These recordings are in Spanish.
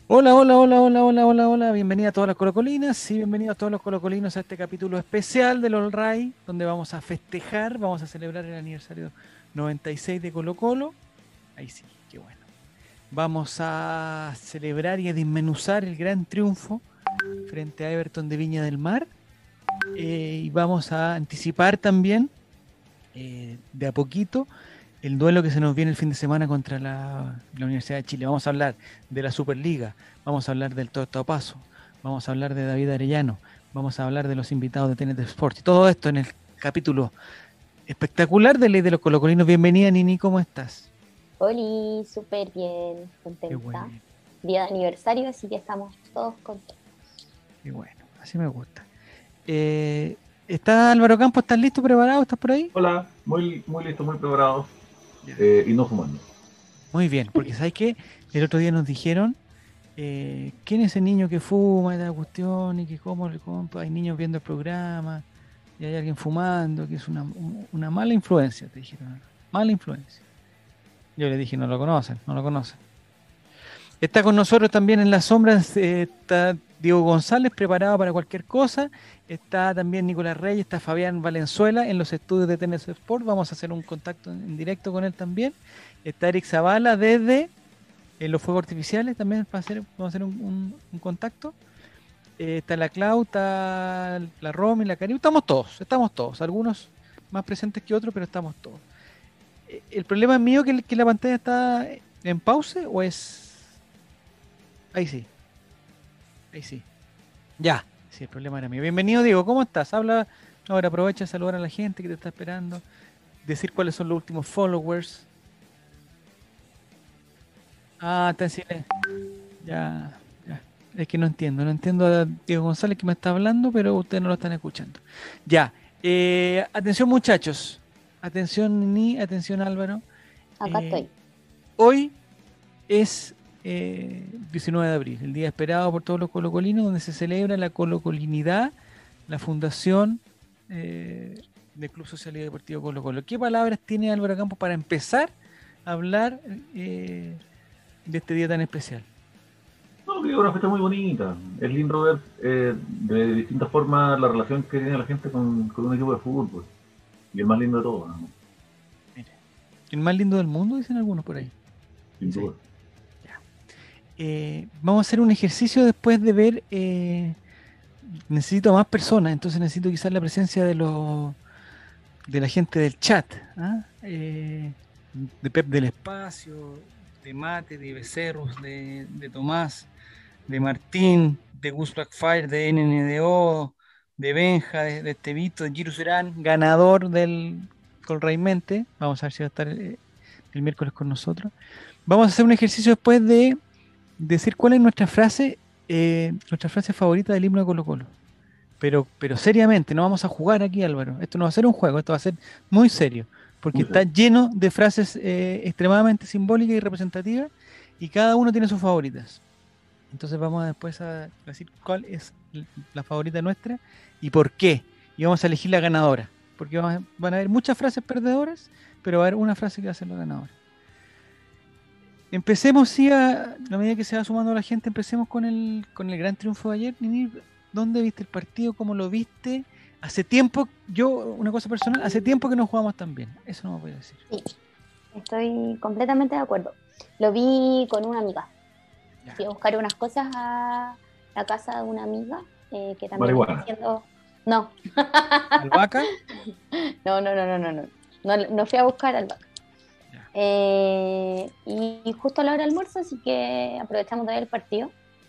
Hola, hola, hola, hola, hola, hola, hola. Bienvenida a todas las colocolinas y bienvenidos a todos los colocolinos a este capítulo especial del All Ray, donde vamos a festejar, vamos a celebrar el aniversario 96 de Colo Colo. Ahí sí, qué bueno. Vamos a celebrar y a desmenuzar el gran triunfo frente a Everton de Viña del Mar. Y vamos a anticipar también, de a poquito, el duelo que se nos viene el fin de semana contra la Universidad de Chile. Vamos a hablar de la Superliga, vamos a hablar del Toto Paso, vamos a hablar de David Arellano, vamos a hablar de los invitados de TNT Sports. Y todo esto en el capítulo espectacular de Ley de los Colocolinos. Bienvenida, Nini, ¿cómo estás? Oli, súper bien, Qué contenta. bueno, Día de aniversario, así que estamos todos contentos. qué bueno, así me gusta. Eh, ¿Está Álvaro Campos? ¿Estás listo, preparado? ¿Estás por ahí? Hola, muy listo, muy preparado Ya. y no fumando. Muy bien, porque ¿sabes qué? El otro día nos dijeron quién es ese niño que fuma y la cuestión y que cómo le compra. Hay niños viendo el programa y hay alguien fumando, que es una mala influencia, te dijeron. Mala influencia. Yo le dije, no lo conocen, no lo conocen. Está con nosotros también en las sombras, está Diego González, preparado para cualquier cosa. Está también Nicolás Reyes, está Fabián Valenzuela en los estudios de TNS Sport. Vamos a hacer un contacto en directo con él también. Está Eric Zavala desde los fuegos artificiales también vamos a hacer un contacto. Está la Clau, está la Romy, la Karim, estamos todos, algunos más presentes que otros, pero estamos todos. ¿El problema es mío que la pantalla está en pause o es... Ahí sí, ahí sí. Ya, sí, el problema era mío. Bienvenido, Diego, ¿cómo estás? Habla, ahora aprovecha de saludar a la gente que te está esperando, decir cuáles son los últimos followers. Ah, está en silencio. Ya, ya. Es que no entiendo a Diego González que me está hablando, pero ustedes no lo están escuchando. Ya, atención muchachos, atención Ni, atención Álvaro. Acá Eh, estoy. Hoy es 19 de abril, el día esperado por todos los colocolinos, donde se celebra la colocolinidad, la fundación del Club Social y Deportivo Colo Colo. ¿Qué palabras tiene Álvaro Campos para empezar a hablar de este día tan especial? No, que es una fecha muy bonita. Es lindo ver de distintas formas la relación que tiene la gente con un equipo de fútbol. Y el más lindo de todo, ¿no? Mire, el más lindo del mundo, dicen algunos por Sí, ahí. sin Sí, duda. ya. Vamos a hacer un ejercicio después de ver. Necesito más personas, entonces necesito quizás la presencia de la gente del chat. ¿Ah? De Pep del Espacio, de Mate, de Becerros, de Tomás, de Martín, de Gus Blackfire, de NNDO, de Benja, de Estevito, de Giru Serán, ganador del Colraimente. Vamos a ver si va a estar el miércoles con nosotros. Vamos a hacer un ejercicio después de decir cuál es nuestra frase favorita del himno de Colo Colo. Pero seriamente, no vamos a jugar aquí, Álvaro. Esto no va a ser un juego, esto va a ser muy serio, porque Muy está serio. lleno de frases extremadamente simbólicas y representativas, y cada uno tiene sus favoritas. Entonces vamos a después a decir cuál es la favorita nuestra y por qué. Y vamos a elegir la ganadora, porque van a haber muchas frases perdedoras, pero va a haber una frase que va a ser la ganadora. Empecemos, sí, a medida que se va sumando la gente, empecemos con el gran triunfo de ayer. Nini, ¿dónde viste el partido? ¿Cómo lo viste? Hace tiempo, una cosa personal, hace tiempo que no jugamos tan bien. Eso no me voy a decir. Sí, estoy completamente de acuerdo. Lo vi con una amiga. Ya. Fui a buscar unas cosas a la casa de una amiga que también está Marihuana. haciendo... No, ¿Albahaca? no, no, no, no, no, no. No, no fui a buscar al vaca. Ya. Y justo a la hora del almuerzo, así que aprovechamos de ver el partido.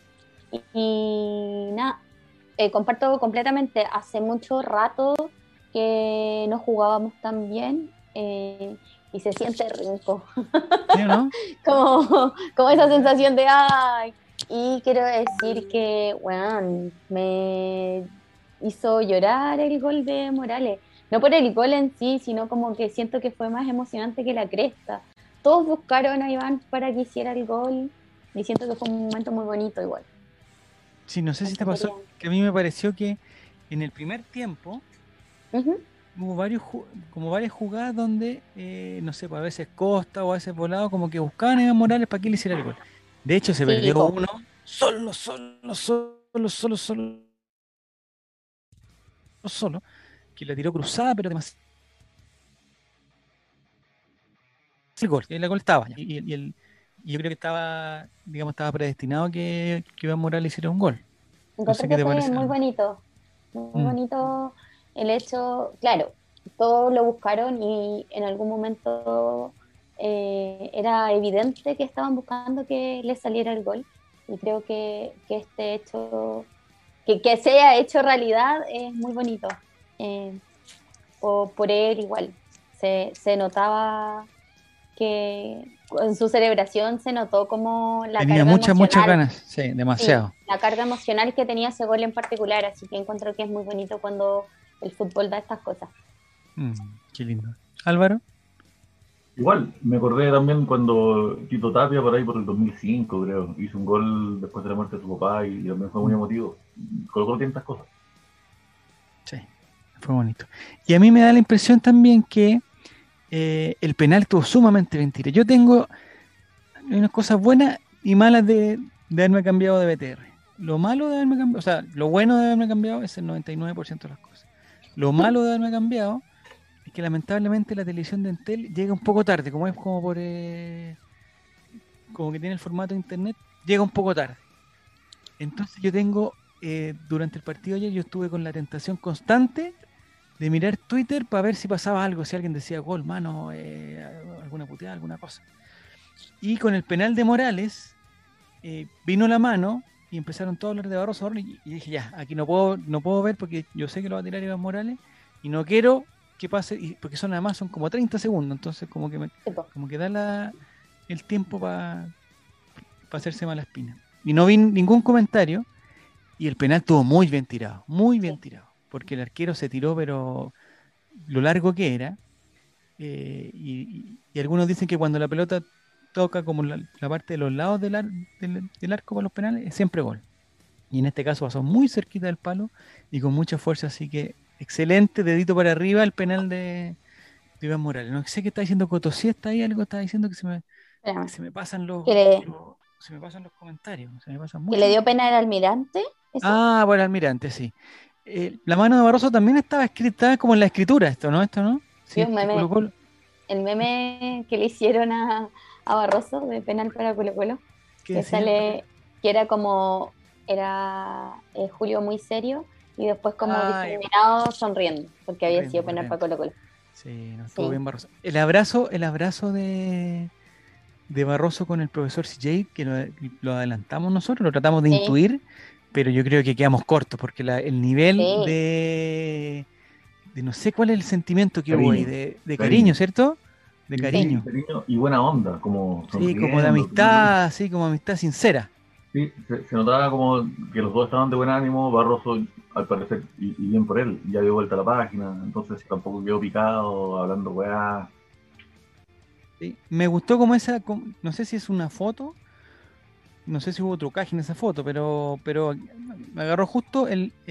Y nada, comparto completamente. Hace mucho rato que no jugábamos tan bien y se siente rico. ¿Sí o no? Como De esa verdad, sí. sensación de ay. Y quiero decir que, bueno, me hizo llorar el gol de Morales. No por el gol en sí, sino como que siento que fue más emocionante que la cresta. Todos buscaron a Iván para que hiciera el gol y siento que fue un momento muy bonito igual. Sí, no sé si te Eso pasó quería. que a mí me pareció que en el primer tiempo Ujú. hubo como varias jugadas donde, no sé, pues a veces Costa o a veces Volado como que buscaban a Iván Morales para que le hiciera el gol. De hecho, se Sí, perdió po. uno. solo, que la tiró cruzada, pero demasiado el gol, el gol estaba ya. Y yo creo que estaba, digamos, estaba predestinado que Iván Morales hiciera un gol. No sé Encontré qué que te fue parece. muy bonito el hecho, claro, todos lo buscaron y en algún momento era evidente que estaban buscando que le saliera el gol y creo que este hecho, que se haya hecho realidad es muy bonito. O por él igual, se notaba que en su celebración se notó como la Tenía carga muchas emocional. ganas, sí, Sí, demasiado. la carga emocional que tenía ese gol en particular, así que encuentro que es muy bonito cuando el fútbol da estas cosas. Qué lindo. Álvaro, Igual, me acordé también cuando Tito Tapia, por ahí por el 2005, creo, hizo un gol después de la muerte de su papá y también fue muy emotivo. Colocó tantas cosas. sí, fue bonito. Y a mí me da la impresión también que el penal estuvo sumamente bien tirado. Yo tengo unas cosas buenas y malas de haberme cambiado de BTR. Lo malo de haberme cambiado, o sea, lo bueno de haberme cambiado es el 99% de las cosas. Lo malo de haberme cambiado es que lamentablemente la televisión de Entel llega un poco tarde, como es como por como que tiene el formato de internet, llega un poco tarde. Entonces yo tengo, durante el partido ayer, yo estuve con la tentación constante de mirar Twitter para ver si pasaba algo, si alguien decía gol, mano, alguna puteada, alguna cosa. Y con el penal de Morales, vino la mano y empezaron todos a hablar de Barroso y dije, ya, aquí no puedo ver porque yo sé que lo va a tirar Iván Morales y no quiero que pase, porque además son como 30 segundos, entonces como que como que da el tiempo para hacerse mala espina. Y no vi ningún comentario y el penal estuvo muy bien tirado, porque el arquero se tiró, pero lo largo que era, y algunos dicen que cuando la pelota toca como la parte de los lados del arco para los penales, es siempre gol. Y en este caso pasó muy cerquita del palo y con mucha fuerza, así que excelente, dedito para arriba el penal de Iván Morales. No sé qué está diciendo Cotosí, está ahí, algo está diciendo que Espérame, se me pasan se me pasan los comentarios, se me pasan que le mucho. dio pena al almirante, ¿eso? Ah, bueno, almirante, sí. La mano de Barroso también estaba escrita como en la escritura, esto, ¿no? Vi Sí, un que meme, colocó. el meme que le hicieron a Barroso de penal para Colo Colo, ¿Qué que decía? sale, que era como, era Julio muy serio y después como Ay, difuminado sonriendo, porque había corriendo sido por penal para dentro. Colo Colo. Sí, no, estuvo Sí, bien Barroso. El abrazo de Barroso con el profesor CJ, que lo adelantamos nosotros, lo tratamos de sí, intuir, pero yo creo que quedamos cortos, porque el nivel sí, de no sé cuál es el sentimiento que hubo ahí, Cariño, de cariño, cariño. ¿cierto? De Sí, sí. sí, cariño. cariño y buena onda, como Sí, como de sonriendo. amistad, sí, como amistad sincera. Sí, se notaba como que los dos estaban de buen ánimo, Barroso al parecer, y bien por él, ya dio vuelta a la página, entonces tampoco quedó picado, hablando weá. Sí. Me gustó como no sé si es una foto, no sé si hubo trucaje en esa foto, pero me agarró justo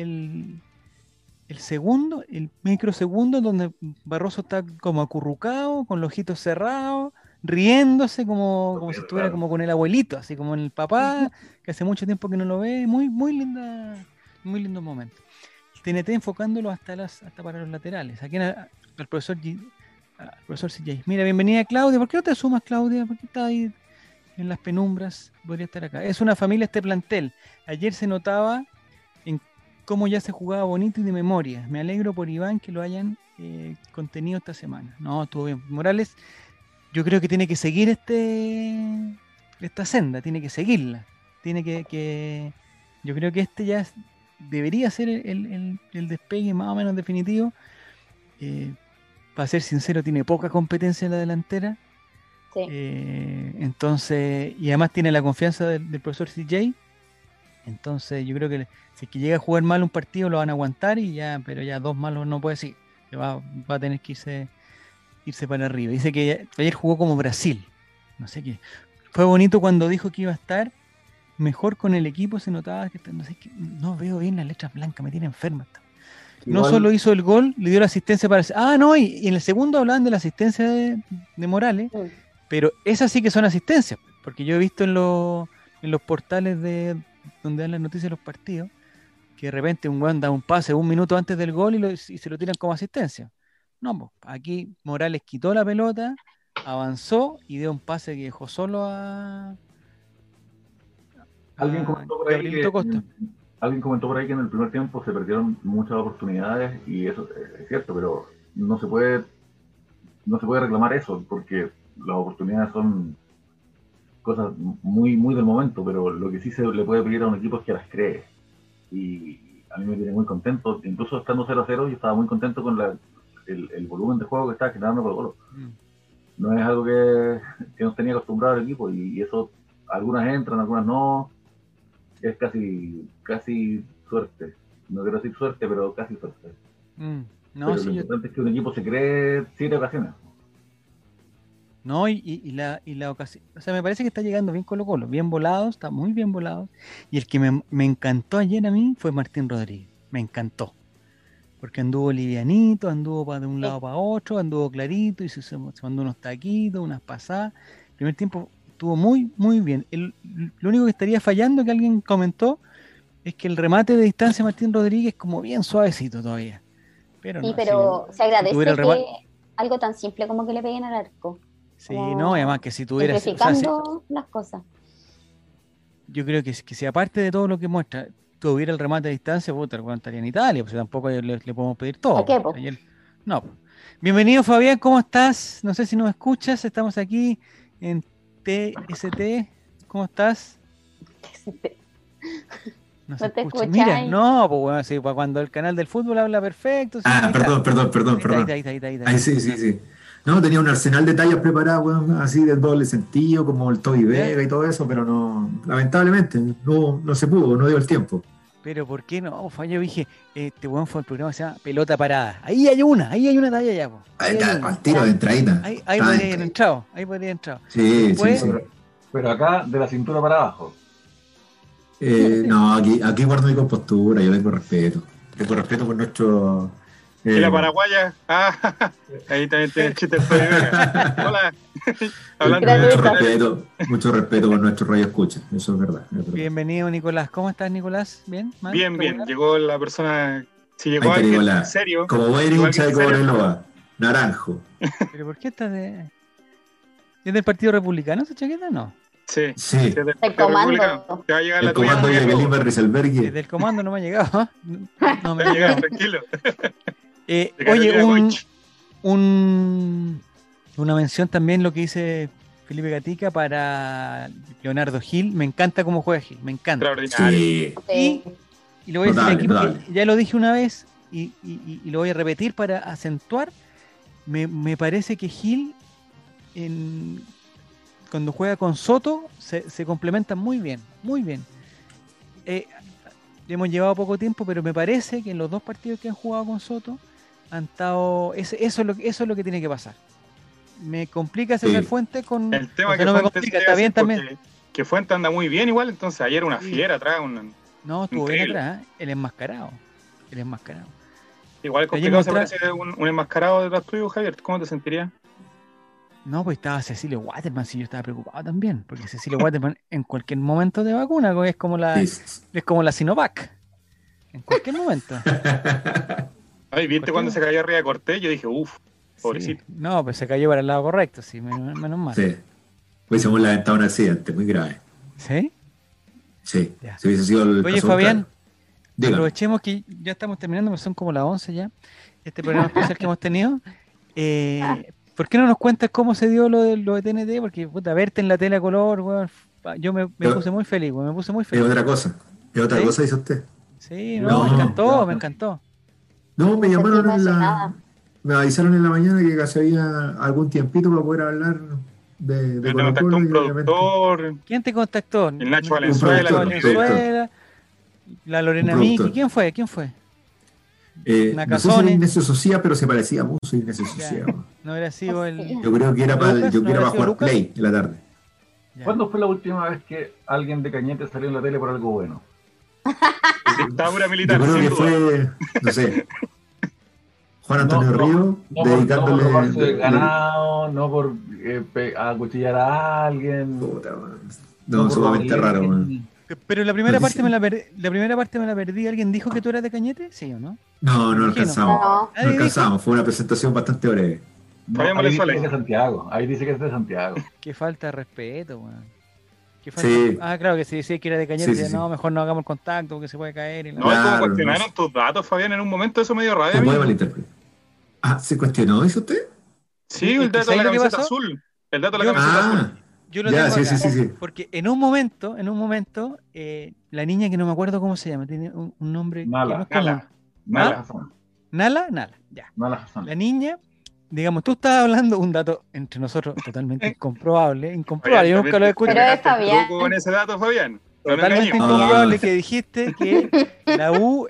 el segundo, el microsegundo donde Barroso está como acurrucado, con los ojitos cerrados, riéndose como si estuviera Claro. como con el abuelito, así como en el papá, que hace mucho tiempo que no lo ve, muy linda, muy lindo momento. TNT enfocándolo hasta para los laterales. Aquí al profesor CJ. Mira, bienvenida Claudia. ¿Por qué no te sumas, Claudia? ¿Por qué estás ahí en las penumbras? Podría estar acá. Es una familia este plantel. Ayer se notaba en cómo ya se jugaba bonito y de memoria. Me alegro por Iván que lo hayan contenido esta semana. No, estuvo bien. Morales, yo creo que tiene que seguir esta senda, tiene que seguirla. Tiene yo creo que debería ser el despegue más o menos definitivo. Para ser sincero, tiene poca competencia en la delantera. Sí. Entonces, y además tiene la confianza del profesor CJ. Entonces, yo creo que si es que llega a jugar mal un partido, lo van a aguantar pero ya dos malos no puede ser. Que va a tener que irse para arriba. Dice que ayer jugó como Brasil. No sé qué. Fue bonito cuando dijo que iba a estar mejor con el equipo, se notaba que no sé, no veo bien las letras blancas, me tiene enferma. No Igual, solo hizo el gol, le dio la asistencia para... Ah, no, y en el segundo hablaban de la asistencia de Morales, Mm. pero esas sí que son asistencias, porque yo he visto en en los portales de donde dan las noticias de los partidos, que de repente un weón da un pase un minuto antes del gol y se lo tiran como asistencia. No, pues, aquí Morales quitó la pelota, avanzó y dio un pase que dejó solo a Alguien comentó por ahí Gabrielito Costa. Alguien comentó por ahí que en el primer tiempo se perdieron muchas oportunidades y eso es cierto, pero no se puede reclamar eso porque las oportunidades son cosas muy muy del momento, pero lo que sí se le puede pedir a un equipo es que las cree. Y a mí me tiene muy contento, incluso estando 0-0 yo estaba muy contento con el volumen de juego que estaba generando Colo Colo. No es algo que nos tenía acostumbrado el equipo y eso, algunas entran, algunas no, es casi suerte. No quiero decir suerte, pero casi suerte. No, pero sí, lo importante es que un equipo se cree 7 ocasiones. No, y la ocasión, o sea, me parece que está llegando bien Colo Colo, bien volado, está muy bien volado. Y el que me encantó ayer a mí fue Martín Rodríguez, me encantó. Porque anduvo livianito, anduvo de un lado para otro, anduvo clarito y se mandó unos taquitos, unas pasadas. El primer tiempo estuvo muy, muy bien. Lo único que estaría fallando, que alguien comentó, es que el remate de distancia de Martín Rodríguez es como bien suavecito todavía. Pero Sí, no, pero si se agradece tuviera el remate, que algo tan simple como que le peguen al arco. sí, no, además que si tuviera, o sea, Simplificando las cosas. yo creo que si aparte de todo lo que muestra, tuviera el remate a distancia, puta, el weón estaría en Italia, pues tampoco le podemos pedir todo. ¿A qué, po? Ayer, no. Bienvenido, Fabián, ¿cómo estás? No sé si nos escuchas, estamos aquí en TST. ¿Cómo estás? No te escuchas. Mira, no, pues bueno, sí, para cuando el canal del fútbol habla perfecto. Sí, perdón. Ahí sí. No, tenía un arsenal de tallas preparadas, weón, así de doble sentido, como el Toby Vega y todo eso, pero no, lamentablemente, no se pudo, no dio el tiempo. Pero ¿por qué no? Yo dije, este weón fue el programa que se llama Pelota Parada. Ahí hay una talla ya, po. Ahí está, al tiro de entradita. Ahí podría haber entrado, Sí, después, sí. Pero acá, de la cintura para abajo. No, aquí guardo mi compostura, yo tengo respeto. Tengo respeto por nuestro... Y la paraguaya, ahí también tiene el chiste. Hola. Hablando mucho respeto por nuestro radio escucha, eso es verdad. Bienvenido, Nicolás. ¿Cómo estás, Nicolás? ¿Bien? Bien. Llegó la persona, si llegó alguien en serio. Como buen hincha de Cobreloa, naranjo. ¿Pero por qué estás de...? ¿Es del Partido Republicano esa chaqueta? No. Sí. El comando. Te va a llegar el la comando de Jacqueline Berriselberghi. Desde el comando no me ha llegado. No me ha llegado, tranquilo. Oye, una mención también lo que dice Felipe Gatica para Leonardo Gil. Me encanta cómo juega Gil, me encanta. Sí. Y lo voy a decir aquí porque ya lo dije una vez y lo voy a repetir para acentuar. Me parece que Gil cuando juega con Soto se complementan muy bien, muy bien. Hemos llevado poco tiempo, pero me parece que en los dos partidos que han jugado con Soto han estado. Eso es lo que tiene que pasar. Me complica César Fuentes con. El tema que no Fuentes me complica, está bien también. Que Fuentes anda muy bien igual, entonces ayer una fiera atrás. No, estuvo bien atrás, el enmascarado. Igual complicado se parece un enmascarado detrás tuyo, Javier. ¿Cómo te sentirías? No, pues estaba Cecilio Waterman, si yo estaba preocupado también, porque Cecilio Waterman en cualquier momento de vacuna, es como la Sinovac, en cualquier momento. Ay, ¿viste cuando se cayó arriba de Cortés? Yo dije, pobrecito. Sí. No, pues se cayó para el lado correcto, sí, menos mal. Sí, hubiésemos lamentado un accidente muy grave. ¿Sí? Sí, si hubiese sido el Oye, Fabián, dígame. Aprovechemos que ya estamos terminando, porque son como las 11 ya, este programa especial que hemos tenido. ¿Por qué no nos cuentas cómo se dio lo de TNT? Porque, puta, verte en la tele a color, weón, yo me puse muy feliz, weón, me puse muy feliz. Es otra cosa, dice usted. Sí, me encantó. No, me llamaron me avisaron en la mañana que se había algún tiempito para poder hablar de te contactó un productor. ¿Quién te contactó? El Nacho Valenzuela. La Lorena Miki. ¿Quién fue? No sé si era Ignacio Socia, pero se parecía mucho a Ignacio Socia. No era así el... Yo creo que era para jugar Play en la tarde. ¿Cuándo fue la última vez que alguien de Cañete salió en la tele por algo bueno? Dictadura militar. Yo creo que fue, no sé, Juan Antonio Río, dedicándole... No por robarse el ganado, no por acuchillar a alguien. No, sumamente raro, weón. Pero la primera parte me la perdí. ¿Alguien dijo que tú eras de Cañete? ¿Sí o no? No alcanzamos. No. No alcanzamos. Fue una presentación bastante breve. No, ahí dice que es de Santiago. Ahí dice que es de Santiago. Qué falta de respeto, weón. Sí. Ah, claro que sí, que era de Cañete. Sí. No, mejor no hagamos el contacto porque se puede caer. No, y como cuestionaron tus datos, Fabián, en un momento eso me dio rabia. Se puede malinterpretar. Ah, ¿se cuestionó eso usted? Sí, el dato de la camiseta azul. El dato de la camiseta azul. Yo lo tengo acá, sí. Porque en un momento, la niña que no me acuerdo cómo se llama, tiene un nombre Nala. que no es común. Nala, ya. Nala Hassan. La niña, digamos, tú estabas hablando un dato entre nosotros totalmente incomprobable, yo nunca lo he escuchado. Pero es Fabián. Con ese dato, Fabián. Totalmente incomprobable que dijiste que la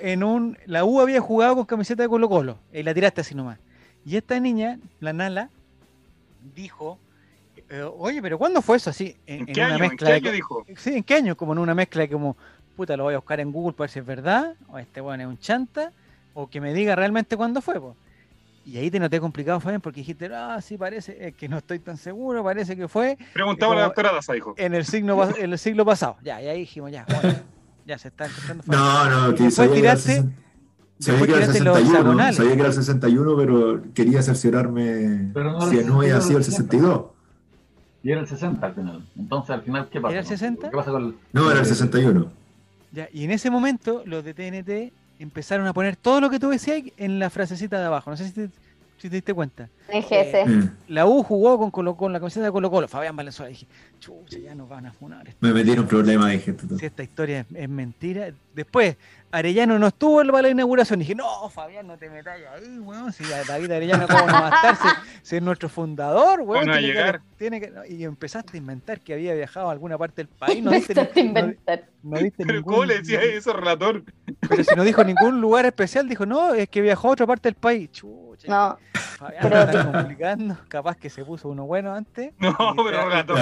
U había jugado con camiseta de Colo-Colo y la tiraste así nomás. Y esta niña, la Nala, dijo, oye, pero ¿cuándo fue eso así? ¿En qué año? ¿En qué año dijo? Sí, ¿en qué año? Como en una mezcla de como, puta, lo voy a buscar en Google para ver si es verdad, o este weón es un chanta, o que me diga realmente cuándo fue, po. Y ahí te noté complicado, Fabián, porque dijiste, sí, parece, que no estoy tan seguro, parece que fue. Preguntaba a la doctora Daza, dijo. En el siglo pasado. Ya, y ahí dijimos, bueno, ya se está encontrando. No, que después tiraste. Sabía que era el 61, sabía que era el 61, pero quería cerciorarme si no había sido el 62. Y era el 60 al final. Entonces, al final, ¿qué pasa? ¿Era el 60? ¿Qué pasa con el... No, era el 61. Ya, y en ese momento, los de TNT empezaron a poner todo lo que tú decías en la frasecita de abajo. No sé si te diste cuenta. La U jugó con la camiseta de Colo-Colo. Fabián Valenzuela. Dije, chucha, ya nos van a funar. Me metieron problemas, dije. Si esta historia es mentira. Después, Arellano no estuvo para la inauguración. Dije, no, Fabián, no te metas ahí, weón. Si David Arellano, ¿cómo no va a estar? Si es nuestro fundador, weón. Bueno, llegar. Y empezaste a inventar que había viajado a alguna parte del país. No diste Pero ¿cómo le decías eso, relator? Pero si no dijo ningún lugar especial, dijo, no, es que viajó a otra parte del país. Chucha. No. Fabián lo está complicando. Capaz que se puso uno bueno antes. No, pero relator.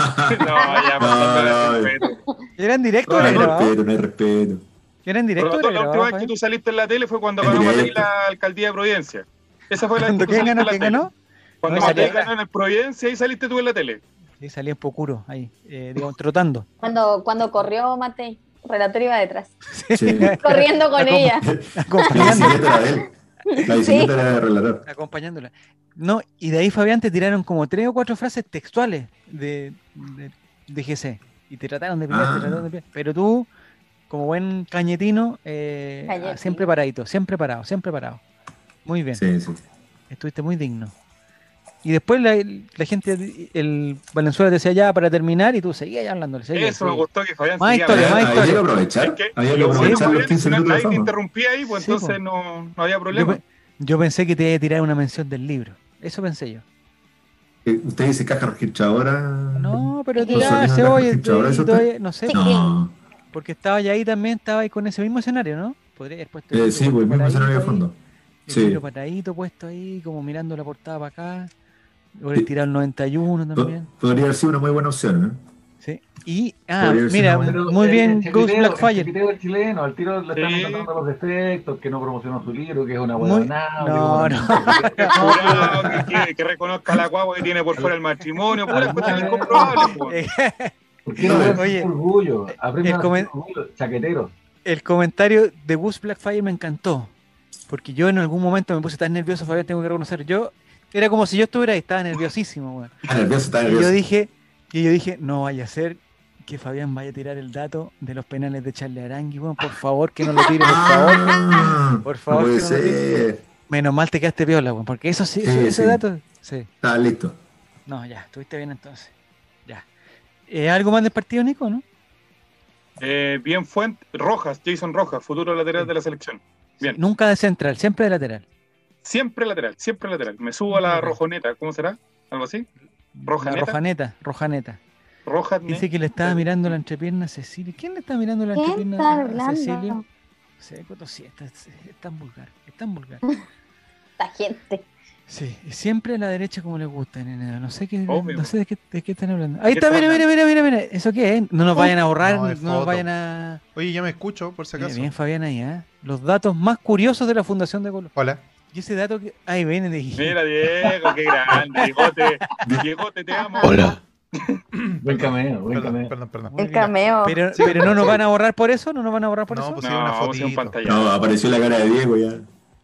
No, respeto. ¿Era en directo? No hay respeto. ¿Era en directo? La última vez que tú saliste en la tele fue cuando ganó Matei la alcaldía de Providencia. Esa fue la vez que tú saliste en la tele. ¿Ganó? Cuando Matei ganó en el Providencia, ahí saliste tú en la tele. Sí, salí en Pocuro, ahí, digamos, trotando. Cuando corrió Matei, relator iba detrás. Sí. Corriendo con ella. Acompañándola. La bicicleta era de relator. Acompañándola. No, y de ahí, Fabián, te tiraron como 3 o 4 frases textuales de GC. Y te trataron de pillar, Pero tú, como buen cañetino, siempre paradito, siempre parado. Muy bien. Sí. Estuviste muy digno. Y después la gente, el Valenzuela te decía ya para terminar y tú seguías hablando. Eso me gustó que Fabián más historia. Había que aprovechar. Había que aprovechar los 15 minutos de fama. Te fama. interrumpí ahí, pues entonces no había problema. Yo pensé que te iba a tirar una mención del libro. Eso pensé yo. ¿Usted dice caja registradora? No, pero tirarse hoy, no sé. No. Porque estaba ya ahí también, estaba ahí con ese mismo escenario, ¿no? Podría haber puesto sí, pues el mismo escenario de fondo. El libro patadito puesto ahí, como mirando la portada para acá. Hubiera tirado el 91 también. Podría haber sido una muy buena opción, ¿eh? Sí. Y, mira, muy bien, Ghost Blackfire. El chileno, al tiro le están encontrando los defectos, que no promocionó su libro, que es una huevonada. Que reconozca la guagua que tiene por fuera el matrimonio, puras cuestiones incomprobables. ¿Por qué no es orgullo? Aprende orgullo, chaquetero. El comentario de Gus Blackfire me encantó, porque yo en algún momento me puse tan nervioso, Fabián, tengo que reconocer, era como si yo estuviera ahí, estaba nerviosísimo, güey. Estaba nervioso. Y yo dije, no vaya a ser que Fabián vaya a tirar el dato de los penales de Charly Arangui, güey, por favor, que no lo tire, por favor. No puede ser. Menos mal te quedaste piola, güey, porque eso sí, ese dato, sí. Estaba listo. No, ya, estuviste bien entonces, ya. ¿Algo más del partido, Nico, no? Bien Jason Rojas, futuro lateral de la selección. Bien. Nunca de central, siempre de lateral. Siempre lateral. Me subo a la rojoneta, ¿cómo será? ¿Algo así? Rojaneta. Dice que le estaba mirando la entrepierna a Cecilia. ¿Quién le está mirando la entrepierna a Cecilia? Sí, es tan vulgar. Esta gente. Sí, siempre a la derecha como les gusta, nena. No sé de qué están hablando. Ahí está, mira. ¿Eso qué es? No nos vayan a borrar, no nos vayan a... Oye, ya me escucho, por si acaso. Bien, Fabián, ahí, Los datos más curiosos de la Fundación de Colo. Hola. Y ese dato que... Ahí viene de... Mira, Diego, qué grande. Diegote, te amo. Hola. Buen cameo. Perdón. El cameo. Pero no nos van a borrar por eso, no nos van a borrar por eso. Pues sí, una fotito. Un pantalla. No, apareció la cara de Diego ya.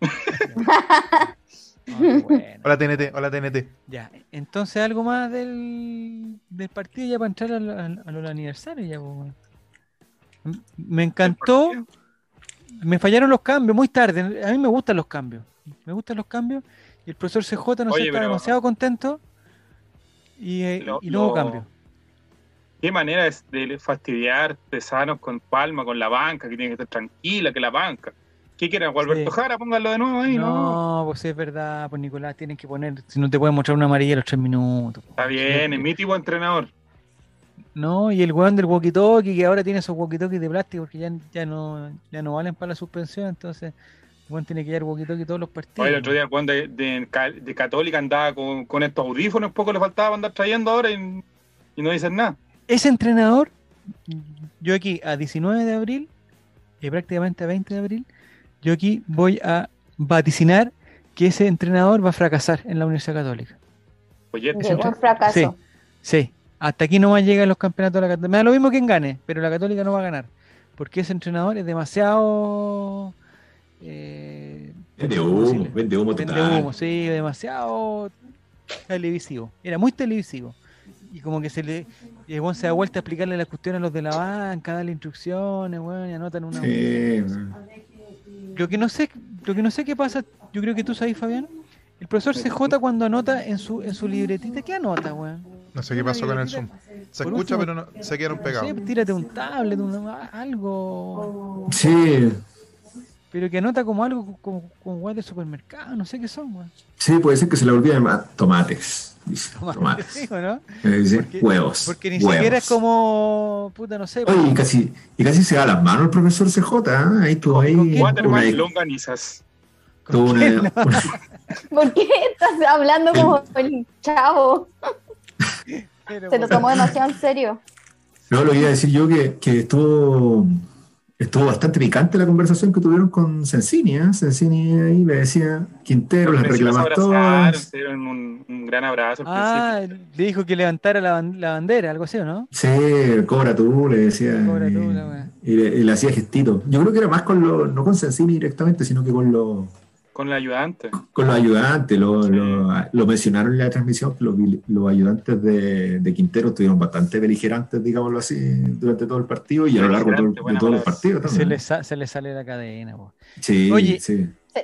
Bueno. Hola TNT. Ya, entonces algo más del partido ya para entrar a los aniversarios ya, pues, bueno. Me encantó. Me fallaron los cambios muy tarde. A mí me gustan los cambios. Y el profesor CJ no sé, está demasiado contento. Y no hubo cambio. Qué manera es de fastidiar Tesanos con Palma, con la banca, que tiene que estar tranquila, que la banca. ¿Qué quieren? ¿Alberto Jara? Pónganlo de nuevo ahí, ¿no? No, pues es verdad, pues Nicolás, tienen que poner, si no te pueden mostrar una amarilla a los 3 minutos. Está bien, es mi tipo de entrenador. No, y el weón del walkie-talkie, que ahora tiene esos walkie-talkies de plástico, porque ya no valen para la suspensión, entonces el weón tiene que llevar walkie-talkie todos los partidos. Hoy el otro día el weón de Católica andaba con estos audífonos, poco le faltaba andar trayendo ahora y no dicen nada. Ese entrenador, yo aquí a 19 de abril, y prácticamente a 20 de abril, yo aquí voy a vaticinar que ese entrenador va a fracasar en la Universidad Católica. Oye, Llegó un fracaso. Sí. Hasta aquí no van a llegar los campeonatos de la Católica. Me da lo mismo quien gane, pero la Católica no va a ganar. Porque ese entrenador es demasiado... Vende humo total. Vende humo, sí, demasiado televisivo. Era muy televisivo. Y como que el weón se da vuelta a explicarle las cuestiones a los de la banca, darle instrucciones, weón, y anotan una... Sí. Lo que no sé qué pasa, yo creo que tú sabes, Fabián. El profesor CJ cuando anota en su libretita, ¿qué anota, weón? No sé qué pasó con el Zoom. Se escucha, pero no, se quedaron pegados. Sí, tírate un tablet, algo. Sí. Pero que anota como algo con weón de supermercado, no sé qué son, weón. Sí, puede ser que se le olvide tomates. Dice, tomates. ¿Sí, o no? Dice, huevos. Porque ni siquiera es como, puta, no sé. Oye, y casi se da las manos el profesor CJ, ¿eh? Ahí estuvo ahí. Waterman longanizas. ¿Por qué estás hablando como el chavo? Se lo tomó demasiado en serio. No, lo iba a decir yo que estuvo bastante picante la conversación que tuvieron con Sensini, ¿eh? Sensini ahí le decía Quintero, las reclamas todas. Se dieron un gran abrazo. Le dijo que levantara la bandera, algo así, ¿o no? Sí, cobra tú, le decía. Cobra tú, la wea. Y le hacía gestito. Yo creo que era más no con Sensini directamente, sino que con los ayudantes. Con los ayudantes, lo mencionaron en la transmisión, que los ayudantes de Quintero estuvieron bastante beligerantes, digámoslo así, durante todo el partido y a lo largo de todos los partidos también. Se le sale la cadena. Po. Sí, oye, sí.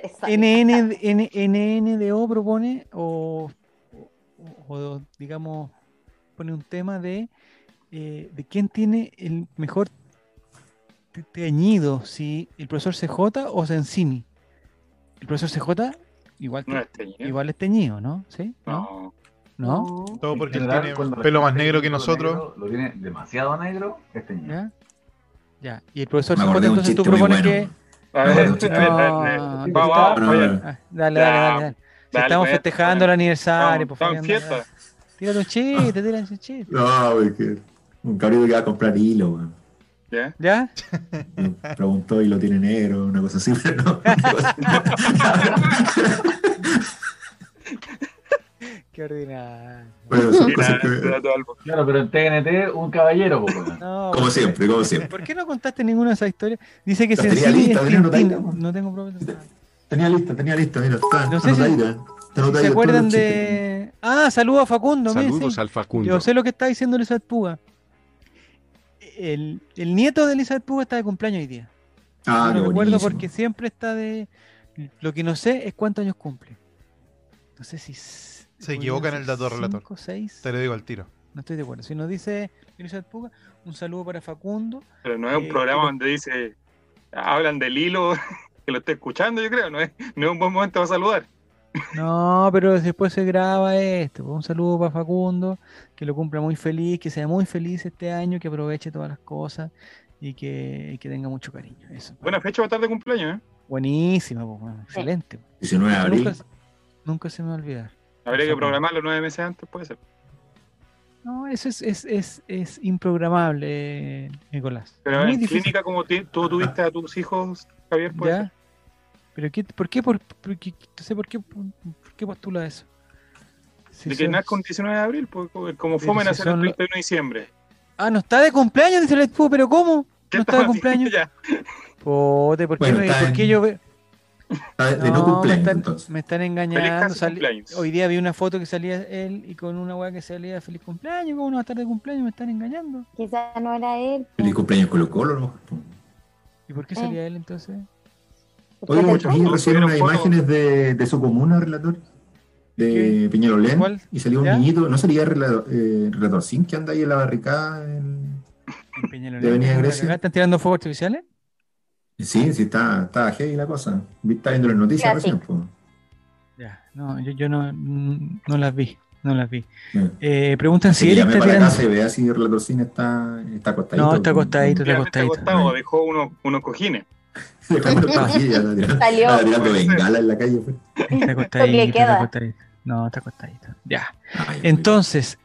NNDO propone, o digamos, pone un tema de quién tiene el mejor teñido, si el profesor CJ o Sensini. El profesor CJ igual es teñido, ¿no? ¿Sí? No. Todo porque él tiene pelo más negro que nosotros. Lo tiene demasiado negro, es teñido. Ya. Y el profesor CJ, entonces tú propones que... Dale. Estamos festejando el aniversario. Estamos en fiesta. Tírate un chiste. No, porque un cabrito que va a comprar hilo, weón. ¿Ya? Me preguntó y lo tiene negro, una cosa así, pero no. Qué ordinario. Bueno, son cosas que... Claro, pero en TNT un caballero, no, como siempre. ¿Por qué no contaste ninguna de esas historias? Dice que Sensini es Tintín. No tengo problema. Tenía lista, mira, está. No sé si se acuerdan de... saludos a Facundo. Saludos al Facundo. Yo sé lo que está diciendo Elizabeth Puga. El nieto de Elizabeth Puga está de cumpleaños hoy día. No lo recuerdo porque siempre está de... Lo que no sé es cuántos años cumple. No sé si... Se equivoca en el dato relator. 5, 6. Te lo digo al tiro. No estoy de acuerdo. Si nos dice Elizabeth Puga, un saludo para Facundo. Pero no es un programa donde dice... Hablan del hilo, que lo esté escuchando, yo creo. No es un buen momento para saludar. No, pero después se graba esto. Un saludo para Facundo, que lo cumpla muy feliz, que sea muy feliz este año, que aproveche todas las cosas y que tenga mucho cariño. Eso. Buena fecha va a estar de cumpleaños, ¿eh? Buenísima, pues, excelente. 19 de abril. Nunca se me va a olvidar. Habría que programarlo 9 meses antes, puede ser. No, eso es improgramable, Nicolás. Pero muy en difícil. clínica, como tú tuviste a tus hijos, Javier, puede ¿Ya? ser. ¿Pero por qué postula eso? de que nazca un 19 de abril, pues, como fome nacer el 31 de diciembre. Ah, no está de cumpleaños, dice el Expo, pero ¿cómo? ¿Qué no está de cumpleaños. Ya. Pote, ¿por qué, Bueno, ¿por qué yo veo? De no cumpleaños, me están engañando. Hoy día vi una foto que salía él y con una weá que salía feliz cumpleaños. ¿Cómo no va a estar de cumpleaños? Me están engañando. Quizás no era él. Feliz cumpleaños Colo-Colo, ¿no? ¿Y por qué salía él entonces? Oye, aquí recibieron unas imágenes de su comuna, relator, de Peñalolén, y salió un niñito, ¿no sería Relatorcín que anda ahí en la barricada en de Avenida Grecia? ¿Están tirando fuegos artificiales? Sí, está heavy la cosa. Está viendo las noticias recién, pues. Ya, no, yo no las vi. Preguntan si él está tirando... casa y ve si el Relatorcín está acostadito. No, está acostadito. Dejó unos cojines. Salió tirando bengala en la calle. Está acostadito. No, está acostadito. Ya. Entonces,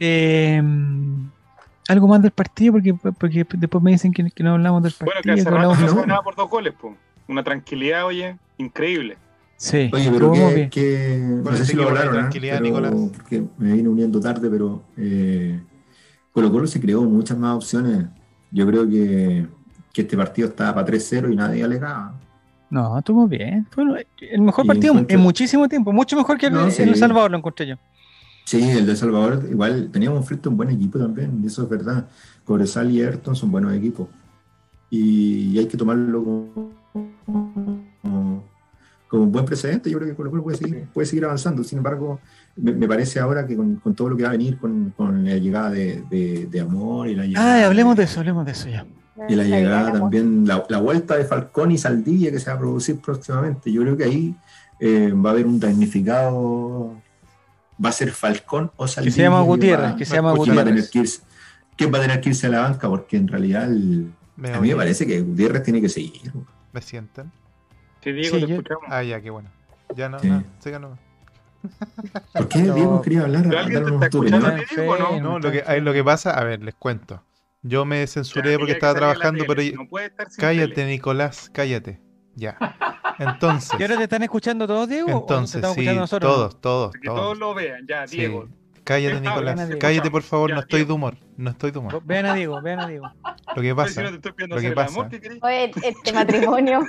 algo más del partido, porque después me dicen que no hablamos del partido. Bueno, que hace rato no se ganaba por 2 goles, po. Una tranquilidad, oye, increíble. Sí. Oye, pero no sé si lo hablaron, tranquilidad, Nicolás. Porque me vine uniendo tarde, pero Colo-Colo se creó muchas más opciones. Yo creo que este partido estaba para 3-0 y nadie alegaba. No, estuvo bien. Fue el mejor partido en muchísimo tiempo. Mucho mejor que El Salvador, lo encontré yo. Sí, el de Salvador, igual teníamos frente a un buen equipo también, eso es verdad. Cobresal y Everton son buenos equipos. Y hay que tomarlo como un buen precedente. Yo creo que Colo-Colo puede seguir avanzando. Sin embargo, me parece ahora que con todo lo que va a venir, con la llegada de Amor y la llegada... hablemos de eso ya. Y la llegada también, la vuelta de Falcón y Saldivia que se va a producir próximamente. Yo creo que ahí va a haber un damnificado, va a ser Falcón o Saldivia. Que se llama Gutiérrez, ¿Quién va a tener que irse a la banca? Porque en realidad a mí me parece que Gutiérrez tiene que seguir. ¿Me sienten? Sí, Diego, te escuchamos. Ya, qué bueno. Ya no, se ganó. ¿Por qué Diego quería hablar? ¿Pero alguien te está escuchando a ti, Diego, no? No, lo que pasa, a ver, les cuento. Yo me censuré porque estaba trabajando, pero... No puede estar sin cállate, tele. Nicolás, cállate. Ya. Entonces... ¿Y ahora te están escuchando todos, Diego? Entonces, ¿o te sí, nosotros? todos. Que todos lo vean, ya, Diego. Sí. Cállate, Nicolás. Cállate, por favor, no estoy de humor. Vean a Diego. Lo que pasa... Oye, este matrimonio.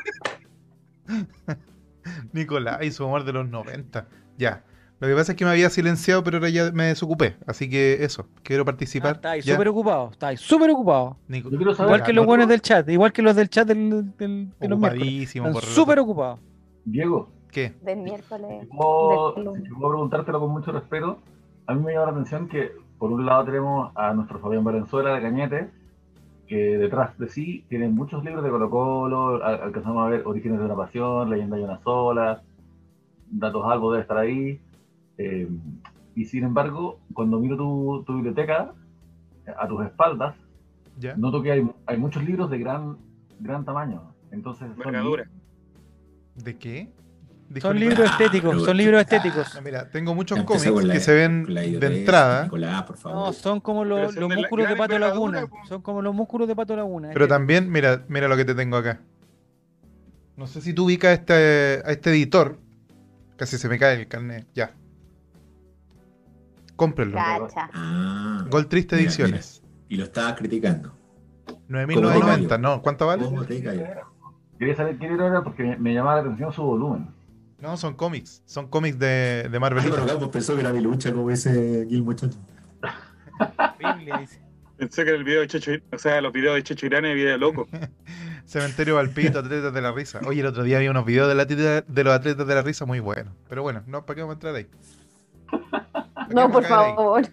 Nicolás y su amor de los 90. Ya. Lo que pasa es que me había silenciado, pero ahora ya me desocupé. Así que eso, quiero participar. Estáis súper ocupado. Igual que los buenos del chat, igual que los del chat de los miércoles. Súper ocupados. Diego. ¿Qué? Del miércoles. Puedo preguntártelo con mucho respeto. A mí me llama la atención que, por un lado, tenemos a nuestro Fabián Valenzuela de Cañete, que detrás de sí tienen muchos libros de Colo-Colo. Alcanzamos a ver Orígenes de una Pasión, Leyenda de una Sola, Datos Albo debe estar ahí. Y sin embargo, cuando miro tu biblioteca, a tus espaldas, ¿ya? Noto que hay muchos libros de gran tamaño. Entonces, ¿de qué? Son libros estéticos. No, mira, tengo muchos cómics que se ven de entrada. Nicolás, por favor. No, son como los músculos de Pato Laguna. Son como los músculos de Pato Laguna. Pero también, mira lo que te tengo acá. No sé si tú ubicas a este editor. Casi se me cae el carnet. Ya. Cómprenlo. Gol Triste Ediciones. Mira. Y lo estaba criticando. 9.990, ¿no? ¿Cuánto vale? Quería saber qué libro era porque me llamaba la atención su volumen. No, son cómics. Son cómics de Marvel. Pensó que era mi lucha, como dice aquí el muchacho. Pensé que era el video de Checho, o sea, los videos de Checho Irán y video loco. Cementerio Valpito, Atletas de la Risa. Oye, el otro día había unos videos de los Atletas de la Risa muy buenos. Pero bueno, no, ¿para qué vamos a entrar ahí? No, por favor.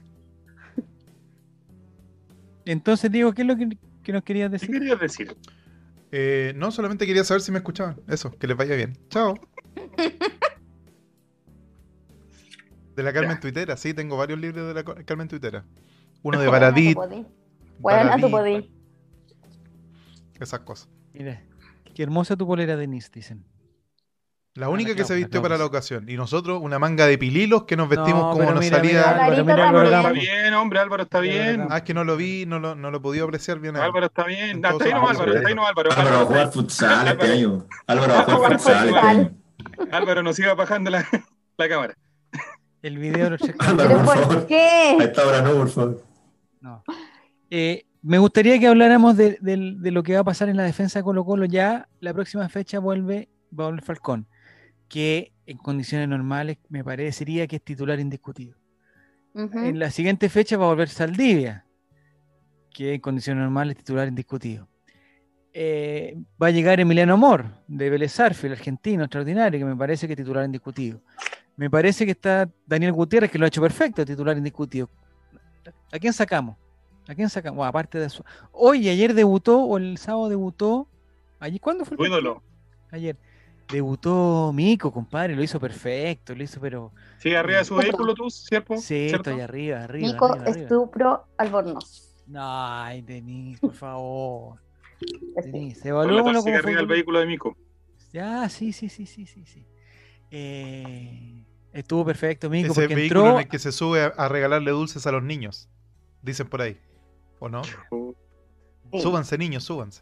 Entonces, Diego, ¿qué es lo que nos querías decir? ¿Qué querías decir? No, solamente quería saber si me escuchaban. Eso, que les vaya bien. Chao. De la Carmen Tuitera, sí, tengo varios libros de la Carmen Tuitera. Uno de Baradit. Bueno, tu podí. Esas cosas. Mira, qué hermosa tu polera, Denise, dicen. La única que se vistió para la ocasión. Y nosotros, una manga de pililos que nos vestimos como nos salía. Álvaro está bien, hombre, Álvaro está bien. Es que no lo vi, no lo he podido apreciar bien. Álvaro está bien. Está ahí no, Álvaro. Álvaro va a jugar futsal este año. Álvaro va a jugar futsal este año. Álvaro nos iba bajando la cámara. El video de los tres Álvaro, ¿Pero por por favor. qué? A esta hora no, por favor. No. Me gustaría que habláramos de lo que va a pasar en la defensa de Colo-Colo. Ya la próxima fecha va a volver Falcón, que en condiciones normales me parecería que es titular indiscutido. Ujú. En la siguiente fecha va a volver Saldivia, que en condiciones normales es titular indiscutido. Va a llegar Emiliano Amor, de Vélez Sarsfield, argentino, extraordinario, que me parece que es titular indiscutido. Me parece que está Daniel Gutiérrez, que lo ha hecho perfecto, titular indiscutido. ¿A quién sacamos? ¿A quién sacamos? Bueno, aparte de eso. Hoy, ayer debutó, o el sábado debutó. ¿Ayer cuándo fue el Tu ídolo. partido? Ayer. Debutó Mico, compadre, lo hizo perfecto, lo hizo, pero. Sí, arriba de su vehículo tú, ¿cierto? Sí, ¿Cierto? estoy arriba. Nico arriba. Estupro Albornoz. Ay, Denise, por favor. Sí. Denise, Con la evalúalo como tóxica arriba del futbolista. vehículo de Mico. Ya, sí. Estuvo perfecto, Mico, Ese porque vehículo entró. en el que se sube a regalarle dulces a los niños. Dicen por ahí. ¿O no? Sí. Súbanse, niños, súbanse.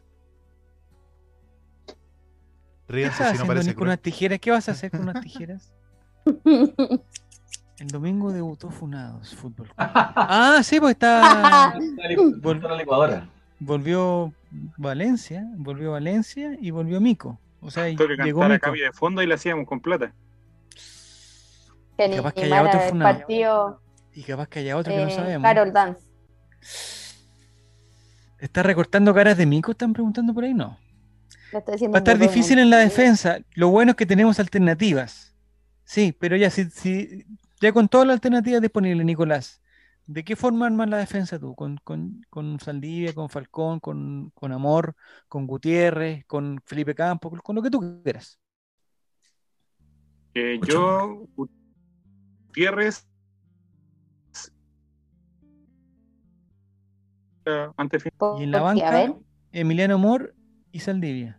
¿Qué Ríanse estás si no haciendo, parece Nico, con unas tijeras? ¿Qué vas a hacer con unas tijeras? El domingo debutó Funados Fútbol Club. Ah, sí, pues está. Volvió a la licuadora. Volvió Valencia y volvió Mico. O sea, Tengo que llegó cantar a Mico. Cavi de fondo y la hacíamos con plata. Que Capaz que haya animara otro el funado. partido Y capaz que haya otro que no sabemos. Carol Dance. ¿Está recortando caras de Mico? ¿Están preguntando por ahí? No. Lo estoy diciendo Va a estar un poco difícil de en la mentira. defensa. Lo bueno es que tenemos alternativas. Sí, pero ya ya con todas las alternativas disponibles, Nicolás, ¿de qué forma armas la defensa tú? ¿Con Saldivia, con Falcón, con Amor, con Gutiérrez, con Felipe Campos, con lo que tú quieras? Yo, Gutiérrez, antes de fin. Y en la Porque, a banca, ver, Emiliano Amor y Saldivia.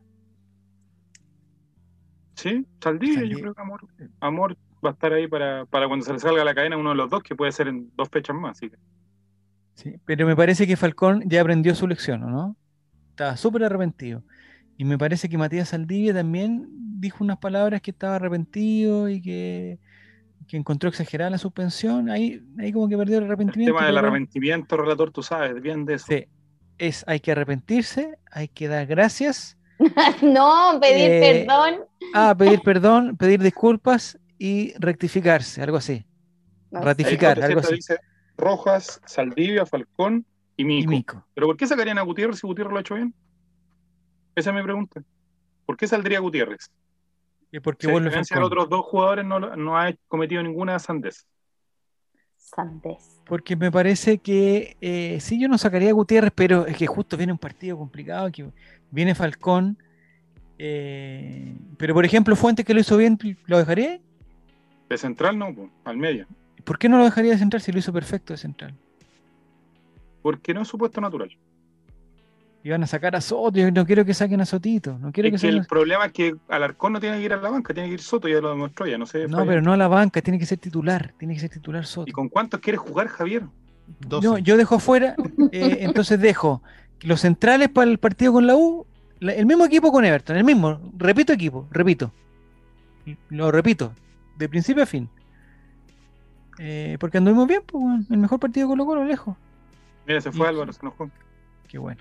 Sí, Saldivia, Saldivia. yo creo que Amor va a estar ahí para cuando se le salga la cadena uno de los dos, que puede ser en 2 fechas más. Así que. Sí, pero me parece que Falcón ya aprendió su lección, ¿o no? Estaba súper arrepentido. Y me parece que Matías Saldivia también dijo unas palabras que estaba arrepentido y que encontró exagerada la suspensión. Ahí como que perdió el El arrepentimiento. tema del pero arrepentimiento, relator, tú sabes bien de eso. sí, hay que arrepentirse, hay que dar gracias, no, pedir perdón. pedir perdón, pedir disculpas y rectificarse, algo así. No sé. Ratificar, Ahí algo así. dice Rojas, Saldivia, Falcón y Mico. Y Mico. ¿Pero por qué sacarían a Gutiérrez si Gutiérrez lo ha hecho bien? Esa es mi pregunta. ¿Por qué saldría Gutiérrez? Y porque Si a vuelve diferencia de Falcón. los otros dos jugadores no ha cometido ninguna sandez. Sandés. Porque me parece que sí, yo no sacaría a Gutiérrez, pero es que justo viene un partido complicado, que viene Falcón. Pero por ejemplo, Fuentes, que lo hizo bien, ¿lo dejaría? De central no, pues, al medio. ¿Por qué no lo dejaría de central si lo hizo perfecto de central? Porque no es su puesto natural. Y van a sacar a Soto, yo no quiero que saquen a Sotito, no quiero Es que saquen el problema es que Alarcón no tiene que ir a la banca, tiene que ir Soto, ya lo demostró, ya no sé. No, pero no a la banca, tiene que ser titular Soto. ¿Y con cuántos quiere jugar, Javier? 12. No, yo dejo afuera, entonces dejo los centrales para el partido con la U, el mismo equipo con Everton, el mismo, repito, lo repito, de principio a fin. Porque anduvimos bien, pues, bueno, el mejor partido con Colo-Colo, lejos. Mira, se fue Y- Álvaro, se enojó. Qué bueno.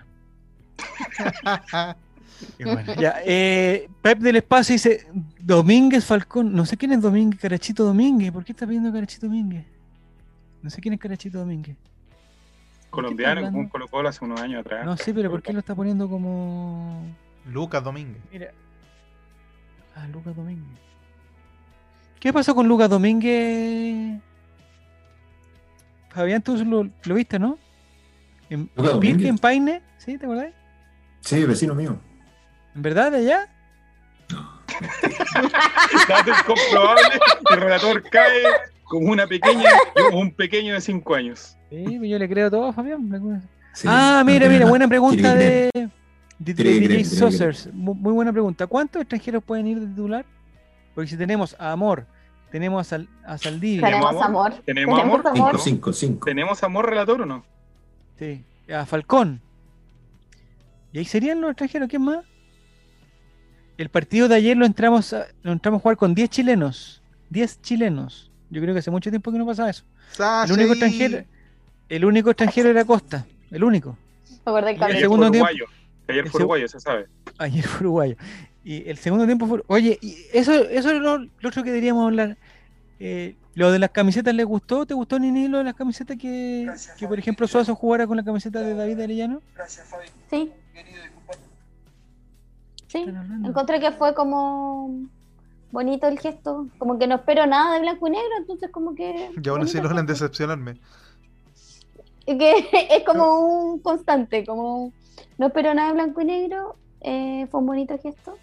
Qué bueno. Ya, Pep del Espacio dice Domínguez Falcón. No sé quién es Domínguez, Carachito Domínguez. ¿Por qué está pidiendo Carachito Domínguez? No sé quién es Carachito Domínguez. Colombiano, que hablando? fue un Colo-Colo hace unos años atrás. No sé, pero ¿por qué lo está poniendo como. Lucas Domínguez. Mira. Lucas Domínguez. ¿Qué pasó con Lucas Domínguez? Fabián, tú lo viste, ¿no? En Lucas Pirque, Domínguez. en Paine, ¿sí? ¿Te acordás? Sí, vecino mío. ¿En verdad de allá? Dato incomprobable, el relator cae como un pequeño de 5 años. Sí, pues yo le creo todo, Fabián. Sí, Mira, no, buena pregunta tiene que de Tiene que DJ creer, tiene que Saucers. Muy buena pregunta. ¿Cuántos extranjeros pueden ir de titular? Porque si tenemos a Amor, tenemos a Saldivia, Tenemos amor? amor. ¿Tenemos amor? Cinco. ¿Tenemos amor, relator o no? sí, a Falcón. Y ahí serían los extranjeros. ¿Quién más? El partido de ayer lo entramos a jugar con 10 chilenos. 10 chilenos. Yo creo que hace mucho tiempo que no pasaba eso. Ah, El único extranjero era Costa, el único. Me acordé del El segundo tiempo. Ayer fue uruguayo, se sabe. Ayer fue uruguayo. Y el segundo tiempo fue. Oye, y eso es lo otro que deberíamos hablar. Lo de las camisetas, ¿les gustó? ¿Te gustó, Nini, lo de las camisetas que por ejemplo, Suazo jugara con la camiseta de David Arellano? Sí. Sí, encontré que fue como bonito el gesto, como que no espero nada de blanco y negro, entonces como que... Y aún así logran decepcionarme. Que es como un constante, como no espero nada de blanco y negro, fue un bonito gesto.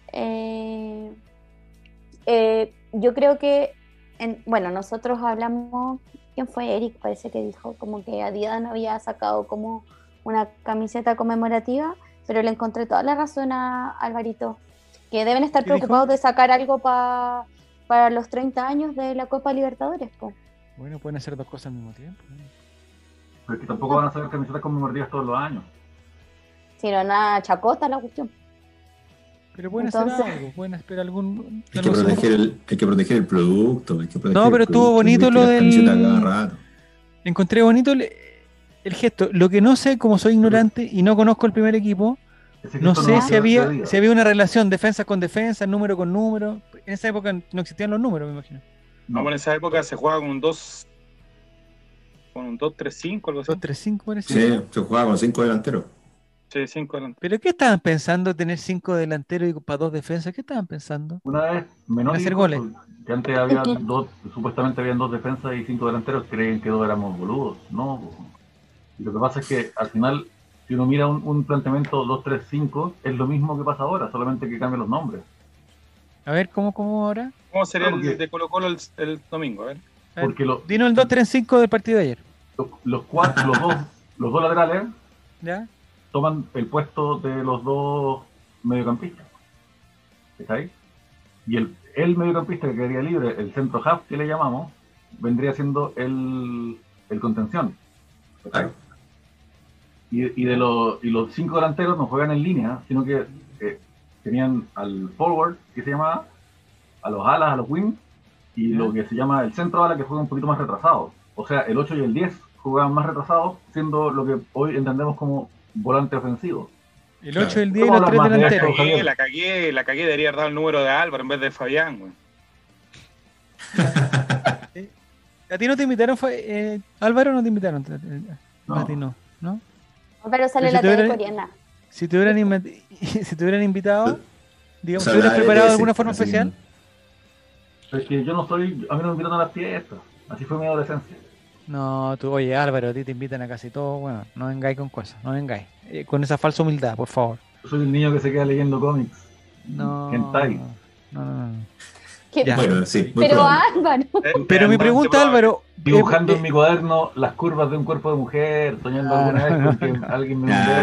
Yo creo que, bueno, nosotros hablamos, ¿quién fue? Eric, parece que dijo como que Adidas no había sacado como una camiseta conmemorativa, pero le encontré toda la razón a Alvarito, que deben estar preocupados de sacar algo para los 30 años de la Copa Libertadores. Po. Bueno, pueden hacer dos cosas al mismo tiempo. Pero es que tampoco van a sacar camisetas conmemorativas todos los años. Sino nada chacota la cuestión. Pero pueden hacer algo, pueden esperar algún... Hay que proteger el producto. No, pero estuvo bonito lo del... Encontré bonito el gesto. Lo que no sé, como soy ignorante y no conozco el primer equipo, no sé si había una relación defensa con defensa, número con número. En esa época no existían los números, me imagino. No, en esa época se jugaba con un 2-3-5, algo así. 2-3-5 parece. Sí, se jugaba con 5 delanteros. Sí, 5 delanteros. ¿Pero qué estaban pensando tener 5 delanteros y para 2 defensas? ¿Qué estaban pensando? Una vez menor hacer goles. Que antes había supuestamente habían 2 defensas y 5 delanteros, creen que 2 éramos boludos, ¿no? Y lo que pasa es que al final, si uno mira un planteamiento 2-3-5, es lo mismo que pasa ahora, solamente que cambian los nombres. A ver, ¿cómo ahora? ¿Cómo sería el de Colo Colo el domingo? A ver. Porque dinos el 2-3-5 del partido de ayer. Los dos laterales, ¿ya?, toman el puesto de los 2 mediocampistas. ¿Está ahí? Y el mediocampista que quedaría libre, el centro half que le llamamos, vendría siendo el contención. ¿Está ahí? Y los 5 delanteros no juegan en línea, sino que tenían al forward, que se llamaba, a los alas, a los wings, y lo que se llama el centro ala, que juega un poquito más retrasado. O sea, el 8 y el 10 jugaban más retrasados, siendo lo que hoy entendemos como volante ofensivo. El 8 y el 10 y los 3 delanteros. La cagué, debería haber dado el número de Álvaro en vez de Fabián, güey. ¿A ti no te invitaron, Álvaro? ¿No te invitaron? No. A ti no, ¿no? Pero sale la tele coreana. Si te hubieran invitado, digamos, ¿te hubieras preparado de alguna forma especial? Es que yo no soy, a mí no me invitan a las fiestas, así fue mi adolescencia. No, oye, Álvaro, a ti te invitan a casi todo, bueno, no vengáis con cosas, no vengáis. Con esa falsa humildad, por favor. Yo soy el niño que se queda leyendo cómics. No. Hentai. No. Bueno, sí. Pero Álvaro. Pero mi pregunta, Álvaro. Dibujando en mi cuaderno las curvas de un cuerpo de mujer, soñando alguna vez con que alguien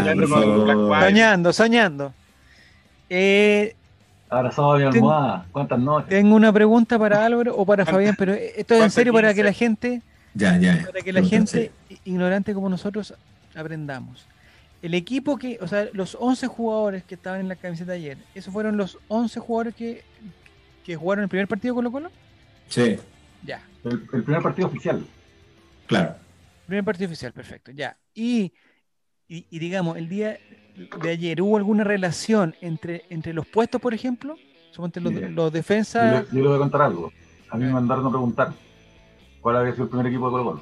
me soñando. Abrazado a mi almohada, ¿cuántas noches? Tengo una pregunta para Álvaro o para Fabián, pero esto es en serio para que la gente, para que la gente ignorante como nosotros aprendamos. El equipo o sea, los 11 jugadores que estaban en la camiseta ayer, ¿esos fueron los 11 jugadores que jugaron el primer partido con Colo-Colo? Sí. Ya. El primer partido oficial. Claro. Primer partido oficial, perfecto, ya. Y digamos, el día de ayer, ¿hubo alguna relación entre los puestos, por ejemplo? Entre los defensas. Yo le voy a contar algo. A mí me mandaron a preguntar cuál había sido el primer equipo de Colo-Colo.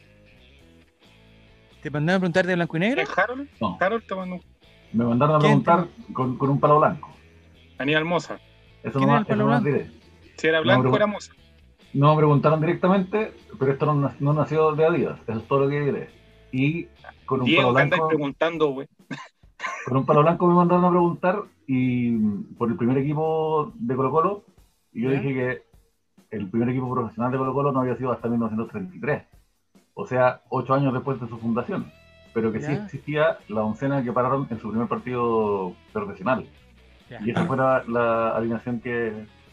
¿Te mandaron a preguntar de blanco y negro? ¿Harold? No. Harold te mandó. Me mandaron a preguntar con un palo blanco. Aníbal Moza. Eso no más diré. Si era blanco, era Moza. No me preguntaron directamente, pero esto no nació de Adidas. Eso es todo lo que diré. Y con un palo blanco. Preguntando, güey. Con un palo blanco me mandaron a preguntar y por el primer equipo de Colo-Colo, y yo dije que el primer equipo profesional de Colo-Colo no había sido hasta 1933, o sea, 8 años después de su fundación, pero que sí existía la oncena que pararon en su primer partido profesional. Y esa fue la alineación que...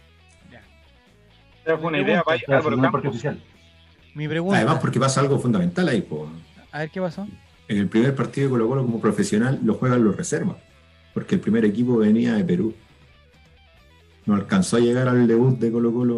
Esa fue una idea, vaya, Álvaro Campos. Mi pregunta... Además, porque pasa algo fundamental ahí, po. A ver, ¿qué pasó? En el primer partido de Colo-Colo como profesional lo juegan los reservas, porque el primer equipo venía de Perú. No alcanzó a llegar al debut de Colo-Colo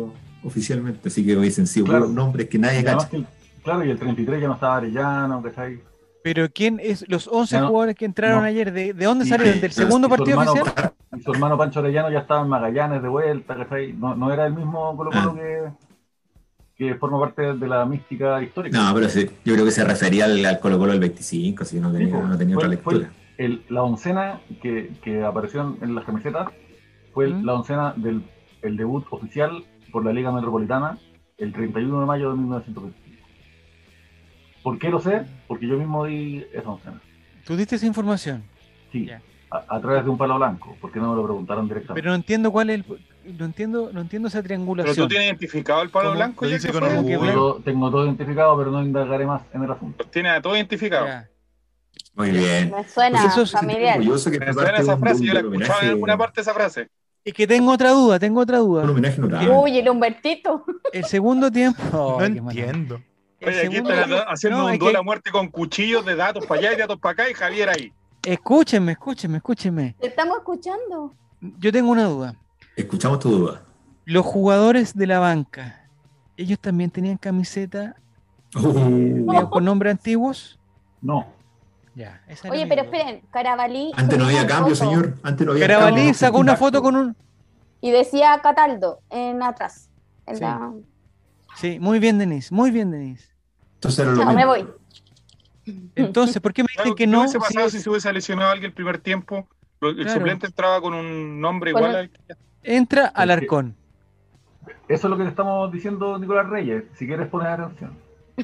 oficialmente, así que hubiesen sido puros nombres que nadie cacha. Claro, y el 33 ya no estaba Arellano, ¿cachai? Pero ¿quién es los 11 jugadores que entraron ayer? ¿De dónde salieron? ¿Del segundo partido oficial? Y su hermano Pancho Arellano ya estaba en Magallanes de vuelta, ¿cachai? No era el mismo Colo-Colo que forma parte de la mística histórica. No, pero sí, yo creo que se refería al Colo-Colo del 25, así que no tenía otra lectura. La oncena que apareció en las camisetas fue la oncena del debut oficial por la Liga Metropolitana el 31 de mayo de 1925. ¿Por qué lo sé? Porque yo mismo di esa oncena. ¿Tú diste esa información? Sí, a través de un palo blanco, porque no me lo preguntaron directamente. Pero no entiendo cuál es no entiendo esa triangulación. ¿Pero tú tienes identificado el palo blanco? Yo tengo todo identificado, pero no indagaré más en el asunto. Los tienes todo identificado. Ya. Muy bien. Me suena familiar. Me suena esa frase, yo la he escuchado en alguna parte esa frase. Es que tengo otra duda. Un homenaje notable. Uy, el Humbertito. El segundo tiempo. No entiendo. Oye, aquí están haciendo un duelo a muerte con cuchillos de datos para allá y datos para acá, y Javier ahí. Escúchenme. Te estamos escuchando. Yo tengo una duda. Escuchamos tu duda. Los jugadores de la banca, ¿ellos también tenían camiseta con nombres antiguos? No. Ya, oye, pero esperen, Carabalí. Antes no había cambio, señor. Carabalí sacó una foto con un. Y decía Cataldo en atrás. Sí, muy bien, Denise. Entonces era lo mismo. Me voy. Entonces, ¿por qué me dicen que no? ¿Qué hubiese pasado si se hubiese lesionado a alguien el primer tiempo? El suplente entraba con un nombre igual al que... Entra Alarcón. Eso es lo que te estamos diciendo, Nicolás Reyes. Si quieres poner atención. Es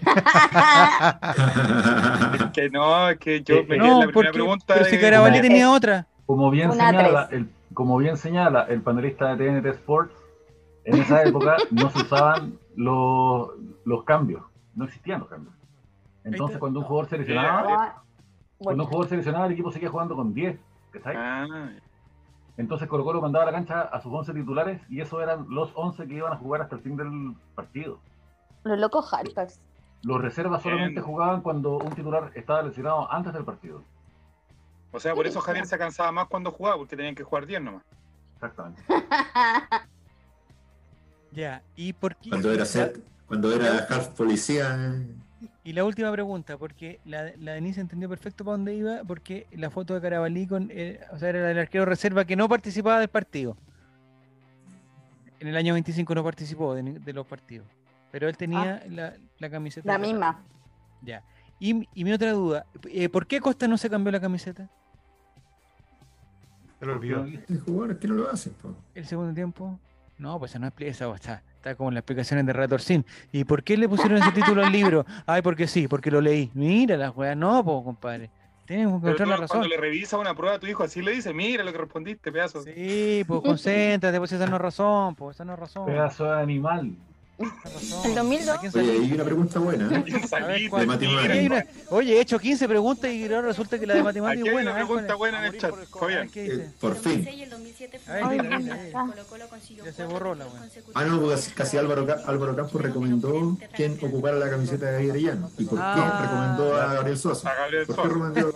que yo me quedé en la primera pregunta. Pero si Carabalí tenía otra. Como bien señala el panelista de TNT Sports, en esa época no se usaban los cambios. No existían los cambios. Entonces, cuando un jugador se lesionaba, el equipo seguía jugando con 10. Entonces Colo-Colo mandaba a la cancha a sus 11 titulares y esos eran los 11 que iban a jugar hasta el fin del partido. Los locos Harpers. Los reservas solamente jugaban cuando un titular estaba lesionado antes del partido. O sea, por eso Javier se cansaba más cuando jugaba, porque tenían que jugar 10 nomás. Exactamente. Ya, ¿y por qué? Cuando era half policía. Y la última pregunta, porque la Denise entendió perfecto para dónde iba, porque la foto de Carabalí era el arquero reserva que no participaba del partido. En el año 25 no participó de los partidos. Pero él tenía la camiseta. La misma. Ya. Y mi otra duda, ¿por qué Costa no se cambió la camiseta? Se lo olvidó. El jugador es que no lo hace, po. ¿El segundo tiempo? No, pues no explica esa, está como en las explicaciones de Retorcín. ¿Y por qué le pusieron ese título al libro? Ay, porque sí, porque lo leí. Mira la weá, no, pues, compadre. Tenemos que encontrar la razón. Cuando le revisa una prueba a tu hijo, así le dice, mira lo que respondiste, pedazo. Sí, pues concéntrate, pues esa no es razón, Pedazo de animal. El 2002. Oye, hay una pregunta buena, ¿eh? De matemáticas. Oye, he hecho 15 preguntas y ahora resulta que la de matemáticas es buena. Hay una pregunta buena en el chat, Fabián. Por fin. Ya se borró la buena. No, pues casi Álvaro Campos recomendó quién ocupara la camiseta de Javier Arellano. ¿Y por qué recomendó a Gabriel Sosa? ¿Por qué recomendó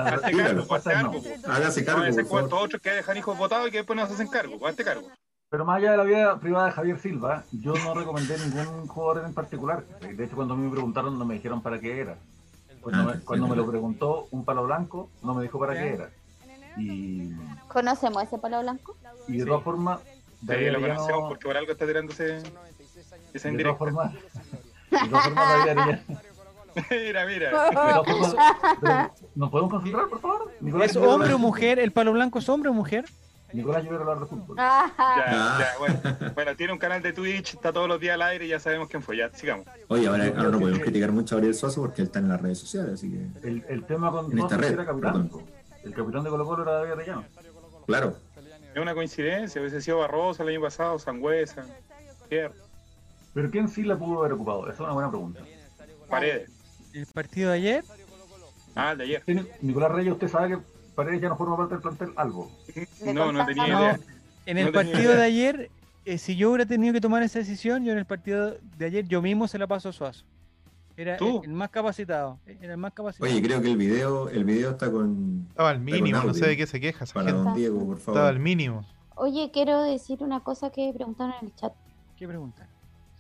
Hágase cargo, por favor. Otros que dejan hijos votados y que después no se hacen cargo. Hazte cargo. Pero más allá de la vida privada de Javier Silva, yo no recomendé ningún jugador en particular. De hecho, cuando a mí me preguntaron, no me dijeron para qué era. Cuando me lo preguntó un palo blanco, no me dijo para qué era. ¿Conocemos ese palo blanco? Y de todas formas... lo conocemos porque por algo está tirándose esa indirecta. De todas formas, David Arellano... Mira. ¿Nos podemos concentrar, por favor? ¿Es hombre o mujer? ¿El palo blanco es hombre o mujer? Nicolás, yo quiero hablar de fútbol. Bueno, tiene un canal de Twitch, está todos los días al aire y ya sabemos quién fue. Ya, sigamos. Oye, ahora no podemos criticar mucho a Gabriel Sosa porque él está en las redes sociales, así que... El tema con Sosa era capitán. El capitán de Colo-Colo era David Arellano. Claro. Es una coincidencia, hubiese sido Barroso el año pasado, Sangüesa, Pierre. ¿Pero quién sí la pudo haber ocupado? Esa es una buena pregunta. Paredes. ¿El partido de ayer? El de ayer. Nicolás Reyes, ¿usted sabe que Paredes ya no forma parte del plantel? Algo. No tenía idea. En el partido de ayer, si yo hubiera tenido que tomar esa decisión, yo en el partido de ayer yo mismo se la paso a Suazo. Era el más capacitado. Oye, creo que el video está con... Estaba al mínimo, no sé de qué se queja esa para gente. Don Diego, por favor. Estaba al mínimo. Oye, quiero decir una cosa que preguntaron en el chat. ¿Qué pregunta?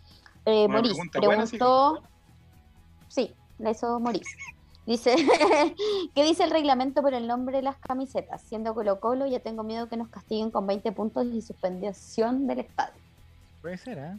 Morís preguntó, sí, la hizo Morís. Dice, ¿qué dice el reglamento por el nombre de las camisetas? Siendo Colo-Colo, ya tengo miedo que nos castiguen con 20 puntos y suspensión del estadio. Puede ser, ¿eh?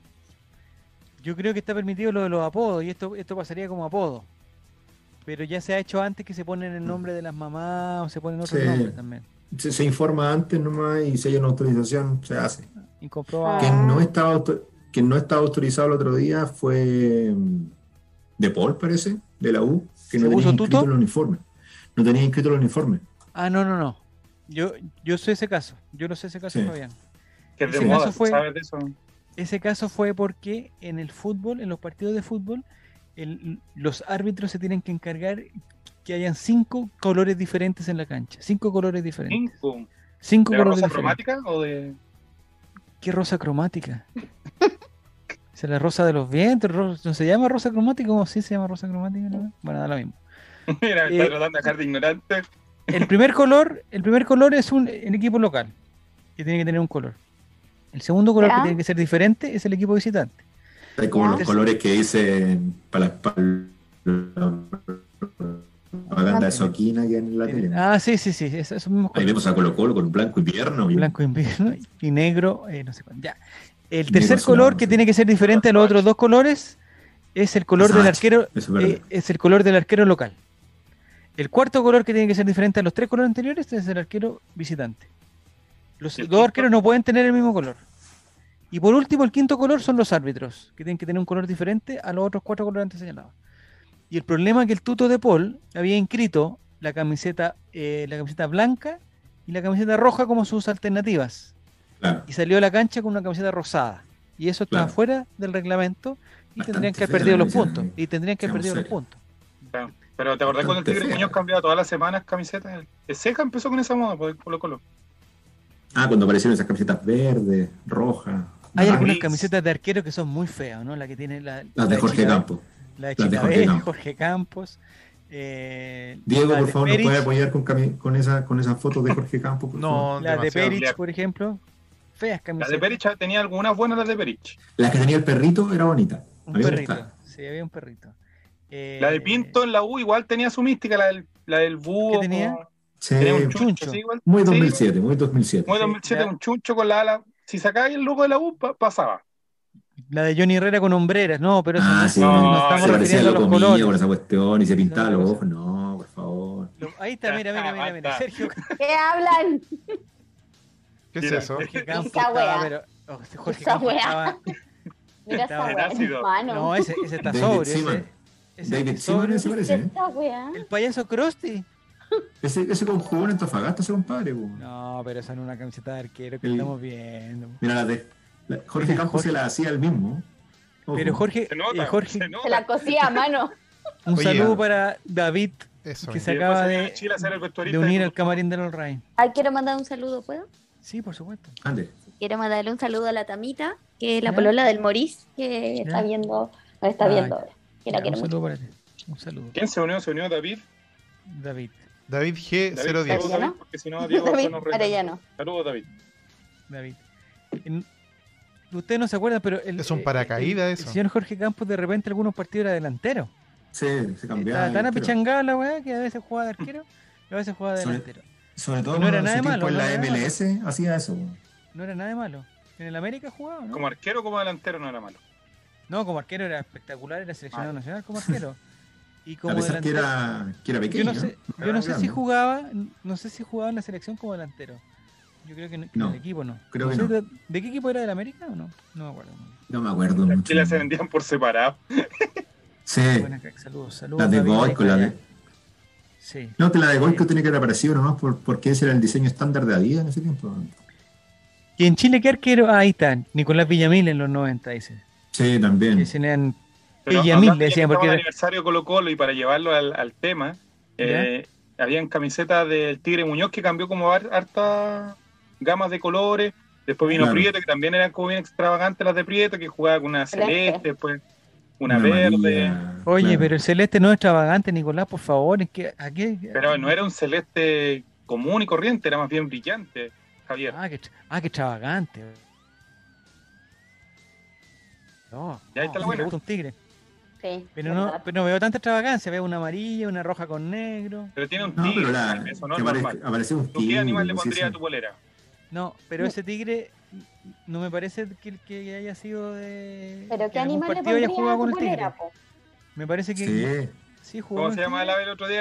Yo creo que está permitido lo de los apodos, y esto pasaría como apodo. Pero ya se ha hecho antes que se ponen el nombre de las mamás o se ponen otros nombres también. Se informa antes nomás y si hay una autorización se hace. Incomprobable. Quien no estaba autorizado el otro día fue De Paul, parece, de la U, que no tenía inscrito el uniforme. No tenía inscrito el uniforme. Ah, no. Yo sé ese caso. Yo no sé ese caso, Fabián. Que es de moda, ¿sabes de eso? Ese caso fue porque en el fútbol, en los partidos de fútbol, los árbitros se tienen que encargar que hayan 5 colores diferentes en la cancha. 5 colores diferentes. 5 ¿De colores rosa diferentes. cromática o de...? ¿Qué rosa cromática? ¿Es la rosa de los vientos? ¿No se llama rosa cromática? ¿Cómo sí se llama rosa cromática? ¿No? Bueno, da lo mismo. Mira, está tratando de dejar de ignorante. El primer color es el equipo local, que tiene que tener un color. El segundo color que tiene que ser diferente es el equipo visitante. Hay como los colores que dicen para la propaganda de Soquina que en la tele. Ah, sí, esos mismos colores. Ahí vemos a Colo-Colo con blanco invierno. Blanco invierno y negro, no sé cuánto. Ya. El tercer color que tiene que ser diferente a los otros 2 colores es el color del arquero, es el color del arquero local. El cuarto color que tiene que ser diferente a los 3 colores anteriores es el arquero visitante. Los 2 arqueros no pueden tener el mismo color. Y por último, el quinto color son los árbitros, que tienen que tener un color diferente a los otros 4 colores antes señalados. Y el problema es que el tuto de Paul había inscrito la camiseta blanca y la camiseta roja como sus alternativas. Claro. Y salió a la cancha con una camiseta rosada. Y eso está fuera del reglamento y tendrían que haber perdido los puntos. Claro. Pero ¿te acordás cuando el Tigre Muñoz cambiaba todas las semanas camisetas? El Ceja empezó con esa moda por Colo-Colo. Cuando aparecieron esas camisetas verdes, rojas. Hay algunas camisetas de arquero que son muy feas, ¿no? La que tiene las de Jorge Campos. La de Jorge Campos. Diego, por favor, ¿nos puede apoyar con esas fotos de Jorge Campos? No, la de Perich, por ejemplo. Feas camisetas. La de Perich tenía algunas buenas, las de Perich. La que tenía el perrito era bonita. Un perrito, sí, había un perrito. La de Pinto en la U igual tenía su mística, la del búho. ¿Qué tenía? Sí, tenía un chuncho. ¿Sí, igual? Muy 2007, muy 2007. Muy 2007, un chuncho con la ala. Si sacaba el logo de la U, pasaba. La de Johnny Herrera con hombreras, no, pero eso no estamos se refiriendo a los colores. Con esa cuestión y se pintaba los ojos, no, por favor. Ahí está, mira, Sergio. ¿Qué hablan? ¿Qué es eso? Jorge Campos estaba, pero Jorge Campos estaba. Mira esa weá, hermano. No, ese está sobrio. David Seaman se parece, ¿eh? El payaso Krusty. Ese con jugó en Antofagasta, ese compadre. No, pero esa no es una camiseta de arquero que estamos viendo. Mira, Jorge Campos se la hacía el mismo. Ojo. Pero Jorge se la cosía a mano. Un saludo para David, que se acaba de unir al camarín de los Ray. Quiero mandar un saludo, ¿puedo? Sí, por supuesto. Ande. Quiero mandarle un saludo a la Tamita, que es la polola del Morís, que está viendo ahora. Que la quiero mucho. Para ti. Un saludo. ¿Quién se unió? ¿Se unió David? David G010. David, porque si no, Diego David Arellano. Saludos, David. Ustedes no se acuerdan, pero es un paracaídas eso. El señor Jorge Campos de repente algunos partidos era delantero. Sí, se cambiaba. Estaba tan apichangada la weá que a veces jugaba de arquero y a veces jugaba de delantero. Sobre todo no era nada de malo. En la MLS hacía eso. No era nada de malo. En el América jugaba, ¿no? Como arquero o como delantero no era malo. No, como arquero era espectacular, era seleccionado nacional como arquero. Y como a pesar que era pequeño. Yo no sé si jugaba en la selección como delantero. Yo creo que en el equipo no. Creo que no. ¿De qué equipo era del América o no? No me acuerdo. No me acuerdo mucho. Que las se vendían por separado. Sí. Buena, saludos. La de Goico, Sí. No, que la de Goico tiene que haber aparecido nomás porque ese era el diseño estándar de Adidas en ese tiempo. ¿Y en Chile qué arquero? Ahí está, Nicolás Villamil en los 90, dice. Sí, también. Decían Villamil, le decían porque era el aniversario Colo-Colo y para llevarlo al tema, habían camisetas del Tigre Muñoz que cambió como hartas gamas de colores. Después vino Prieto, que también eran como bien extravagantes las de Prieto, que jugaba con una celeste, después una verde. Oye, pero el celeste no es extravagante, Nicolás, por favor. Pero no era un celeste común y corriente, era más bien brillante, Javier. Qué extravagante. No, Ya está la me buena. gusta un tigre. Sí, Pero no veo tanta extravagancia. Veo una amarilla, una roja con negro. Pero tiene un No, tigre, pero eso no que es normal. apareció un ¿Tú qué tigre. animal le pues, sí, pondrías a eso. tu polera? No, pero ese tigre no me parece que haya sido de. ¿Pero que qué en algún animal le partido haya pondrías a jugado tu con el tigre. polera, po? Me parece que Sí. sí jugó ¿Cómo con se el llama el tigre. ave el otro día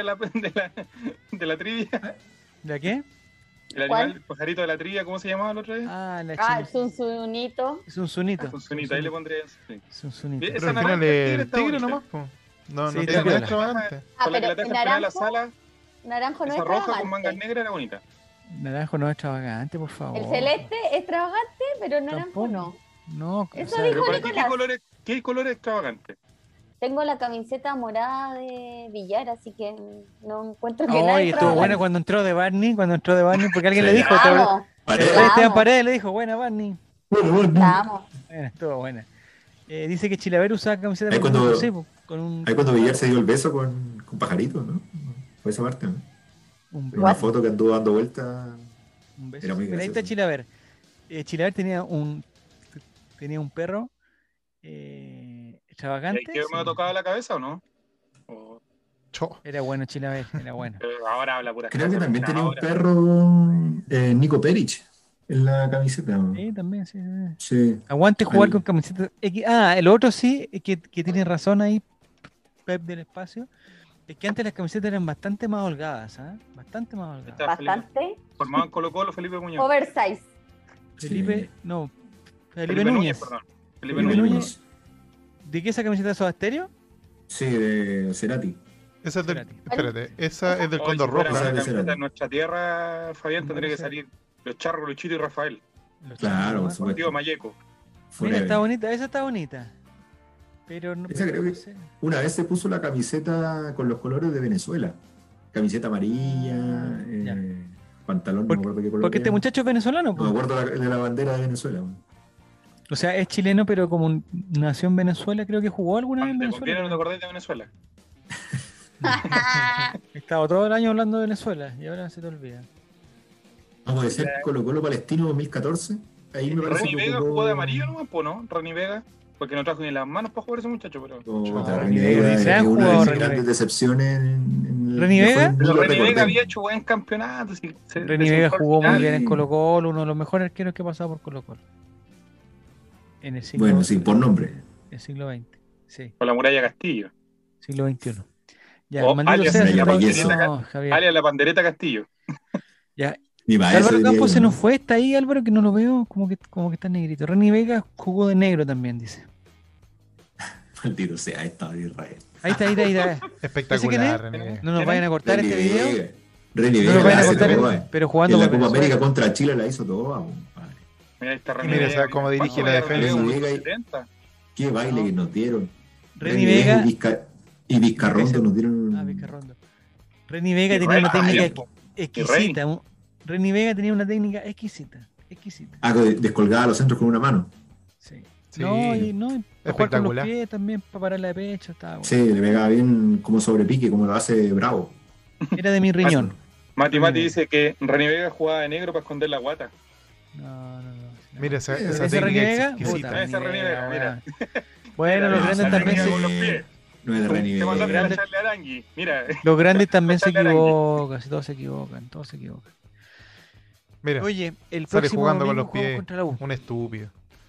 de la trivia? ¿La qué? El ¿Cuál? animal, el pajarito de la trivia, ¿cómo se llamaba el otro día? Ah, la Ah, el china. Zunzunito. Es un sunito. Un sunita, ahí le pondría eso. Sí. Es un sunito. Esa Pero al naranja final del es tigre el está tigre bonita. nomás, po. No, Sí, no está tiene nada piola. extravagante. Ah, Con la que la pero dejan poner a la sala, naranjo no es esa roja con mangas extravagante. negras era bonita. Naranjo no es extravagante, por favor. El celeste es extravagante, pero el naranjo Tampoco. no. No, Eso o sea, dijo Pero para ti, Nicolás. ¿qué color es extravagante? Tengo la camiseta morada de Villar, así que no encuentro que nada Oye, estuvo buena extravagante. cuando entró de Barney, porque alguien Sí. le dijo, La amo, Esteban amo. Paredes le dijo, buena Barney. la amo. Estuvo buena. Dice que Chilaver usaba camiseta Ahí con cuando- grupo, sí, po, con un, Ahí cuando Villar se dio el beso con Pajarito, ¿no? Fue esa parte, ¿no? un Una beso. foto que anduvo dando vuelta. Un beso. Era muy Mira, ahí está gracioso. Chilaver. Chilaver tenía un perro ¿Y extravagante. ahí quedó Sí. medio tocado la cabeza o no? O- Cho. Era bueno Chilaver, era bueno. pero ahora habla pura Creo que también tenía un ahora. perro, Nico Perich, en la camiseta. ¿no? Sí, también, sí. Sí. Aguante jugar Ahí. con camiseta X. Ah, el otro sí, que tiene razón ahí, Pep del Espacio. Es que antes las camisetas eran bastante más holgadas, ¿ah? Bastante más holgadas. Está Felipe, Bastante formado en Colo Colo, Felipe Muñoz. oversize. Felipe, Sí. no, Felipe Núñez. perdón. Felipe Felipe Núñez. Núñez. ¿De qué esa camiseta de Soda Stereo? Sí, de Cerati. Esa es del, Espérate. espérate, esa es del Hoy, Cóndor si fuera Rojo. Esa una de camiseta Cerati. en nuestra tierra, Fabián, tendría que Esa. salir los Charros, Luchito y Rafael. Los Claro, por Chicos, supuesto. Tío Mayeco. Mira, Forever. está bonita, esa está bonita. Pero no, Esa creo no que- sé. Una vez se puso la camiseta con los colores de Venezuela. Camiseta amarilla, Ya. pantalón, no me acuerdo qué color Porque este era. muchacho es venezolano, No me po. acuerdo de la bandera de Venezuela. O sea, es chileno, pero como nació en Venezuela, creo que jugó alguna vez en Cuando te conviene, no te Venezuela. acordás de Venezuela. He estado todo el año hablando de Venezuela y ahora se te olvida. Vamos a decir Colo Colo Palestino 2014. Ahí me parece Reni que Vega ocupó- jugó de amarillo nomás, po, ¿no? Reni Vega. Porque no trajo ni las manos para jugar ese muchacho, pero. Puta, Reni Reni Vega, Vega se es han una de jugado las Reni grandes Vega. decepciones en ¿Reni ya Vega? fue- ni Pero lo Reni Vega recordemos. había hecho buen campeonato. Reni Vega jugó muy bien en final. Colo Colo, uno de los mejores arqueros que ha pasado por Colo Colo. En el siglo, Bueno, sí, por nombre. el siglo XX. Sí, Con la muralla Castillo. siglo XXI. Ya, O maldito alias sea, Muralla se Payeso. no, Javier. Alias la pandereta Castillo. Ya. Ni para eso Álvaro diría Campos yo, se ¿no? nos fue, está ahí Álvaro, que no lo veo, como que está negrito. Reni Vega jugó de negro también, dice. Maldito sea, estado de Israel. Ahí está. Espectacular, René. No nos ¿Quién vayan es? a cortar Reni este video. Vega. Reni No Vega nos vayan a la hace cortar, toda. pero jugando En la por Copa Venezuela. América contra Chile la hizo toda, compadre. Mira, ahí está Reni Mira, Vega. ¿sabes cómo dirige la ¿Cuánto defensa? vale Reni Reni Vega y- 70? Qué baile que nos dieron. Reni Vega. Y Vizcarrondo nos dieron. Vizcarrondo. Reni Vega Y tenía Rey una técnica también, po. exquisita. Reni Vega tenía una técnica exquisita. Ah, que descolgaba los centros con una mano. Sí. Sí. No, y no, para jugar con los Espectacular. pies también, para pararla de pecho, estaba bueno. Sí, le pegaba bien como sobrepique, como lo hace Bravo. Era de mi riñón. Mati Reni Vega. dice que Reni Vega jugaba de negro para esconder la guata. No. Mira, esa ¿Ese Reni técnica Vega? es exquisita. Puta, Ese Reni Vega, weón. Bueno, los Mira, grandes esa también Reni Vega se, con los pies. No es de Reni Te mandaste Vega. a echarle arangui. Mira, los grandes también se Echarle arangui. equivocan, si todos se equivocan. Mira, Oye, el sale próximo jugando con domingo los jugamos pies. contra la U. Un estúpido.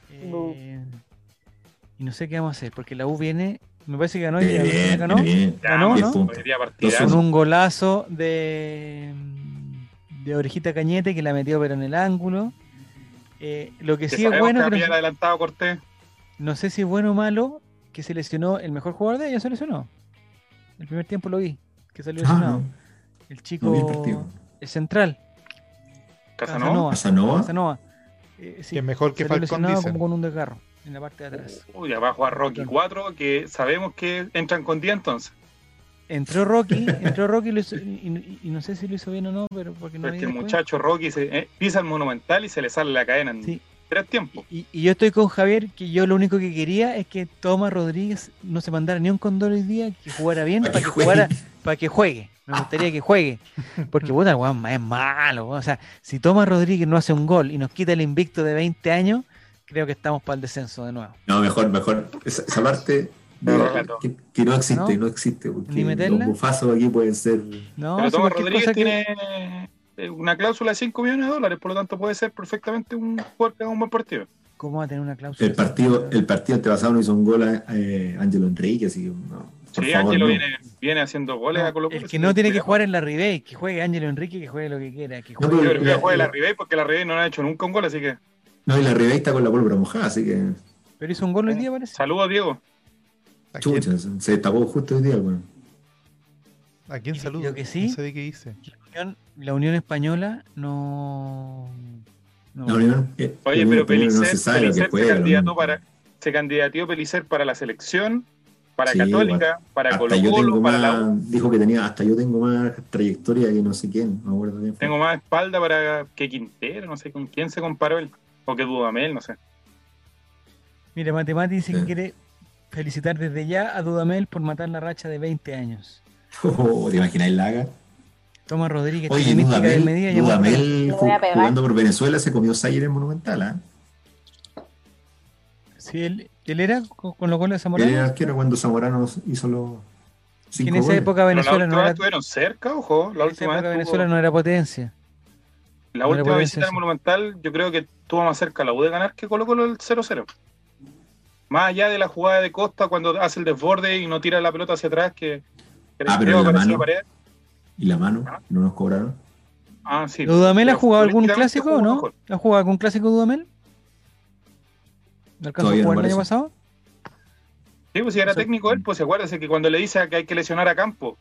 Y no sé qué vamos a hacer, porque la U viene, me parece que ganó, Viene bien, ganó viene bien. Ganó, pues, ¿no? puntos. hoy día con partidazo. un golazo de Orejita Cañete que la metió pero en el ángulo. Lo que Que sí es sabemos bueno, que que había adelantado Cortés. no sé si es bueno o malo, que se lesionó el mejor jugador de ellos, se lesionó. El primer tiempo lo vi, que salió Ah, lesionado. no, El no vi el chico, partido. el central, Casanova. Casanova. Casanova. Sí, Que es mejor que salió Falcón, lesionado dicen. como con un desgarro en la parte de atrás. Uy, ya va a jugar Rocky 4, que sabemos que entran con día entonces. Entró Rocky lo hizo- y no sé si lo hizo bien o no, pero porque no Pero vi es que el después. muchacho Rocky pisa el Monumental y se le sale la cadena en Sí. 3 tiempos. Y yo estoy con Javier, que yo lo único que quería es que Tomás Rodríguez no se mandara ni un condón hoy día, que jugara bien, Para para que que juegue. jugara, para que juegue. Me gustaría que juegue. Porque puta, el weón es malo. O sea, si Tomás Rodríguez no hace un gol y nos quita el invicto de 20 años, creo que estamos para el descenso de nuevo. No, mejor. Esa parte que no existe, no existe. Porque ¿Ni meterla? los bufazos aquí pueden ser. No, pero si Tomás cualquier Rodríguez cosa tiene una cláusula de $5 millones, por lo tanto puede ser perfectamente un jugador que haga un buen partido. ¿Cómo va a tener una cláusula? El partido antepasado no hizo un gol a Ángelo Enrique, así que no. Sí, Ángelo viene haciendo goles a Colo-Colo. El que no tiene que jugar en la Ribey, que juegue Ángelo Enrique, que juegue lo que quiera. Que juegue. Yo creo que juegue la Ribey porque la Ribey no ha hecho nunca un gol, así que. No, y la Ribey está con la pólvora mojada, así que. Pero hizo un gol hoy día, parece. Saludos, Diego. Chucha, se destapó justo hoy día, bueno. ¿A quién saludo? Yo que sí. No sé de qué hice. La Unión Española no. Oye, pero Pellicer se candidateó Pellicer para la selección, para Católica, para Colo-Colo, para la U. Dijo que hasta yo tengo más trayectoria que no sé quién, no me acuerdo bien. Tengo más espalda para que Quintero, no sé con quién se comparó él, o que Dudamel, no sé. Mire, Matemati dice que quiere felicitar desde ya a Dudamel por matar la racha de 20 años. ¿Te imagináis la haga? Tomás Rodríguez, oye, Dudamel jugando por Venezuela se comió Sayer en Monumental, ¿ah? Sí, él era con los goles de Zamorano. Él era arquero cuando Zamorano hizo los 5 en esa goles. época Venezuela no era. Estuvieron cerca, ojo. En esa época Venezuela no era potencia. La última visita al Monumental, yo creo que estuvo más cerca la U de ganar que Colo-Colo el 0-0. Más allá de la jugada de Costa cuando hace el desborde y no tira la pelota hacia atrás, que pero la mano. ¿Y la mano? ¿No nos cobraron? Sí. ¿Dudamel ha jugado algún clásico o no? ¿Ha jugado algún clásico Dudamel? ¿No alcanzó a jugar el año pasado? Sí, pues si era técnico él, pues acuérdese que cuando le dice que hay que lesionar a Campo.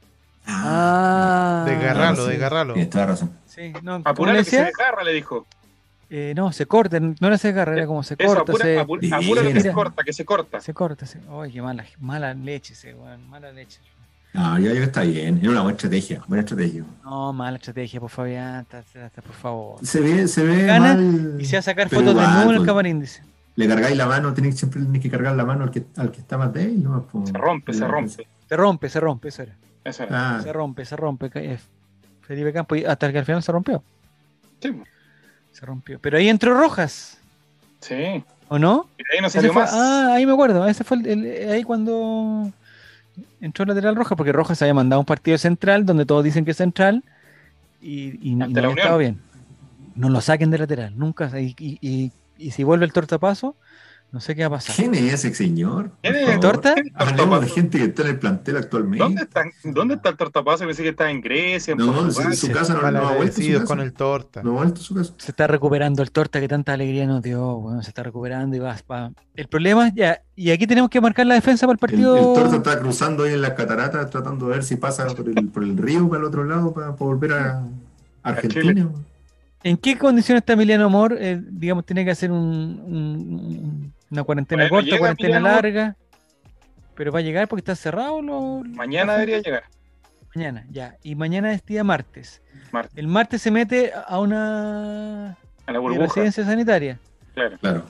Desgarralo. Tienes toda razón. Sí, no, apurale que se desgarra, le dijo. No, se corta, no era se desgarra, era como se corta. Apúrale que se corta. Se corta. Ay, qué mala leche ese, weón, mala leche. No, yo creo que está bien, es una buena estrategia. No, mala estrategia, por Fabián, por favor. Se ve mal, y se va a sacar fotos de nuevo en el camarín, dice. Le cargáis la mano, siempre tenés que cargar la mano al que está más débil, ¿no? Se rompe, eso era. Eso era. Se rompe. Felipe Campos, hasta que al final se rompió. Sí. Se rompió. Pero ahí entró Rojas. Sí. ¿O no? Y ahí no salió más. Ahí me acuerdo. Ese fue ahí cuando entró el lateral Rojas, porque Rojas había mandado un partido central donde todos dicen que es central y no ha estado bien. No lo saquen de lateral, nunca. Y si vuelve el tortapaso, no sé qué va a pasar. ¿Quién es ese señor? ¿Quién es el torta? Hablemos de gente que está en el plantel actualmente. ¿Dónde está el tortapaso? Pensé que estaba en Grecia. En su casa no ha vuelto. Con el torta. No ha vuelto su casa. Se está recuperando el torta que tanta alegría nos dio. Bueno, se está recuperando y va. El problema es ya. Y aquí tenemos que marcar la defensa para el partido. El torta está cruzando ahí en las cataratas, tratando de ver si pasa por el río para el otro lado para volver a Argentina. ¿En qué condiciones está Emiliano Amor? Digamos, tiene que hacer una cuarentena corta, cuarentena larga. Pero va a llegar porque está cerrado. Mañana debería llegar. Mañana, ya. Y mañana es día martes. El martes se mete a una residencia sanitaria. Claro.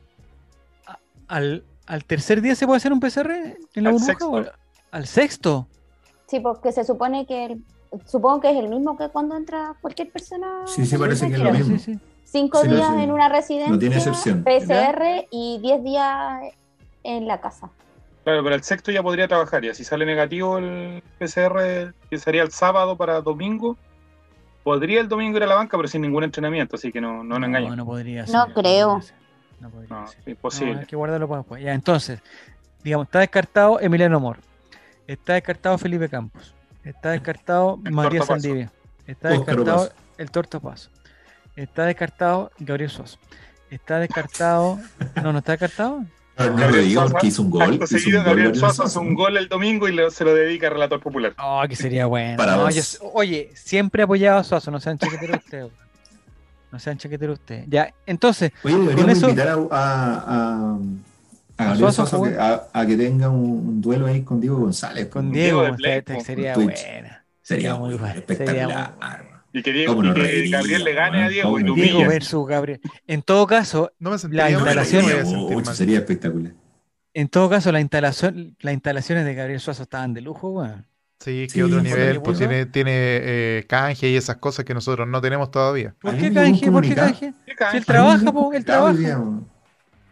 ¿Al tercer día se puede hacer un PCR en la burbuja? ¿O al sexto? Sí, porque se supone que supongo que es el mismo que cuando entra cualquier persona. Sí, parece que es lo mismo. Sí. 5 días en una residencia, no tiene excepción. PCR y 10 días en la casa. Claro, pero el sexto ya podría trabajar, y si sale negativo el PCR, que sería el sábado para domingo, podría el domingo ir a la banca, pero sin ningún entrenamiento, así que no nos engañen. No podría ser. No creo. No podría ser. Imposible. Hay que guardarlo para después. Ya, entonces, digamos, está descartado Emiliano Amor, está descartado Felipe Campos, está descartado Matías Saldivia, está descartado el Tortapaso, está descartado Gabriel Suazo, está descartado. No está descartado. Gabriel Suazo, que hizo un gol. Gabriel Suazo hace un gol el domingo y se lo dedica al relator popular. Que sería bueno. Oye, siempre apoyado a Suazo, no sean chaqueteros ustedes. Ya, entonces. Oye, deberíamos invitar a Gabriel Suazo a que tenga un duelo ahí con Diego González. Con Diego sería buena. Sería muy espectacular. Y que Gabriel le gane a Diego y lo humilla. Diego versus Gabriel. En todo caso, la instalación sería espectacular. En todo caso, las instalaciones de Gabriel Suazo estaban de lujo, weón. Sí, que otro nivel, pues tiene canje y esas cosas que nosotros no tenemos todavía. ¿Por qué canje? Si él trabaja, él trabaja.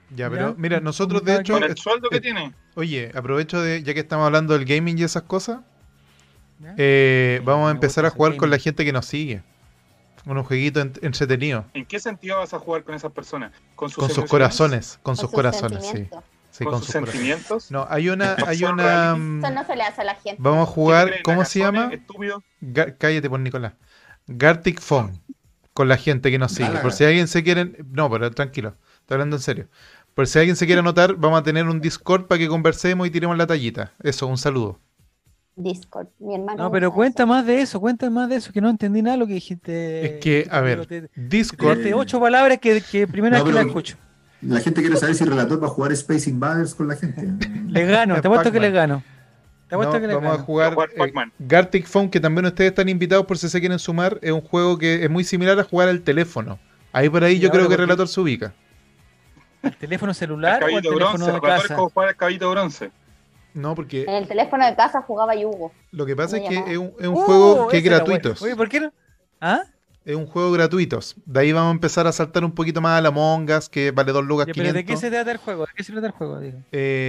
Ya, pero mira, nosotros de hecho... Con el sueldo que tiene. Oye, aprovecho ya que estamos hablando del gaming y esas cosas, ¿Ya? vamos a empezar a jugar gaming. con la gente que nos sigue. Unos jueguitos entretenidos. ¿En qué sentido vas a jugar con esas personas? ¿Con sus Con sus emociones? corazones, con sus sus corazones, sí. sentimientos. Sí, ¿Con sus corazones. sentimientos? No, hay una... Eso no se le hace a la gente. Vamos a ¿Qué jugar, creen, ¿cómo se nagazones, llama? Estúpido. Cállate por Nicolás. Gartic Phone. Con la gente que nos sigue. Gala. Por si alguien se quiere... No, pero tranquilo. Estoy hablando en serio. Por si alguien se quiere anotar, vamos a tener un Discord para que conversemos y tiremos la tallita. Eso, un saludo. Discord, mi hermano. No, pero usa cuenta eso. más de eso, que no entendí nada de lo que dijiste. Es que, a ver, Te Discord... tiraste 8 palabras que primera No, vez que la pero- escucho. La gente quiere saber si Relator va a jugar Space Invaders con la gente. Les gano, te apuesto que les gano. Te apuesto No, que les vamos a gano. jugar Voy a jugar Pac-Man. Gartic Phone, que también ustedes están invitados por si se quieren sumar. Es un juego que es muy similar a jugar al teléfono. Ahí por ahí Sí, yo creo ahora que porque- Relator se ubica. ¿El teléfono El celular o el caballito teléfono bronce. de Relator es casa? como jugar al caballito de bronce. No, porque En el teléfono de casa jugaba Yugo. lo que pasa es Me que llamaba. es un juego que es ese era gratuito. bueno. Oye, ¿por qué no? ¿Ah? Es un juego gratuito. De ahí vamos a empezar a saltar un poquito más a la Among Us, que vale 2 lucas Ya, pero ¿de qué 500. se trata el juego? ¿De qué se trata el juego? Digo.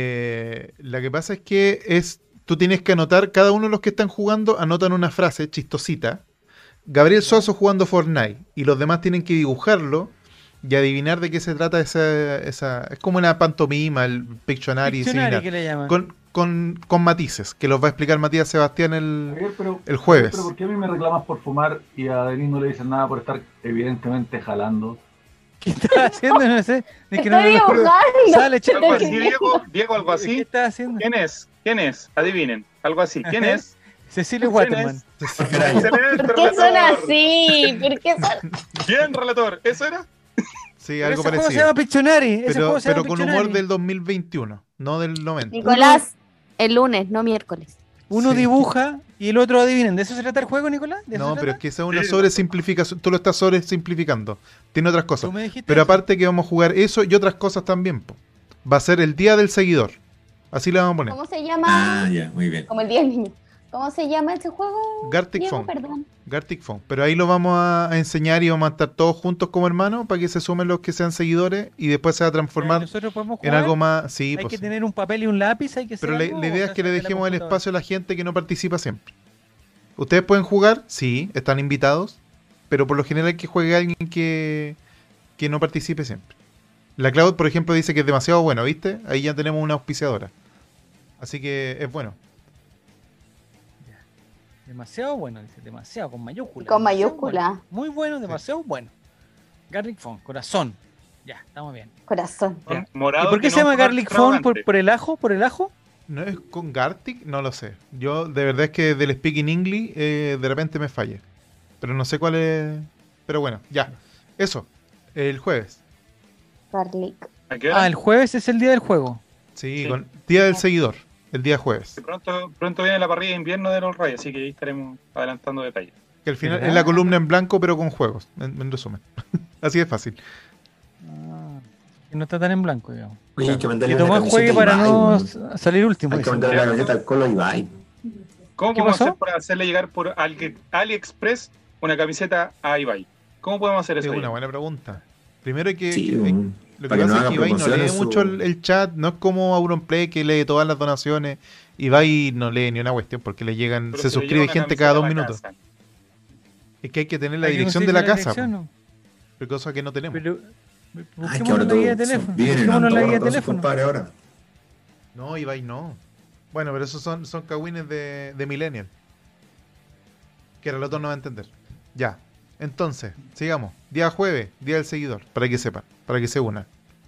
Lo que pasa es que tú tienes que anotar, cada uno de los que están jugando anotan una frase chistosita. Gabriel Soso jugando Fortnite y los demás tienen que dibujarlo y adivinar de qué se trata esa es como una pantomima, el Pictionary Diccionario similar, que le llaman. con matices, que los va a explicar Matías Sebastián Javier, pero, el jueves. Pero ¿por qué a mí me reclamas por fumar y a Denis no le dicen nada por estar evidentemente jalando? ¿Qué estás haciendo? No sé. Es que no Estoy me acuerdo. dibujando. Sale, che, Algo ¿qué así, Diego, algo así. estás haciendo? ¿Quién es? ¿Quién es? Adivinen. Algo así. ¿Quién es? Cecilio ¿Quién Waterman. es? Excelente ¿Por qué son así? ¿Por qué son? ¿Quién, relator? ¿Eso era? Sí, Pero algo ese juego se parecido. llama Pictionary. Ese Pero, juego se llama pero con Pictionary. humor del 2021, no del 90. Nicolás, el lunes, no miércoles. Uno Sí. dibuja y el otro adivinen. ¿De eso se trata el juego, Nicolás? ¿De eso No, se pero es trata? que esa es una Sí. sobresimplificación. Tú lo estás sobresimplificando. Tiene otras cosas. Tú me dijiste Pero eso. aparte que vamos a jugar eso y otras cosas también. Po. Va a ser el día del seguidor. Así le vamos a poner. ¿Cómo se llama? Ah, ya, muy bien. Como el día del niño. ¿Cómo se llama ese juego? Gartic Diego, Phone. perdón. Gartic Phone. Pero ahí lo vamos a enseñar y vamos a estar todos juntos como hermanos para que se sumen los que sean seguidores y después se va a transformar Nosotros podemos en jugar. algo más. Sí, Hay pues que sí. tener un papel y un lápiz. Hay que Pero hacer la algo, idea o es que le sea, desde la dejemos el computadora. espacio a la gente que no participa siempre. ¿Ustedes pueden jugar? Sí, están invitados. Pero por lo general hay que juegue alguien que no participe siempre. La Cloud, por ejemplo, dice que es demasiado bueno, ¿viste? Ahí ya tenemos una auspiciadora. Así que es bueno. Demasiado bueno, dice. Demasiado, con mayúscula. Con demasiado mayúscula. bueno. Muy bueno, demasiado bueno. Garlic Phone, corazón. Ya, estamos bien. Corazón. Ya. Morado ¿Y por qué que se no llama es color Garlic Phone? extravagante. ¿Por el ajo? ¿Por el ajo? ¿No es con Gartic? No lo sé. Yo de verdad es que del Speaking English de repente me falla. Pero no sé cuál es. Pero bueno, ya. Eso. El jueves. Garlic. ¿A qué hora? Ah, el jueves es el día del juego. Sí, Sí. con Día del Seguidor. El día jueves. Pronto viene la parrilla de invierno de los Rayos, así que ahí estaremos adelantando detalles. Que al final ¿Verdad? es la columna en blanco, pero con juegos. En resumen. Así de fácil. Ah, que no está tan en blanco, digamos. Oye, hay que mandarle Que una Tomás camiseta juegue a para Ibai, no weón. salir último. Hay que dice. mandarle la camiseta al Colo a Ibai. ¿Cómo ¿Qué podemos pasó? hacer para hacerle llegar por AliExpress una camiseta a Ibai? ¿Cómo podemos hacer Es eso? una Diego? buena pregunta. Primero hay que. Sí, lo weón. que Para que no pasa es haga que Ibai no promoción lee en su- mucho el chat. No es como Auronplay que lee todas las donaciones. Ibai no lee ni una cuestión porque le llegan. Pero se si le suscribe llega una gente cada 2 camiseta a la minutos. casa. Es que hay que tener la Hay que dirección de la conseguir casa. dirección, po, ¿no? pero cosa que no tenemos. Pero, Ah, es que busquémonos ahora la guía de todos teléfono. vienen en Busquémonos la guía de Andorra, todos sus teléfono. compadres ahora. No, Ibai no. Bueno, pero esos son cagüines de Millennial. Que el relator no va a entender. Ya. Entonces, sigamos. Día jueves, día del seguidor. Para que sepan, para que se unan.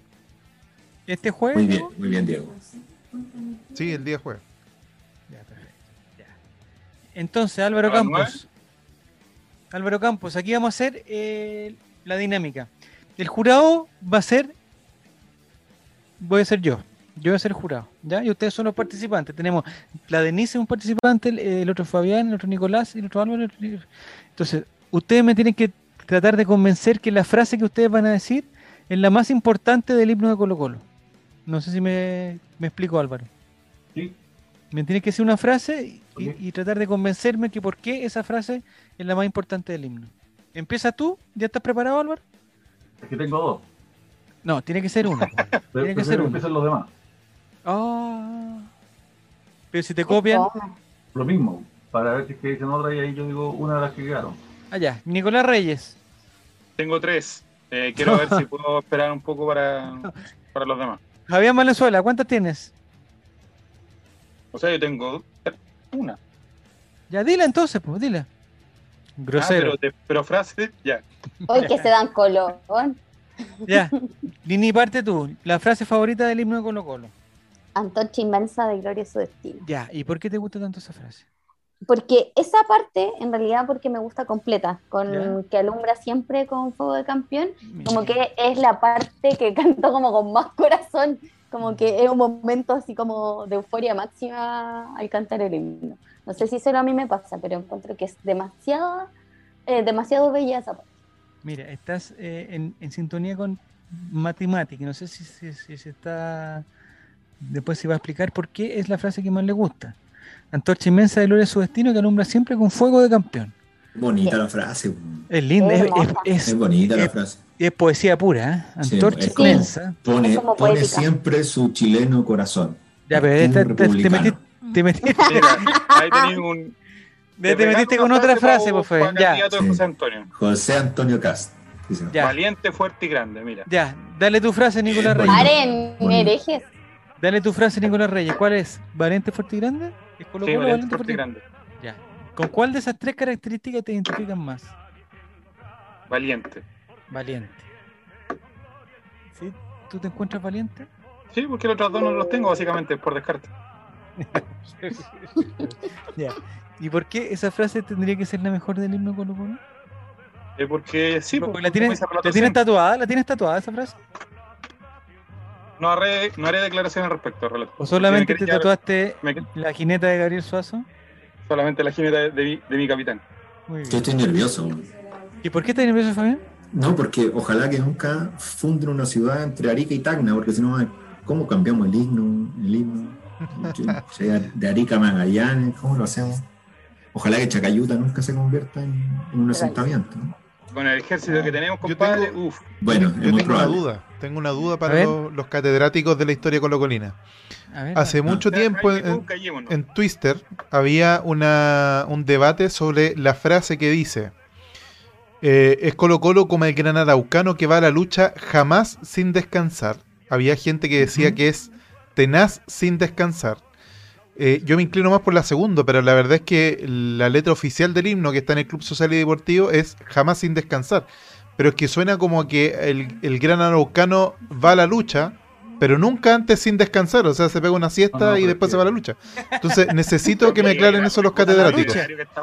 ¿Este jueves? Muy bien, Diego. Sí, el día jueves. Ya, perfecto. Ya. Entonces, Álvaro ¿A las Campos. Álvaro Campos, aquí vamos a hacer la dinámica. El jurado va a ser. Voy a ser yo. Yo voy a ser el jurado. ¿Ya? Y ustedes son los participantes. Tenemos la Denise, un participante, el otro Fabián, el otro Nicolás, el otro Álvaro. Entonces, ustedes me tienen que tratar de convencer que la frase que ustedes van a decir es la más importante del himno de Colo Colo. No sé si me explico, Álvaro. Sí. Me tienes que decir una frase Ok. y tratar de convencerme que por qué esa frase es la más importante del himno. ¿Empiezas tú? ¿Ya estás preparado, Álvaro? Es que tengo dos. No, tiene que ser uno. Tiene que ser uno. Empiezan los demás. Pero si te copian. Lo mismo, para ver si es que dicen otra y ahí yo digo una de las que quedaron. Ya. Nicolás Reyes. Tengo 3. Quiero ver si puedo esperar un poco para los demás. Javier Valenzuela, ¿cuántas tienes? O sea, yo tengo una. Ya, dila entonces, pues, dila. Grosero. Pero frases, ya. Hoy que se dan color. Ya. Lini, parte tú. La frase favorita del himno de Colo Colo. Antorcha inmensa de glorioso destino. Ya, ¿y por qué te gusta tanto esa frase? Porque esa parte, en realidad, porque me gusta completa, ¿Ya? que alumbra siempre con fuego de campeón, como que es la parte que canto como con más corazón, como que es un momento así como de euforia máxima al cantar el himno. No sé si solo a mí me pasa, pero encuentro que es demasiado bella esa parte. Mira, estás en sintonía con Matemática. No sé si se está... Después se va a explicar por qué es la frase que más le gusta. Antorcha inmensa de gloria su destino que alumbra siempre con fuego de campeón. Bonita la frase. Es linda, es bonita la frase. Es poesía pura, ¿eh? Antorcha inmensa. Pone siempre su chileno corazón. Ya, pero te metiste. Ahí tenías un... Te metiste con otra frase, por favor. Ya. José Antonio Cast. Ya. Valiente, fuerte y grande, mira. Ya, dale tu frase, Nicolás Reyes. Paren, herejes. Dale tu frase, Nicolás Reyes. ¿Cuál es? ¿Valiente, fuerte y grande? ¿Es Colo Colo, Valiente, fuerte y grande. Ya. ¿Con cuál de esas 3 características te identifican más? Valiente. ¿Sí? ¿Tú te encuentras valiente? Sí, porque los otros 2 no los tengo, básicamente, por descarte. Ya. ¿Y por qué esa frase tendría que ser la mejor del himno Colo Colo? Porque sí, porque ¿la tienes tatuada? ¿La tienes tatuada esa frase? No haré declaración al respecto, relato. ¿O solamente te tatuaste la jineta de Gabriel Suazo? Solamente la jineta de mi capitán. Yo estoy nervioso. ¿Y por qué estás nervioso, Fabián? No, porque ojalá que nunca funden una ciudad entre Arica y Tacna, porque si no, ¿cómo cambiamos el himno? O sea, de Arica a Magallanes, ¿cómo lo hacemos? Ojalá que Chacayuta nunca se convierta en un asentamiento, ¿no? Con el ejército que tenemos, compadre, Bueno, yo tengo una duda para los catedráticos de la historia colocolina. Hace mucho tiempo en Twitter había un debate sobre la frase que dice: es Colo Colo como el gran araucano que va a la lucha jamás sin descansar. Había gente que decía que es tenaz sin descansar. Yo me inclino más por la segunda, pero la verdad es que la letra oficial del himno que está en el Club Social y Deportivo es jamás sin descansar. Pero es que suena como que el gran araucano va a la lucha, pero nunca antes sin descansar. O sea, se pega una siesta y después se va a la lucha. Entonces necesito que me aclaren eso los catedráticos.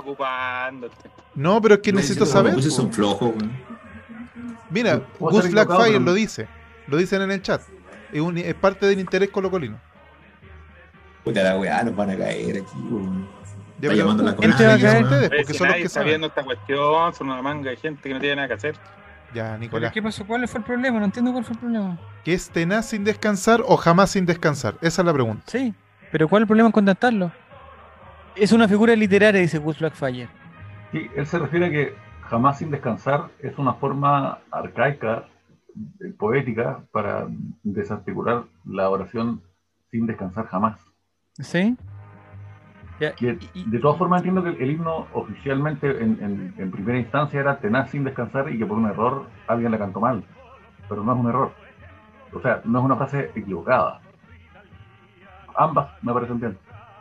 No, pero es que necesito saber. Son flojos, mira, Gus Blackfire lo dicen en el chat. Es parte del interés colocolino. Puta la weá, nos van a caer aquí, Ya, llamando la gente va a caer ustedes, porque son los que está viendo esta cuestión, son una manga de gente que no tiene nada que hacer. Ya, Nicolás. ¿Qué pasó? ¿Cuál fue el problema? No entiendo cuál fue el problema. ¿Qué es tenaz sin descansar o jamás sin descansar? Esa es la pregunta. Sí, pero ¿cuál es el problema en contactarlo? Es una figura literaria, dice Gus Blackfire. Sí, él se refiere a que jamás sin descansar es una forma arcaica, poética, para desarticular la oración sin descansar jamás. ¿Sí? Que, de todas formas entiendo que el himno oficialmente en primera instancia era tenaz sin descansar y que por un error alguien la cantó mal, pero no es un error, o sea, no es una frase equivocada. Ambas me parecen bien.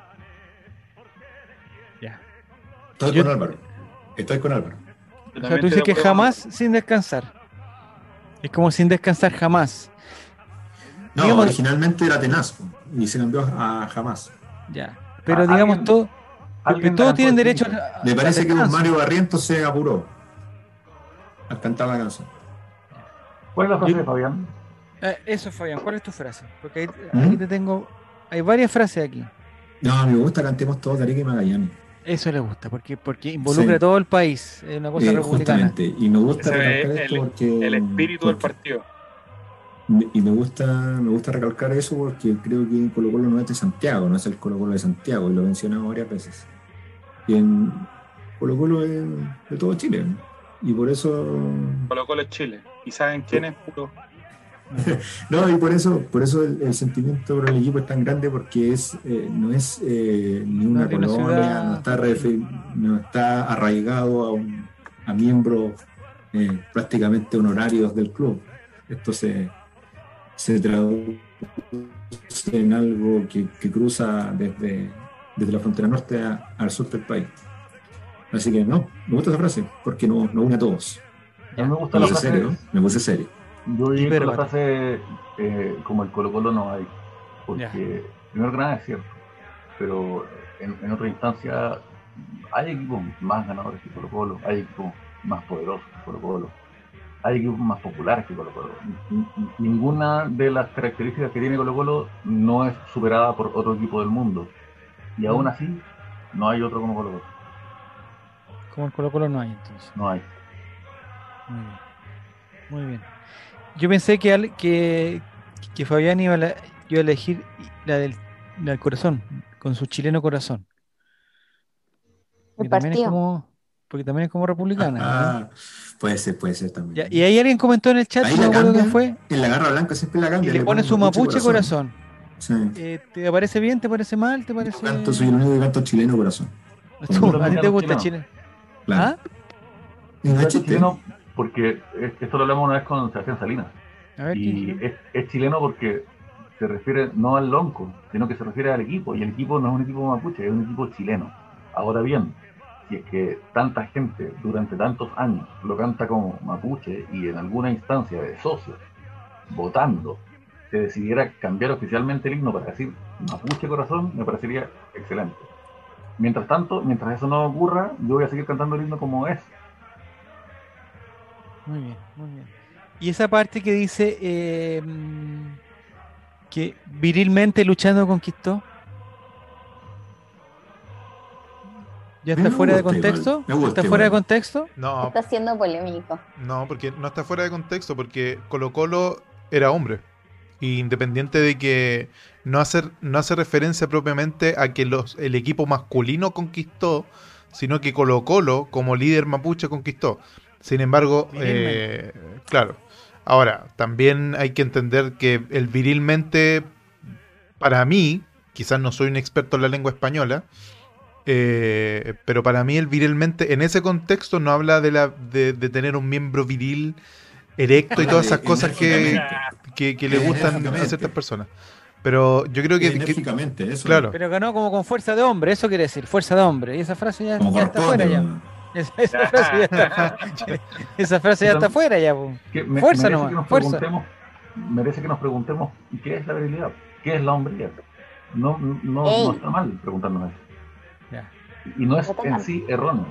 Ya. Estoy con Álvaro. O sea, tú dices que jamás sin descansar. Es como sin descansar jamás. No, digamos, originalmente era tenaz y se cambió a jamás. Ya. Pero digamos todo. Porque todos tienen derecho a. Me parece que Mario Barrientos se apuró al cantar la canción. ¿Cuál es la frase de Fabián? Eso, Fabián, ¿cuál es tu frase? Porque ahí te tengo. Hay varias frases aquí. No, me gusta cantemos todos de Arica y Magallanes. Eso le gusta, porque involucra a todo el país. Es una cosa republicana. Justamente. Y me gusta recalcar esto porque. El espíritu del partido. Y me gusta recalcar eso porque creo que Colo Colo no es de Santiago, no es el Colo Colo de Santiago, y lo he mencionado varias veces. Y en Colo Colo es de todo Chile, ¿no? Y por eso... Colo Colo es Chile. ¿Y saben quién es? No, y por eso el sentimiento por el equipo es tan grande, porque no es ni una colonia, no está arraigado a miembros prácticamente honorarios del club. Esto se traduce en algo que cruza desde la frontera norte al sur del país. Así que no, me gusta esa frase, porque no une a todos. A mí me gusta la frase. Serio, me puse serio. Yo digo la frase como el Colo-Colo no hay, porque primero que nada es cierto, pero en otra instancia hay equipos más ganadores que Colo-Colo, hay equipos más poderosos que Colo-Colo, hay equipos más populares que Colo-Colo. Ninguna de las características que tiene Colo-Colo no es superada por otro equipo del mundo, y aún así no hay otro como Colo-Colo. Como el Colo-Colo no hay, entonces. No hay. Muy bien. Yo pensé que Fabián iba a elegir la del corazón, con su chileno corazón. Porque también es como republicana. Puede ser también. Y ahí alguien comentó en el chat, ahí no me acuerdo quién fue. En la garra blanca siempre la cambia. Y le pone su mapuche corazón. Sí. ¿Te parece bien? ¿Te parece mal? ¿Te parece? Soy el único que canto chileno corazón. ¿A ti te gusta chileno? Claro. ¿Ah? Chileno porque esto lo hablamos una vez con Sebastián Salinas. Y es chileno porque se refiere no al lonco, sino que se refiere al equipo. Y el equipo no es un equipo mapuche, es un equipo chileno. Ahora bien, si es que tanta gente durante tantos años lo canta como mapuche y en alguna instancia de socios, votando, se decidiera cambiar oficialmente el himno para decir mapuche corazón, me parecería excelente. Mientras tanto, mientras eso no ocurra, yo voy a seguir cantando el himno como es. Muy bien. Y esa parte que dice que virilmente luchando conquistó, ¿ya está fuera de contexto? ¿Está fuera de contexto? No. Está siendo polémico. No, porque no está fuera de contexto, porque Colo-Colo era hombre. Y independiente de que no hace referencia propiamente a que el equipo masculino conquistó, sino que Colo-Colo como líder mapuche conquistó. Sin embargo, claro. Ahora, también hay que entender que el virilmente, para mí, quizás no soy un experto en la lengua española, pero para mí el virilmente en ese contexto no habla de tener un miembro viril erecto y todas esas cosas que le gustan a ciertas personas. Pero yo creo que enérgicamente, eso. Claro. Pero ganó como con fuerza de hombre, eso quiere decir, fuerza de hombre. Y esa frase ya está fuera ya. Esa frase ya está fuera ya. Fuerza nomás, fuerza. Merece que nos preguntemos ¿qué es la virilidad? ¿Qué es la hombría? No está mal preguntarnos eso. Ya. Y no es en sí erróneo.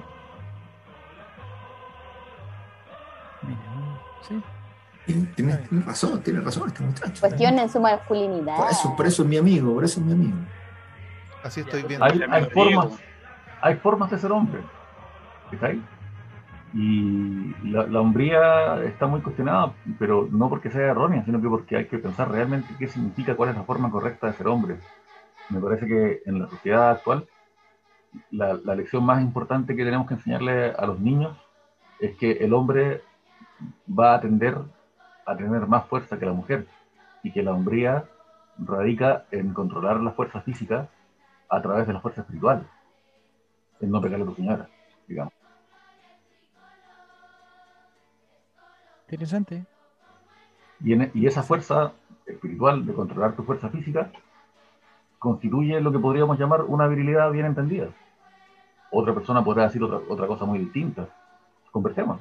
Sí. Tiene razón este muchacho. Cuestionen su masculinidad. Por eso es mi amigo, Así estoy viendo. Hay formas de ser hombre. ¿Está ahí? Y la hombría está muy cuestionada, pero no porque sea errónea, sino que porque hay que pensar realmente qué significa, cuál es la forma correcta de ser hombre. Me parece que en la sociedad actual la lección más importante que tenemos que enseñarle a los niños es que el hombre va a tender a tener más fuerza que la mujer, y que la hombría radica en controlar la fuerza física a través de la fuerza espiritual, en no pegarle a tu señora, digamos. Interesante. Y esa fuerza espiritual de controlar tu fuerza física constituye lo que podríamos llamar una virilidad bien entendida. Otra persona podrá decir otra cosa muy distinta. Conversemos.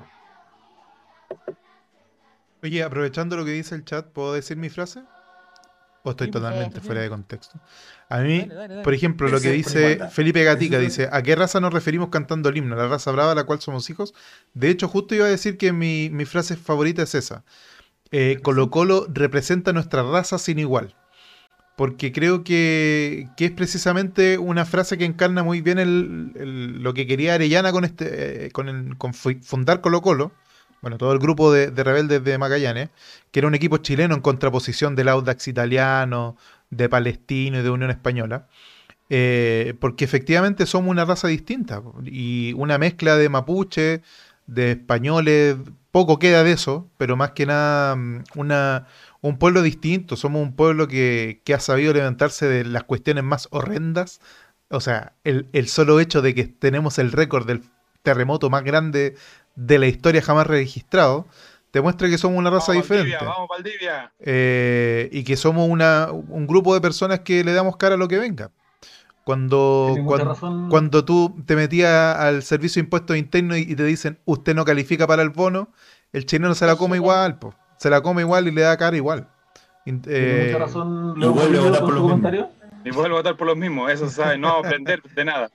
Oye, aprovechando lo que dice el chat, ¿puedo decir mi frase? ¿O estoy totalmente fuera de contexto? A mí, dale. Por ejemplo, lo que dice Felipe Gatica, dice, ¿a qué raza nos referimos cantando el himno? ¿La raza brava a la cual somos hijos? De hecho, justo iba a decir que mi frase favorita es esa. Colo-Colo representa nuestra raza sin igual. Porque creo que es precisamente una frase que encarna muy bien lo que quería Arellana con fundar Colo-Colo. Bueno, todo el grupo de rebeldes de Magallanes, que era un equipo chileno en contraposición del Audax italiano, de Palestino y de Unión Española, porque efectivamente somos una raza distinta y una mezcla de mapuche, de españoles, poco queda de eso, pero más que nada un pueblo distinto. Somos un pueblo que ha sabido levantarse de las cuestiones más horrendas. O sea, el solo hecho de que tenemos el récord del terremoto más grande de la historia jamás registrado, te muestra que somos una raza diferente. Vamos, Valdivia. Y que somos un grupo de personas que le damos cara a lo que venga. Cuando tú te metías al servicio de impuestos internos y te dicen, usted no califica para el bono, el chileno se la come igual, po. Se la come igual y le da cara igual. Tiene mucha razón, y vuelve a votar por los comentarios. Y vuelve a votar por los mismos, eso se sabe, no va a aprender de nada.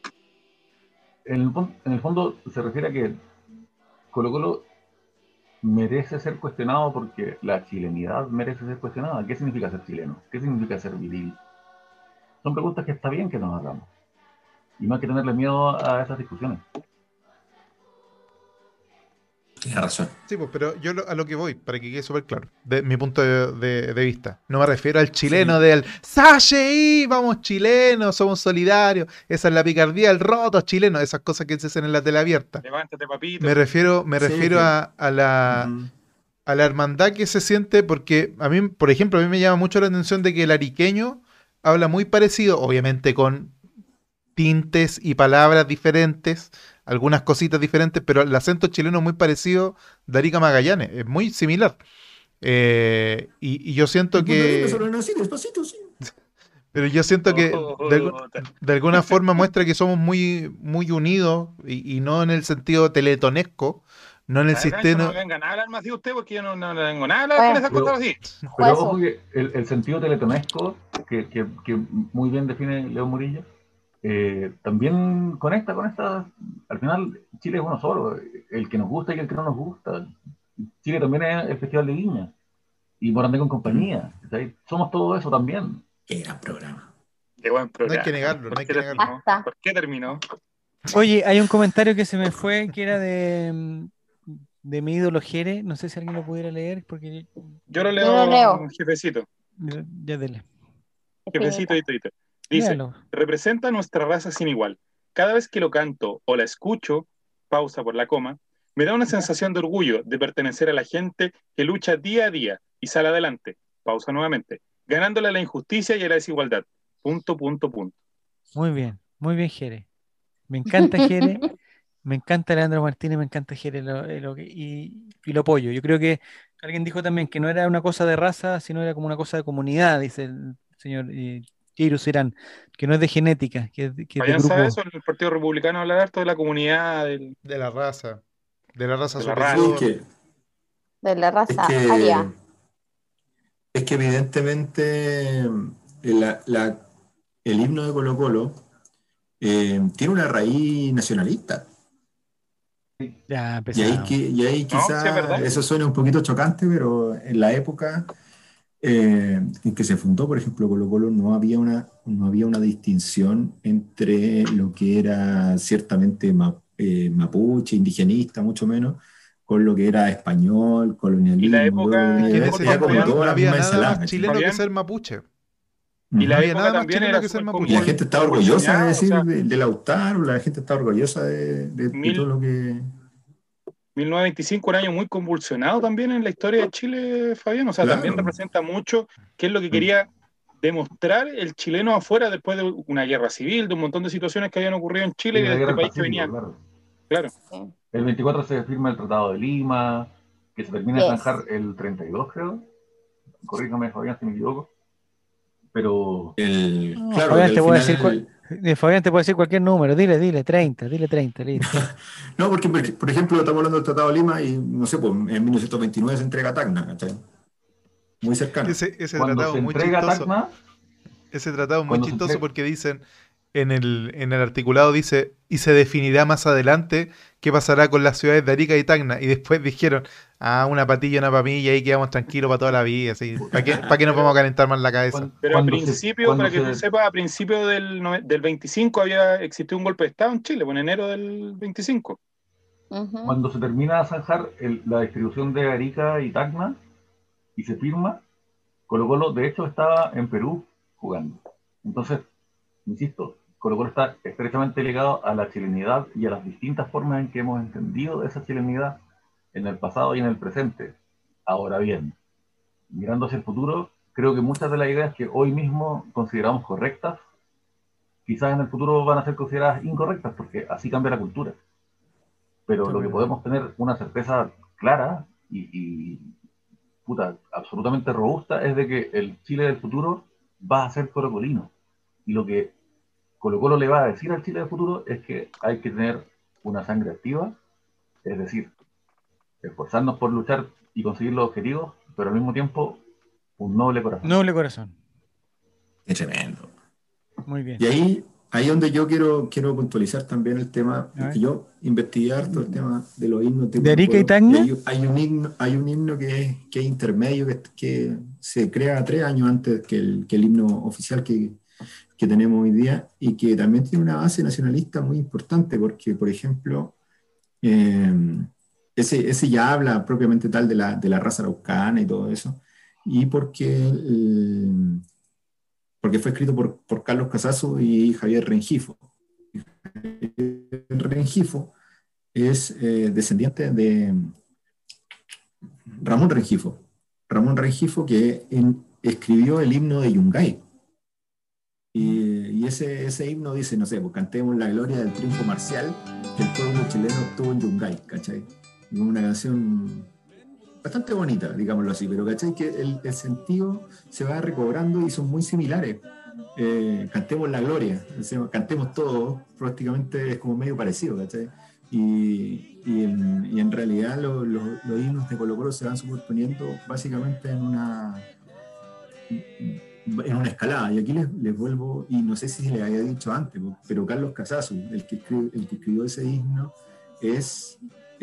En el fondo se refiere a que Colo-Colo merece ser cuestionado porque la chilenidad merece ser cuestionada. ¿Qué significa ser chileno? ¿Qué significa ser viril? Son preguntas que está bien que nos hagamos. Y no hay que tenerle miedo a esas discusiones. Tienes razón. Sí, pues, pero yo a lo que voy, para que quede súper claro, de mi punto de vista. No me refiero al chileno del ¡Sache! ¡Vamos chilenos! Somos solidarios. Esa es la picardía del roto chileno. Esas cosas que se hacen en la tele abierta. Levántate, papito. Me refiero a la hermandad que se siente, porque a mí, por ejemplo, a mí me llama mucho la atención de que el ariqueño habla muy parecido, obviamente con tintes y palabras diferentes, algunas cositas diferentes, pero el acento chileno es muy parecido de Arica a Magallanes, es muy similar. Y yo siento que... Pero yo siento que de alguna forma muestra que somos muy, muy unidos y no en el sentido teletonesco, no en el sistema... No vengan a hablar más de usted porque yo no vengo nada a hablar con esas cosas así. Pero ojo que el sentido teletonesco, que muy bien define Leo Murillo, también conecta con esta. Al final, Chile es uno solo, el que nos gusta y el que no nos gusta. Chile también es el Festival de Viña y Morandé con compañía. Somos todo eso también. Qué gran programa. Qué buen programa. No hay que negarlo, no hay que negarlo. ¿Por qué terminó? Oye, hay un comentario que se me fue que era de mi ídolo Jere. No sé si alguien lo pudiera leer porque yo lo leo. Jefecito. Ya dele. Jefecito y tito. Dice, representa nuestra raza sin igual. Cada vez que lo canto o la escucho, pausa por la coma, me da una sensación de orgullo de pertenecer a la gente que lucha día a día y sale adelante, pausa nuevamente, ganándole a la injusticia y a la desigualdad. Punto. Muy bien, Jere. Me encanta Jere, me encanta Leandro Martínez, me encanta Jere y lo apoyo. Yo creo que alguien dijo también que no era una cosa de raza, sino era como una cosa de comunidad, dice el señor Jairus Irán, que no es de genética, que es de grupo. ¿Sabe eso? El Partido Republicano habla harto de la comunidad, de la raza superior. De la raza aria. Es que evidentemente el himno de Colo-Colo tiene una raíz nacionalista. Ya, y ahí quizás eso suena un poquito chocante, pero en la época en que se fundó, por ejemplo, Colo-Colo, no había una distinción entre lo que era ciertamente mapuche, indigenista, mucho menos, con lo que era español, colonialismo. Y la época no había nada más chileno que ser mapuche. Y la época también era y la gente estaba orgullosa de decir de Lautaro, la gente estaba orgullosa de todo lo que... 1925, un año muy convulsionado también en la historia de Chile, Fabián. O sea, claro, también representa mucho qué es lo que quería demostrar el chileno afuera después de una guerra civil, de un montón de situaciones que habían ocurrido en Chile y de este país que venía. Claro. El 24 se firma el Tratado de Lima, que se termina de zanjar el 32, creo. Corríjame, Fabián, si me equivoco. Pero... claro, Fabián, te voy a decir... Fabián te puede decir cualquier número, dile 30, listo. No, porque por ejemplo estamos hablando del Tratado de Lima y no sé, pues en 1929 se entrega Tacna, ¿cachai? Muy cercano. Ese tratado muy chistoso. Tacna, ese tratado muy chistoso porque dicen, en el articulado dice, y se definirá más adelante qué pasará con las ciudades de Arica y Tacna, y después dijeron, una patilla, una papilla, y quedamos tranquilos para toda la vida, así. ¿Para qué nos vamos a calentar más la cabeza? Pero al principio, para que tú sepas, a principio del 25 había existido un golpe de Estado en Chile, en enero del 25. Cuando se termina de zanjar la distribución de Arica y Tacna, y se firma, Colo-Colo de hecho estaba en Perú jugando. Entonces, insisto, Colo-Colo está estrechamente ligado a la chilenidad y a las distintas formas en que hemos entendido esa chilenidad en el pasado y en el presente. Ahora bien, mirando hacia el futuro, creo que muchas de las ideas que hoy mismo consideramos correctas, quizás en el futuro van a ser consideradas incorrectas, porque así cambia la cultura. Pero lo que podemos tener una certeza clara y puta, absolutamente robusta es de que el Chile del futuro va a ser colocolino. Y lo que Colo-Colo le va a decir al Chile del futuro es que hay que tener una sangre activa, es decir, esforzarnos por luchar y conseguir los objetivos, pero al mismo tiempo un noble corazón. Noble corazón. Qué tremendo. Muy bien. Y ahí donde yo quiero puntualizar también el tema, porque yo investigué harto el tema de los himnos de Arica y Tacna. Hay un himno que es intermedio, que se crea 3 años antes que el himno oficial que tenemos hoy día, y que también tiene una base nacionalista muy importante, porque, por ejemplo, ese ya habla propiamente tal de la raza araucana y todo eso, y porque fue escrito por Carlos Casasso y Javier Rengifo. Rengifo es descendiente de Ramón Rengifo. Ramón Rengifo, que escribió el himno de Yungay. Y ese himno dice, no sé, pues cantemos la gloria del triunfo marcial que el pueblo chileno obtuvo en Yungay, ¿cachai? Una canción bastante bonita, digámoslo así, pero ¿cachai? Que el sentido se va recobrando y son muy similares. Cantemos la gloria, cantemos todo, prácticamente es como medio parecido, ¿cachai? Y en realidad los himnos de Colo-Colo se van superponiendo básicamente en una escalada, y aquí les vuelvo, y no sé si se les había dicho antes, pero Carlos Casasso, el que escribió ese himno, es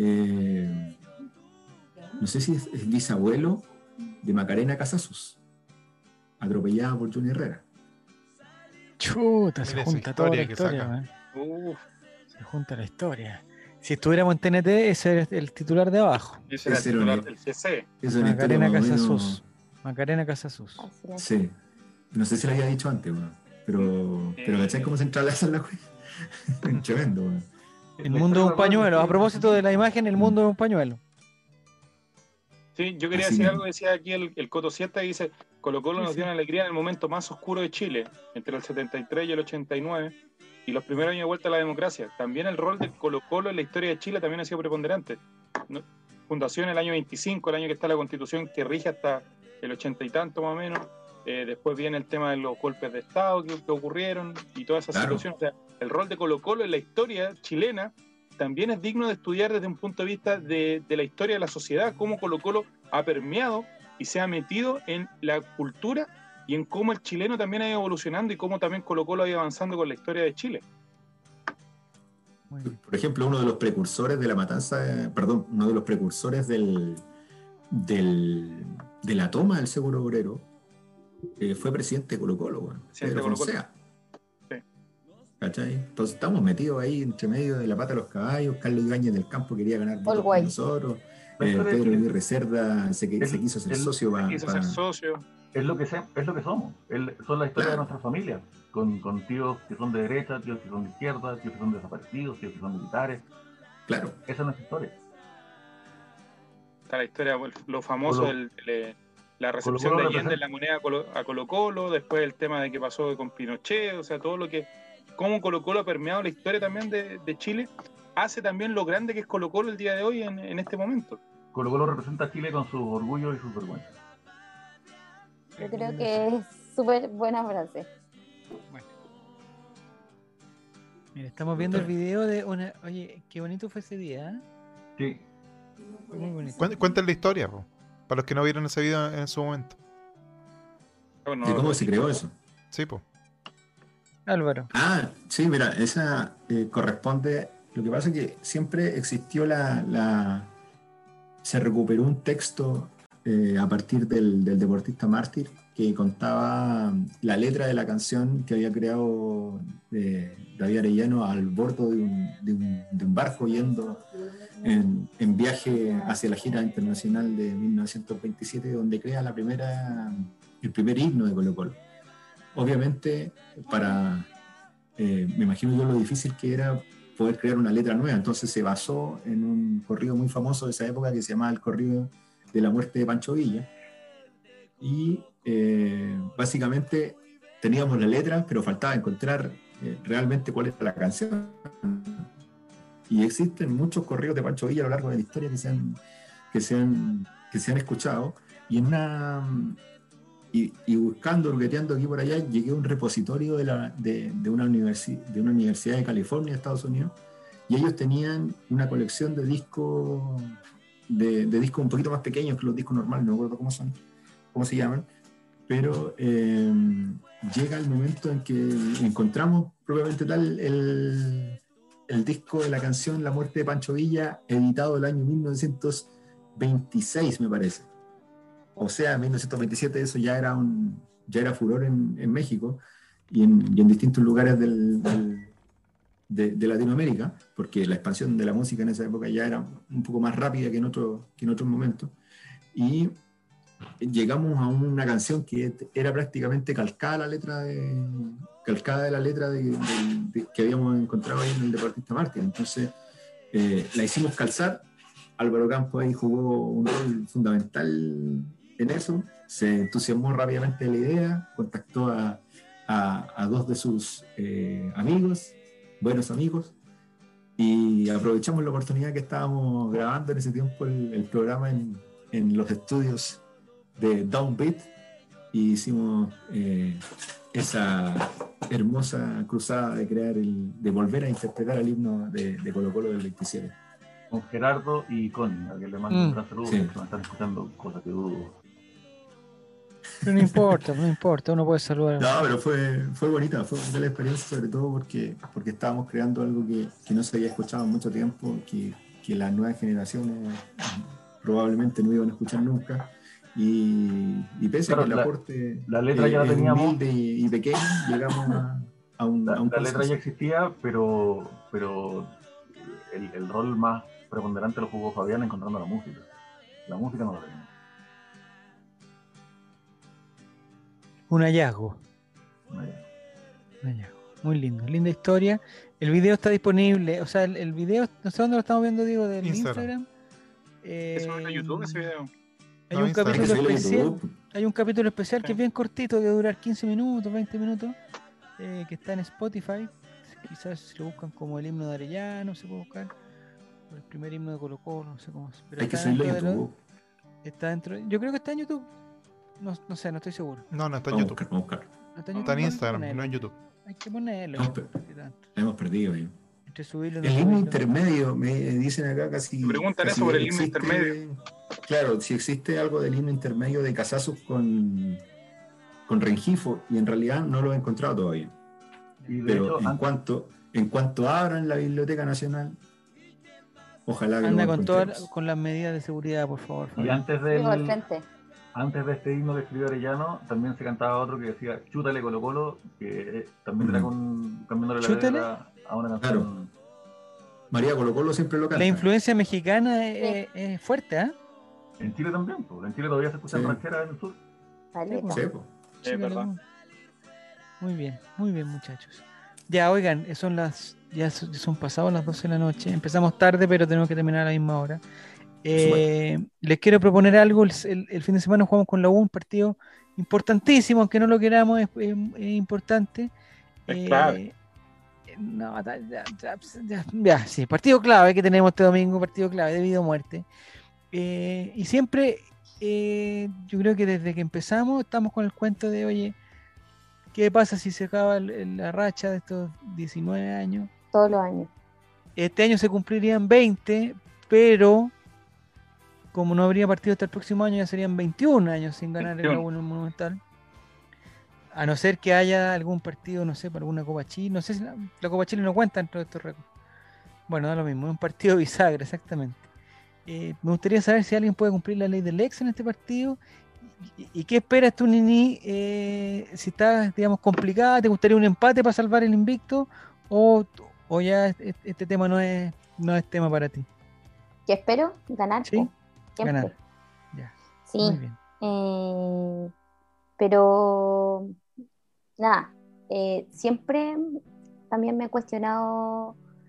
no sé si es bisabuelo de Macarena Casassos, atropellada por Johnny Herrera. Chuta, se junta toda la historia, se junta la historia. Si estuviéramos en TNT, ese es el titular de abajo. Ese era el titular del CC. Macarena Casassos. Macarena Casassos. Sí. No sé si lo había dicho antes, pero ¿cachai cómo se entrelaza la wea? Tremendo, man. El mundo de un pañuelo. A propósito de la imagen, el mundo de un pañuelo. Sí, yo quería decir algo, decía aquí el Coto Siesta, y dice, Colo-Colo nos dio una alegría en el momento más oscuro de Chile, entre el 73 y el 89, y los primeros años de vuelta a la democracia. También el rol de Colo-Colo en la historia de Chile también ha sido preponderante. Fundación en el año 25, el año que está la Constitución, que rige hasta el 80 y tanto más o menos. Después viene el tema de los golpes de Estado que ocurrieron y todas esas situaciones. O sea, el rol de Colo-Colo en la historia chilena también es digno de estudiar desde un punto de vista de la historia de la sociedad, cómo Colo-Colo ha permeado y se ha metido en la cultura y en cómo el chileno también ha ido evolucionando y cómo también Colo-Colo ha ido avanzando con la historia de Chile. Por ejemplo, uno de los precursores de la matanza, uno de los precursores de la toma del Seguro Obrero, fue presidente de Colo-Colo, Pedro Fonseca. ¿Cachai? Entonces estamos metidos ahí entre medio de la pata de los caballos. Carlos Ibáñez del Campo quería ganar votos con nosotros. Pedro Aguirre Cerda se quiso hacer socio para... Es lo que somos. Son la historia de nuestras familias. Con tíos que son de derecha, tíos que son de izquierda, tíos que son desaparecidos, tíos que son militares. Claro. Esa es nuestra historia. Está la historia, lo famoso la recepción de Allende en la moneda a Colo-Colo, después el tema de qué pasó con Pinochet, o sea, todo lo que... Cómo Colo-Colo ha permeado la historia también de Chile, hace también lo grande que es Colo-Colo el día de hoy en este momento. Colo-Colo representa a Chile con sus orgullos y sus vergüenzas. Yo creo que es súper buena frase. Bueno. Mira, estamos viendo el video de una... Oye, qué bonito fue ese día, Sí. Fue muy bonito. Cuéntale la historia, para los que no vieron ese video en su momento. ¿Y cómo se creó eso? Sí, po. Álvaro. Sí, mira, esa corresponde. Lo que pasa es que siempre existió se recuperó un texto a partir del deportista mártir que contaba la letra de la canción que había creado David Arellano al bordo de un barco yendo en viaje hacia la gira internacional de 1927, donde crea el primer himno de Colo-Colo. Obviamente, me imagino yo lo difícil que era poder crear una letra nueva. Entonces se basó en un corrido muy famoso de esa época que se llamaba el corrido de la muerte de Pancho Villa. Y básicamente teníamos la letra, pero faltaba encontrar realmente cuál era la canción. Y existen muchos corridos de Pancho Villa a lo largo de la historia que se han escuchado. Y en y buscando, hurgueteando aquí por allá, llegué a un repositorio de una universidad de California, Estados Unidos, y ellos tenían una colección de discos de discos un poquito más pequeños que los discos normales, no me acuerdo cómo se llaman, pero llega el momento en que encontramos propiamente tal el disco de la canción La muerte de Pancho Villa, editado el año 1926, me parece. O sea, en 1927 eso ya era furor en México y en distintos lugares de Latinoamérica, porque la expansión de la música en esa época ya era un poco más rápida que en otros momentos. Y llegamos a una canción que era prácticamente calcada de la letra que habíamos encontrado ahí en el deportista Martín. Entonces la hicimos calzar. Álvaro Campos ahí jugó un rol fundamental en eso, se entusiasmó rápidamente de la idea, contactó a dos de sus buenos amigos, y aprovechamos la oportunidad que estábamos grabando en ese tiempo el programa en los estudios de Downbeat, y hicimos esa hermosa cruzada de volver a interpretar el himno de Colo Colo del 27. Con Gerardo y Connie, a que le mando un gran saludo, sí. Que me están escuchando, cosas que dudo. Pero no importa, uno puede saludar. No, pero fue bonita la experiencia, sobre todo porque estábamos creando algo que no se había escuchado en mucho tiempo, que las nuevas generaciones probablemente no iban a escuchar nunca, y pese a que el aporte la letra ya la teníamos, humilde y pequeño, llegamos a un la letra ya existía, pero el rol más preponderante lo jugó Fabián encontrando la música. La música no la tenía. Un hallazgo. Muy lindo, linda historia. El video está disponible, o sea, el video, no sé dónde lo estamos viendo, digo, del Instagram. ¿Eso es de YouTube ese video? Hay un capítulo especial que es bien cortito, que va a durar 15 minutos, 20 minutos, que está en Spotify. Quizás si lo buscan como el himno de Arellano, se puede buscar. O el primer himno de Colo Colo, no sé cómo es. Pero hay que subirlo a YouTube. Está dentro. Yo creo que está en YouTube. No sé, no estoy seguro. No está en YouTube. Vamos a buscar. Está en Instagram, no en YouTube. Hay que ponerlo. Hemos perdido. Entre subirlo el himno intermedio, me dicen acá casi. Me preguntan eso sobre el himno intermedio. Claro, si existe algo del himno intermedio de Casasus con Rengifo, y en realidad no lo he encontrado todavía. Pero hecho, en cuanto abran la Biblioteca Nacional, ojalá que anda con las medidas de seguridad, por favor. Y antes de este himno que escribió Arellano, también se cantaba otro que decía Chútale Colo Colo, que también era cambiándole la letra a una canción. Claro. María Colo Colo siempre lo canta. La influencia mexicana es fuerte, ¿eh? En Chile también, pues. En Chile todavía se escuchan rancheras en el sur. Sí, es verdad. Muy bien, muchachos. Ya, oigan, ya son pasadas las 12 de la noche. Empezamos tarde, pero tenemos que terminar a la misma hora. Les quiero proponer algo. El fin de semana jugamos con la U, un partido importantísimo, aunque no lo queramos, es importante. Es clave. Sí, partido clave que tenemos este domingo, partido clave de vida o muerte. Y siempre, yo creo que desde que empezamos estamos con el cuento de, oye, ¿qué pasa si se acaba la racha de estos 19 años? Todos los años. Este año se cumplirían 20, pero como no habría partido hasta el próximo año, ya serían 21 años sin ganar el U en el Monumental. A no ser que haya algún partido, no sé, para alguna Copa Chile. No sé si la Copa Chile no cuenta dentro de estos récords. Bueno, da lo mismo, es un partido bisagra, exactamente. Me gustaría saber si alguien puede cumplir la ley del ex en este partido. ¿Y qué esperas tú, Nini? Si está, digamos, complicada, ¿te gustaría un empate para salvar el invicto? ¿O ya este tema no es tema para ti? ¿Qué espero? Ganar. Sí, ganar. Ya. Sí. Muy bien. Pero nada, siempre también me he cuestionado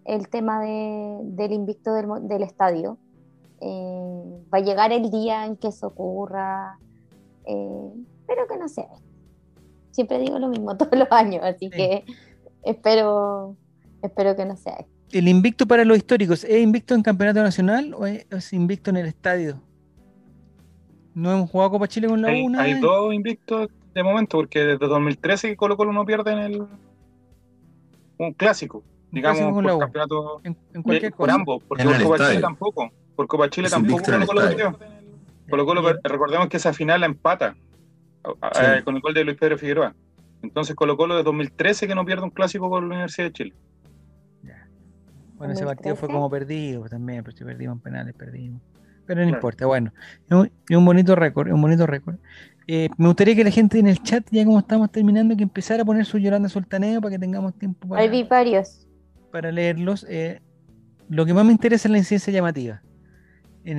el tema del invicto del estadio. Va a llegar el día en que eso ocurra, pero que no sea. Siempre digo lo mismo todos los años, así que espero que no sea. ¿El invicto para los históricos es invicto en campeonato nacional o es invicto en el estadio? ¿No hemos jugado Copa Chile con la U? Hay dos invictos de momento, porque desde 2013 que Colo-Colo no pierde en un clásico, digamos, por campeonato, en cualquier por cosa. ambos, porque por Copa Chile tampoco. Por Copa Chile tampoco Colo-Colo perdió. Colo-Colo, recordemos que esa final la empata con el gol de Luis Pedro Figueroa. Entonces Colo-Colo de 2013 que no pierde un clásico con la Universidad de Chile. Bueno, ese partido fue como perdido también, pero si perdimos en penales, perdimos. Pero no importa, bueno, es un bonito récord, me gustaría que la gente en el chat, ya como estamos terminando, que empezara a poner su Yolanda Sultaneo para que tengamos tiempo Hay varios para leerlos. Lo que más me interesa es la incidencia llamativa. En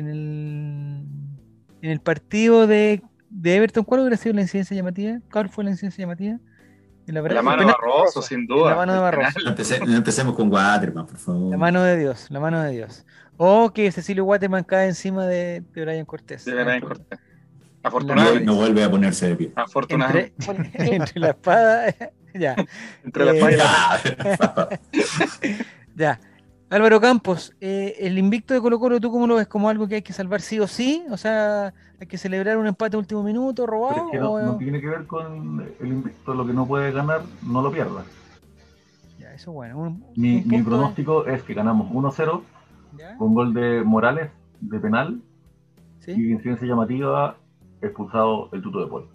el partido de Everton, ¿cuál hubiera sido la incidencia llamativa? ¿Cuál fue la incidencia llamativa? La mano de Barroso, sin duda. La mano de Barroso. No empecemos con Waterman, por favor. La mano de Dios. O que Cecilio Waterman cae encima de Brian Cortés. Afortunadamente. No vuelve a ponerse de pie. Afortunadamente. Entre la espada. Ya. Entre la espada y la Ya. Álvaro Campos, el invicto de Colo-Colo, ¿tú cómo lo ves? ¿Como algo que hay que salvar sí o sí? O sea, ¿hay que celebrar un empate último minuto, robado? Pero es que no tiene que ver con el invicto, lo que no puede ganar, no lo pierdas. Ya, eso es bueno. Mi pronóstico es que ganamos 1-0 con gol de Morales de penal. ¿Sí? Y incidencia llamativa, expulsado el Tuto de Paul.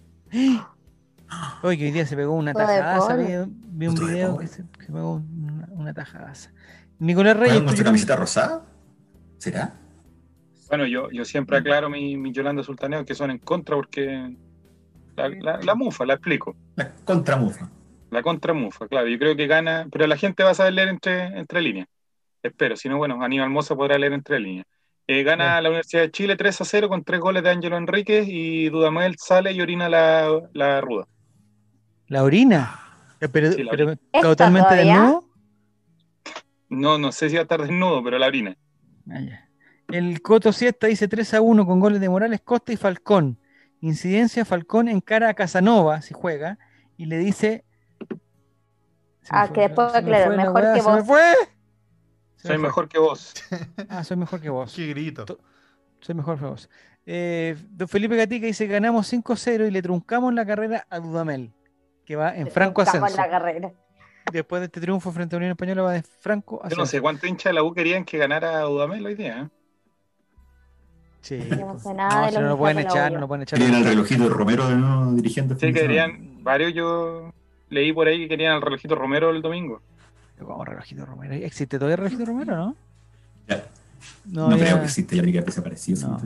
Oye, que hoy día se pegó una tajadaza. Vi un video que se pegó una tajadaza. Nicolás Reyes. ¿Con nuestra camiseta rosada? ¿Será? Bueno, yo siempre aclaro mi Yolanda Sultaneo que son en contra porque la mufa, la explico. La contramufa. La contramufa, claro. Yo creo que gana, pero la gente va a saber leer entre líneas. Espero, si no, bueno, Aníbal Mosa podrá leer entre líneas. Gana la Universidad de Chile 3-0 con 3 goles de Ángelo Enríquez y Dudamel sale y orina la ruda. ¿La orina? Pero totalmente desnudo. No sé si va a estar desnudo, pero la orina. El Coto Siesta dice 3-1 con goles de Morales, Costa y Falcón. Incidencia, Falcón encara a Casanova, si juega, y le dice... que después, claro, mejor que vos. Soy mejor que vos. Soy mejor que vos. Qué grito. Soy mejor que vos. Don Felipe Gatica dice, ganamos 5-0 y le truncamos la carrera a Dudamel, que va en franco ascenso. La carrera. Después de este triunfo frente a Unión Española va de franco ascenso. Yo no sé cuántos hinchas de la U querían que ganara Dudamel hoy día. Sí. No sé nada no lo pueden echar, Querían al relojito de Romero de nuevo dirigiendo. Sí, querían varios, yo leí por ahí que querían al relojito Romero el domingo. ¿Cómo relojito Romero? ¿Existe todavía el relojito Romero, no? Ya. No creo que existe, ya que desaparecido.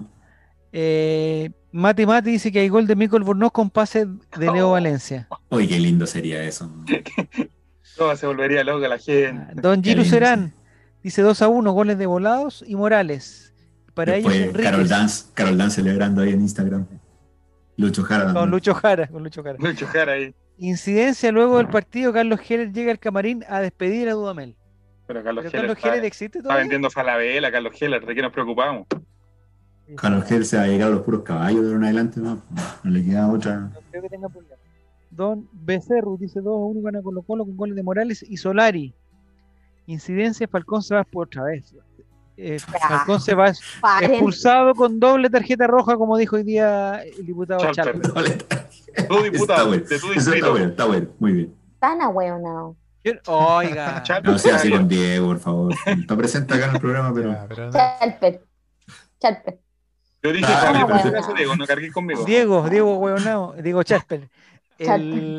No. Mati dice que hay gol de Mico Albornoz con pase de Leo Valencia. Uy, qué lindo sería eso. No, se volvería loca la gente. Don Giru Serán dice 2-1, goles de Volados y Morales. Para después, ellos, Carol Dance celebrando ahí en Instagram. Lucho Jara también. Con Lucho Jara ahí. Incidencia, luego del partido, Carlos Heller llega al camarín a despedir a Dudamel. Pero Carlos Heller existe todavía. Está vendiendo Falabella, Carlos Heller, ¿de qué nos preocupamos? Carlos Heller se va a llegar a los puros caballos de ahora en adelante, no le queda otra. No creo que tenga problema. Don Becerro dice 2-1 gana Colo-Colo con goles de Morales y Solari. Incidencia, Falcón se va por otra vez. Falcón se va expulsado con doble tarjeta roja, como dijo hoy día el diputado Chalper. Tu diputado, de tu distrito. Está bueno, muy bien. Tan ahueonado. Oiga. No sea así con Diego, por favor. Está presente acá en el programa, pero... Chalper. Yo dije, Diego, no cargué conmigo. Diego, hueonado. Digo Chalper. ya.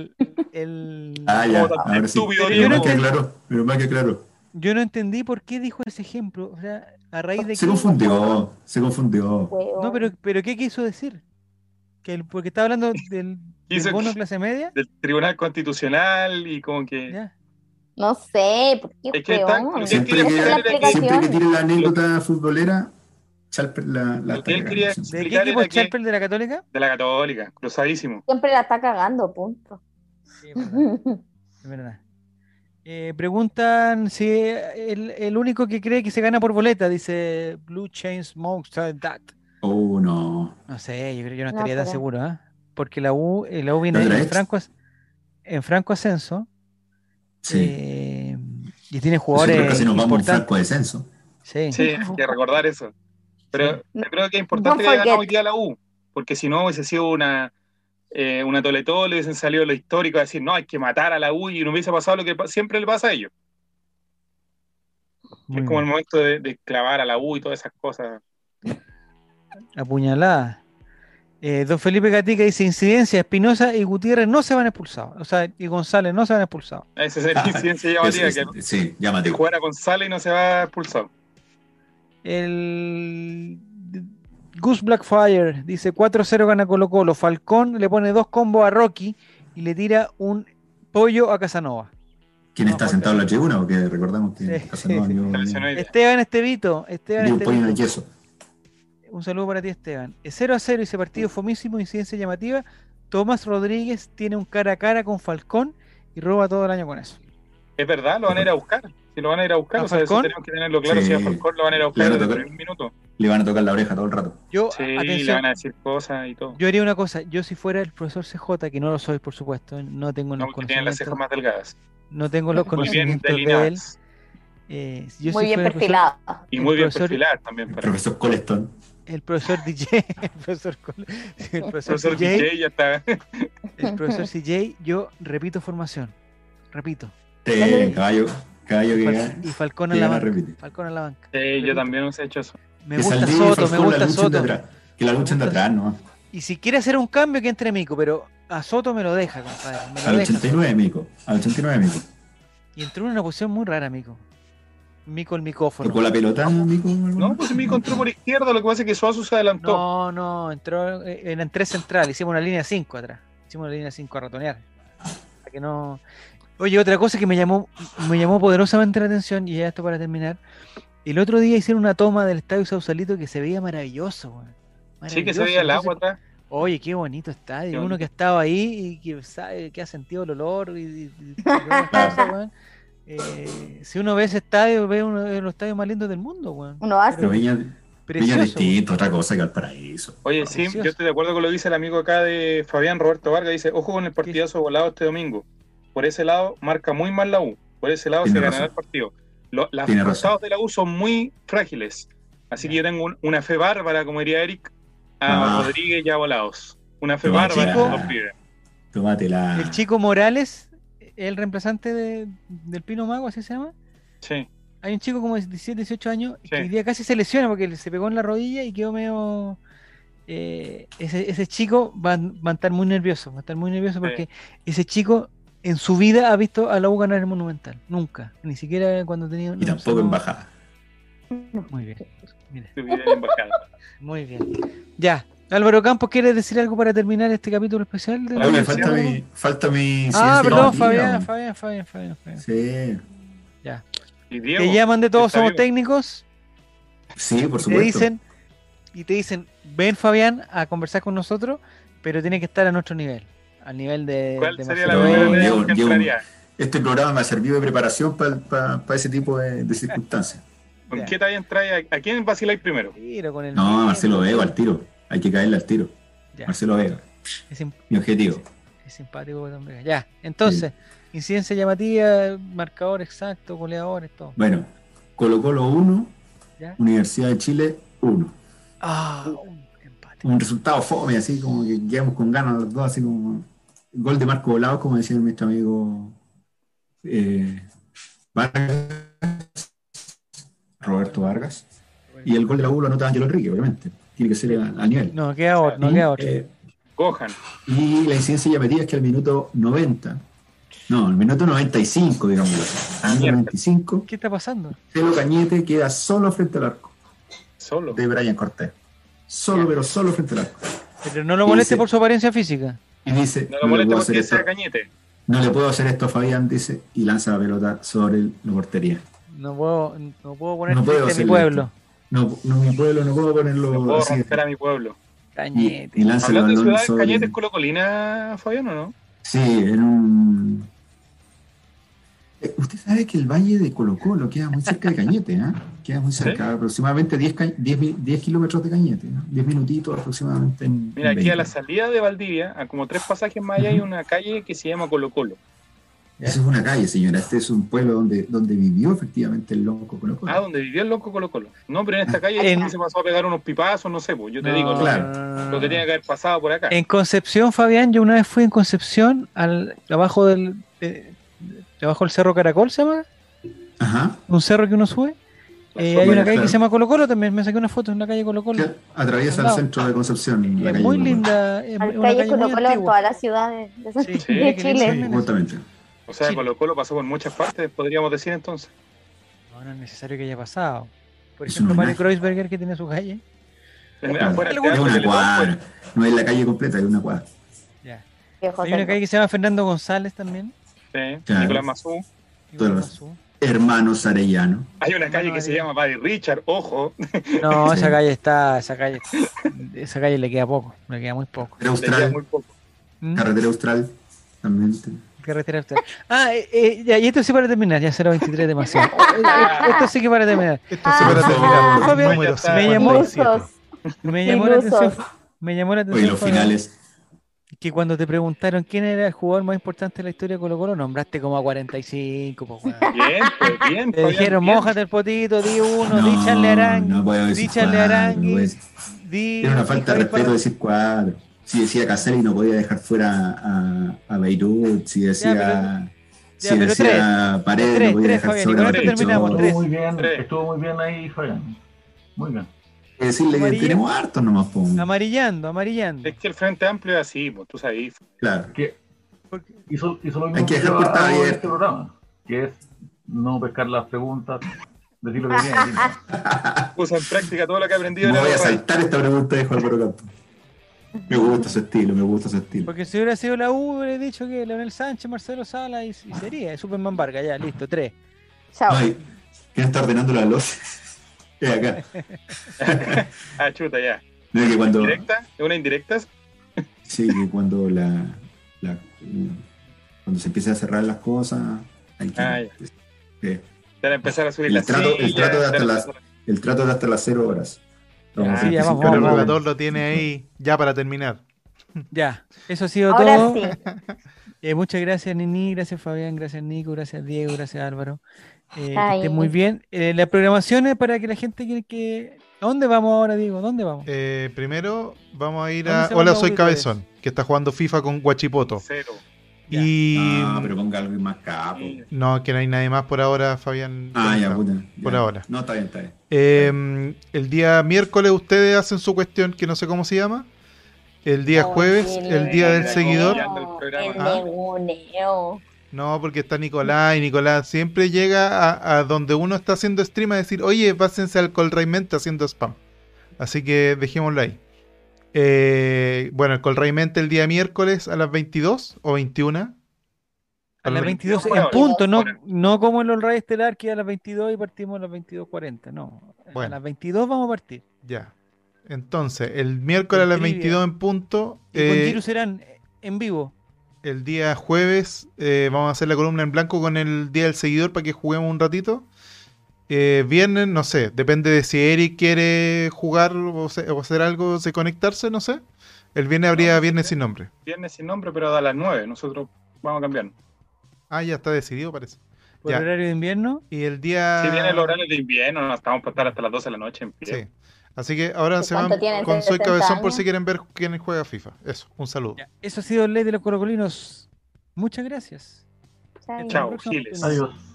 Ahora sí. Pero más que claro. Yo no entendí por qué dijo ese ejemplo. O sea, a raíz de se confundió. No, pero ¿qué quiso decir? Porque estaba hablando del bono clase media. Del Tribunal Constitucional y como que... ¿Ya? No sé, ¿por qué? Es que siempre que tire la anécdota futbolera, Chalper lo que él quería ¿De qué equipo es Chalper? ¿De la Católica? De la Católica, cruzadísimo. Siempre la está cagando, punto. Sí, es verdad. Preguntan si el único que cree que se gana por boleta, dice Blue Chain Smoke That. Oh, no. No sé, yo no No estaría tan creo. seguro, ¿eh? Porque la U viene ¿Otra en vez? franco ascenso. Sí. Y tiene Nosotros casi jugadores nos vamos a un importantes. franco descenso. Sí. Sí, hay que recordar eso. Pero Sí. yo creo que es Don't importante que haya ganado forget. hoy día la U, porque si no hubiese sido una Tole-Tole, hubiesen salido los históricos a decir, no, hay que matar a la U y no hubiese pasado lo que siempre le pasa a ellos. Muy Es como el bien. momento de clavar a la U y todas esas cosas. Apuñalada. Don Felipe Gatica dice: incidencia, Espinosa y Gutiérrez no se van expulsados. O sea, y González no se van expulsados. Esa sería la incidencia llamativa, Sí, que llamativo. jugara con Sala y no se va expulsado. El Goose Blackfire dice 4-0 gana Colo Colo. Falcón le pone 2 combos a Rocky y le tira un pollo a Casanova. ¿Quién está sentado en la tribuna? Porque recordamos que Sí, Casanova sí. dio Esteban un pollo en el Estevito. yeso. Un saludo para ti, Esteban. 0-0, ese partido fomísimo, incidencia llamativa. Tomás Rodríguez tiene un cara a cara con Falcón y roba todo el año con eso. Es verdad, lo van a ir a buscar. Si lo van a ir a buscar, ¿A o sea, eso Falcón? tenemos que tenerlo claro. Sí. Si a Falcón lo van a ir a buscar desde el primer minuto. Le van a tocar la oreja todo el rato. Yo, Sí, le atención, van a decir cosas y todo. yo haría una cosa. Yo, si fuera el profesor CJ, que no lo soy, por supuesto, no tengo los No, que tienen las cejas conocimientos, más delgadas. no tengo los Muy bien conocimientos de él. delineadas. Yo Muy si bien fuera el perfilado. Y el muy bien profesor- perfiladas también. El Para profesor Coleston. El profesor DJ, el profesor profesor CJ, DJ ya está. el profesor CJ, yo repito formación. Repito. Caballo que Y Falcón que en la gana, banca. repite. Falcón en la banca. Yo Repito. también os he hecho eso. Me Que gusta Saldivia y Soto, me Falcón gusta la luchen de Soto. atrás. Que la luchen de atrás, ¿no? Y si quiere hacer un cambio, que entre Mico, pero a Soto me lo deja, compadre. Me lo Al deja, 89, Mico. Al 89, Mico. Soto. Y entró en una posición muy rara, Mico. Mico el micófono. ¿Tocó la pelota, Mico? No, pues me encontró por izquierda, lo que pasa es que Suazo se adelantó. No, entró en 3 central, hicimos una línea 5 atrás. Hicimos una línea 5 a ratonear. Para que no. Oye, otra cosa que me llamó poderosamente la atención, y ya esto para terminar. El otro día hicieron una toma del estadio Sausalito que se veía maravilloso, weón. Sí, que se veía el agua atrás. Oye, qué bonito estadio. Qué Uno bonito. que ha estado ahí y que sabe que ha sentido el olor y todas las cosas, weón. Si uno ve ese estadio, ve uno de los estadios más lindos del mundo, weón. Uno hace. Pero Viña Precioso. distinto, otra cosa que Valparaíso. Oye, sí, Precioso. yo estoy de acuerdo con lo que dice el amigo acá de Fabián Roberto Vargas. Dice, ojo con el partidazo volado este domingo. Por ese lado, marca muy mal la U. Por ese lado Tiene se razón. ganará el partido. Los Tiene resultados de la U son muy frágiles. Así que yo tengo una fe bárbara, como diría Eric, a Rodríguez y a Volados. Una fe bárbara chica. a los pibes. Tómatela. El chico Morales, el reemplazante del Pino Mago, así se llama. Sí. Hay un chico como de 17, 18 años Sí. que hoy día casi se lesiona porque se pegó en la rodilla y quedó medio. Ese chico va a estar muy nervioso. Va a estar muy nervioso porque ese chico en su vida ha visto a la U ganar el Monumental. Nunca. Ni siquiera cuando tenía. Y tampoco en bajada. Muy bien. Mira, Tu vida en embajada. muy bien. Ya. Álvaro Campos, ¿quieres decir algo para terminar este capítulo especial? De Oye, falta mi Ah, ciencia perdón, llamativa, Fabián. Sí, Ya. Y Diego, Te llaman de Todos está Somos vivo. Técnicos sí, por y supuesto. te dicen, ven Fabián a conversar con nosotros, pero tiene que estar a nuestro nivel, al nivel de ¿Cuál de sería la Marcelo primera Vélez. medida que entraría? Este programa me ha servido de preparación para ese tipo de circunstancias. ¿Con Ya. qué talla entraría? ¿A quién vaciláis primero? Tiro con el No, mismo. Marcelo Vega al tiro. Hay que caerle al tiro. Ya. Marcelo Vega, Es, sim- mi objetivo. es simpático, Betón Vega. Ya, entonces, incidencia llamativa, marcador exacto, goleadores, todo. Bueno, Colo Colo 1, ¿Ya? Universidad de Chile 1. Un empate. Un resultado fome, así como que quedamos con ganas los dos, así como gol de Marco Volados, como decía nuestro amigo Vargas, Roberto Vargas. Y el gol de la U lo anota Ángelo Enrique, obviamente. Tiene que ser a nivel. No, queda otro, no queda otro. Gohan. Y la incidencia llamativa es que al minuto 90, no, al minuto 95, digamos, al minuto 95, ¿Qué está pasando? Celo Cañete queda solo frente al arco Solo. de Brian Cortés. Solo, pero solo frente al arco. Pero no lo moleste Dice- por su apariencia física. Y dice, No lo no le moleste puedo hacer porque esto, sea Cañete. no le puedo hacer esto a Fabián, dice, y lanza la pelota sobre la portería. No puedo poner No puedo triste a mi hacerle pueblo. No, mi pueblo no puedo ponerlo No puedo así. romper a mi pueblo. Cañete. Y lanza el Hablando de balón ciudades, sobre... ¿Cañete es Colocolina, Fabián, o no? Sí, en un... usted sabe que el Valle de Colo-Colo queda muy cerca de Cañete, ¿eh? Queda muy cerca, aproximadamente 10 kilómetros de Cañete, ¿no? 10 minutitos aproximadamente. Mira, aquí a la salida de Valdivia, a como 3 pasajes más allá, hay una calle que se llama Colo-Colo. Eso es una calle, señora. Este es un pueblo donde vivió efectivamente el loco Colo-Colo. Ah, donde vivió el loco Colo-Colo. No, pero en esta calle se pasó a pegar unos pipazos, no sé, pues yo te digo, claro. Lo que tiene que haber pasado por acá. En Concepción, Fabián, yo una vez fui en Concepción, abajo del Cerro Caracol, ¿se llama? Ajá. Un cerro que uno sube. Hay una calle que se llama Colo-Colo, también me saqué una foto en la calle Colo-Colo. Atraviesa el centro de Concepción. Es muy linda. Hay calles Colo-Colo en todas las ciudades de Chile. Sí, justamente. O sea, Colo-Colo pasó por muchas partes, podríamos decir entonces. No es necesario que haya pasado. Por ejemplo, Mario Kreuzberger, que tiene su calle. Afuera es una cuadra. No es la calle completa, es una cuadra. Ya. Hay una calle que se llama Fernando González también. Sí, claro. Nicolás Mazú. Hermanos Arellano. Hay una calle que se llama Padre Richard, ojo. No, esa calle le queda poco, le queda muy poco. Carretera Austral también. Carretera Austral. Y esto sí para terminar, ya 023 demasiado. Esto sí que para terminar. Me llamó la atención. Oye, los finales. Que cuando te preguntaron quién era el jugador más importante de la historia de Colo-Colo, nombraste como a 45. Bien. Te dijeron, mójate el potito, di uno, di Charle Arangui. No puedo decir cuadro. Tiene una falta de respeto decir cuadro. Si decía Caselli no podía dejar fuera a Beirut. Si decía Paredes no podía dejar fuera a Estuvo muy bien ahí, Fabián. Muy bien. Decirle que tenemos hartos nomás. Amarillando. Es que el Frente Amplio es así, pues tú sabes. Claro. Hizo lo mismo hay que dejar puerta abierta este programa, que es no pescar las preguntas, decir lo que viene. Puso en práctica todo lo que he aprendido. No voy a saltar esta pregunta de Juan Campo. Me gusta su estilo. Porque si hubiera sido la U, hubiera dicho que Leonel Sánchez, Marcelo Sala y sería Superman Vargas, ya, listo, 3. Chao. ¿Quién está ordenando la loza? Es acá. Chuta, ya. No, que cuando... ¿Indirecta? ¿Es una indirecta? Sí, que cuando cuando se empiezan a cerrar las cosas, hay que... Para empezar a subir el trato de hasta las 0 horas. Pero el relator lo tiene ahí ya para terminar. Ya, eso ha sido ahora todo. Sí. Muchas gracias, Nini, gracias Fabián, gracias Nico, gracias Diego, gracias Álvaro. Que estén muy bien. La programación es para que la gente que... ¿A dónde vamos ahora, Diego? ¿Dónde vamos? Primero vamos a ir a Hola, soy Cabezón, que está jugando FIFA con Guachipoto. 0. No, pero ponga algo más capo. No, que no hay nadie más por ahora, Fabián. Por ahora. No, está bien. El día miércoles ustedes hacen su cuestión, que no sé cómo se llama. El día jueves, el día del seguidor. No, porque está Nicolás y Nicolás siempre llega a donde uno está haciendo stream a decir, oye, pásense al Colraimente haciendo spam. Así que dejémoslo ahí. Bueno, el Colraimente el día miércoles a las 22 o 21. A las 22 en punto, no como en el Ray Estelar que a las 22 y partimos a las 22:40, no. Bueno. A las 22 vamos a partir. Ya. Entonces, el miércoles a las 22 en punto. Y con Giru serán en vivo. El día jueves vamos a hacer la columna en blanco con el día del seguidor para que juguemos un ratito. Viernes, no sé, depende de si Eric quiere jugar o hacer algo, conectarse, no sé. El viernes habría Viernes sin nombre. Viernes sin nombre, pero a las 9, nosotros vamos a cambiar. Ya está decidido, parece. ¿Por horario de invierno? Y el día... Si viene el horario de invierno, nos estamos para estar hasta las 12 de la noche en pie. Sí. Así que ahora se van con Soy Cabezón por si quieren ver quién juega FIFA. Eso, un saludo. Ya, eso ha sido el Ley de los Colocolinos. Muchas gracias. Chao, Giles. Adiós.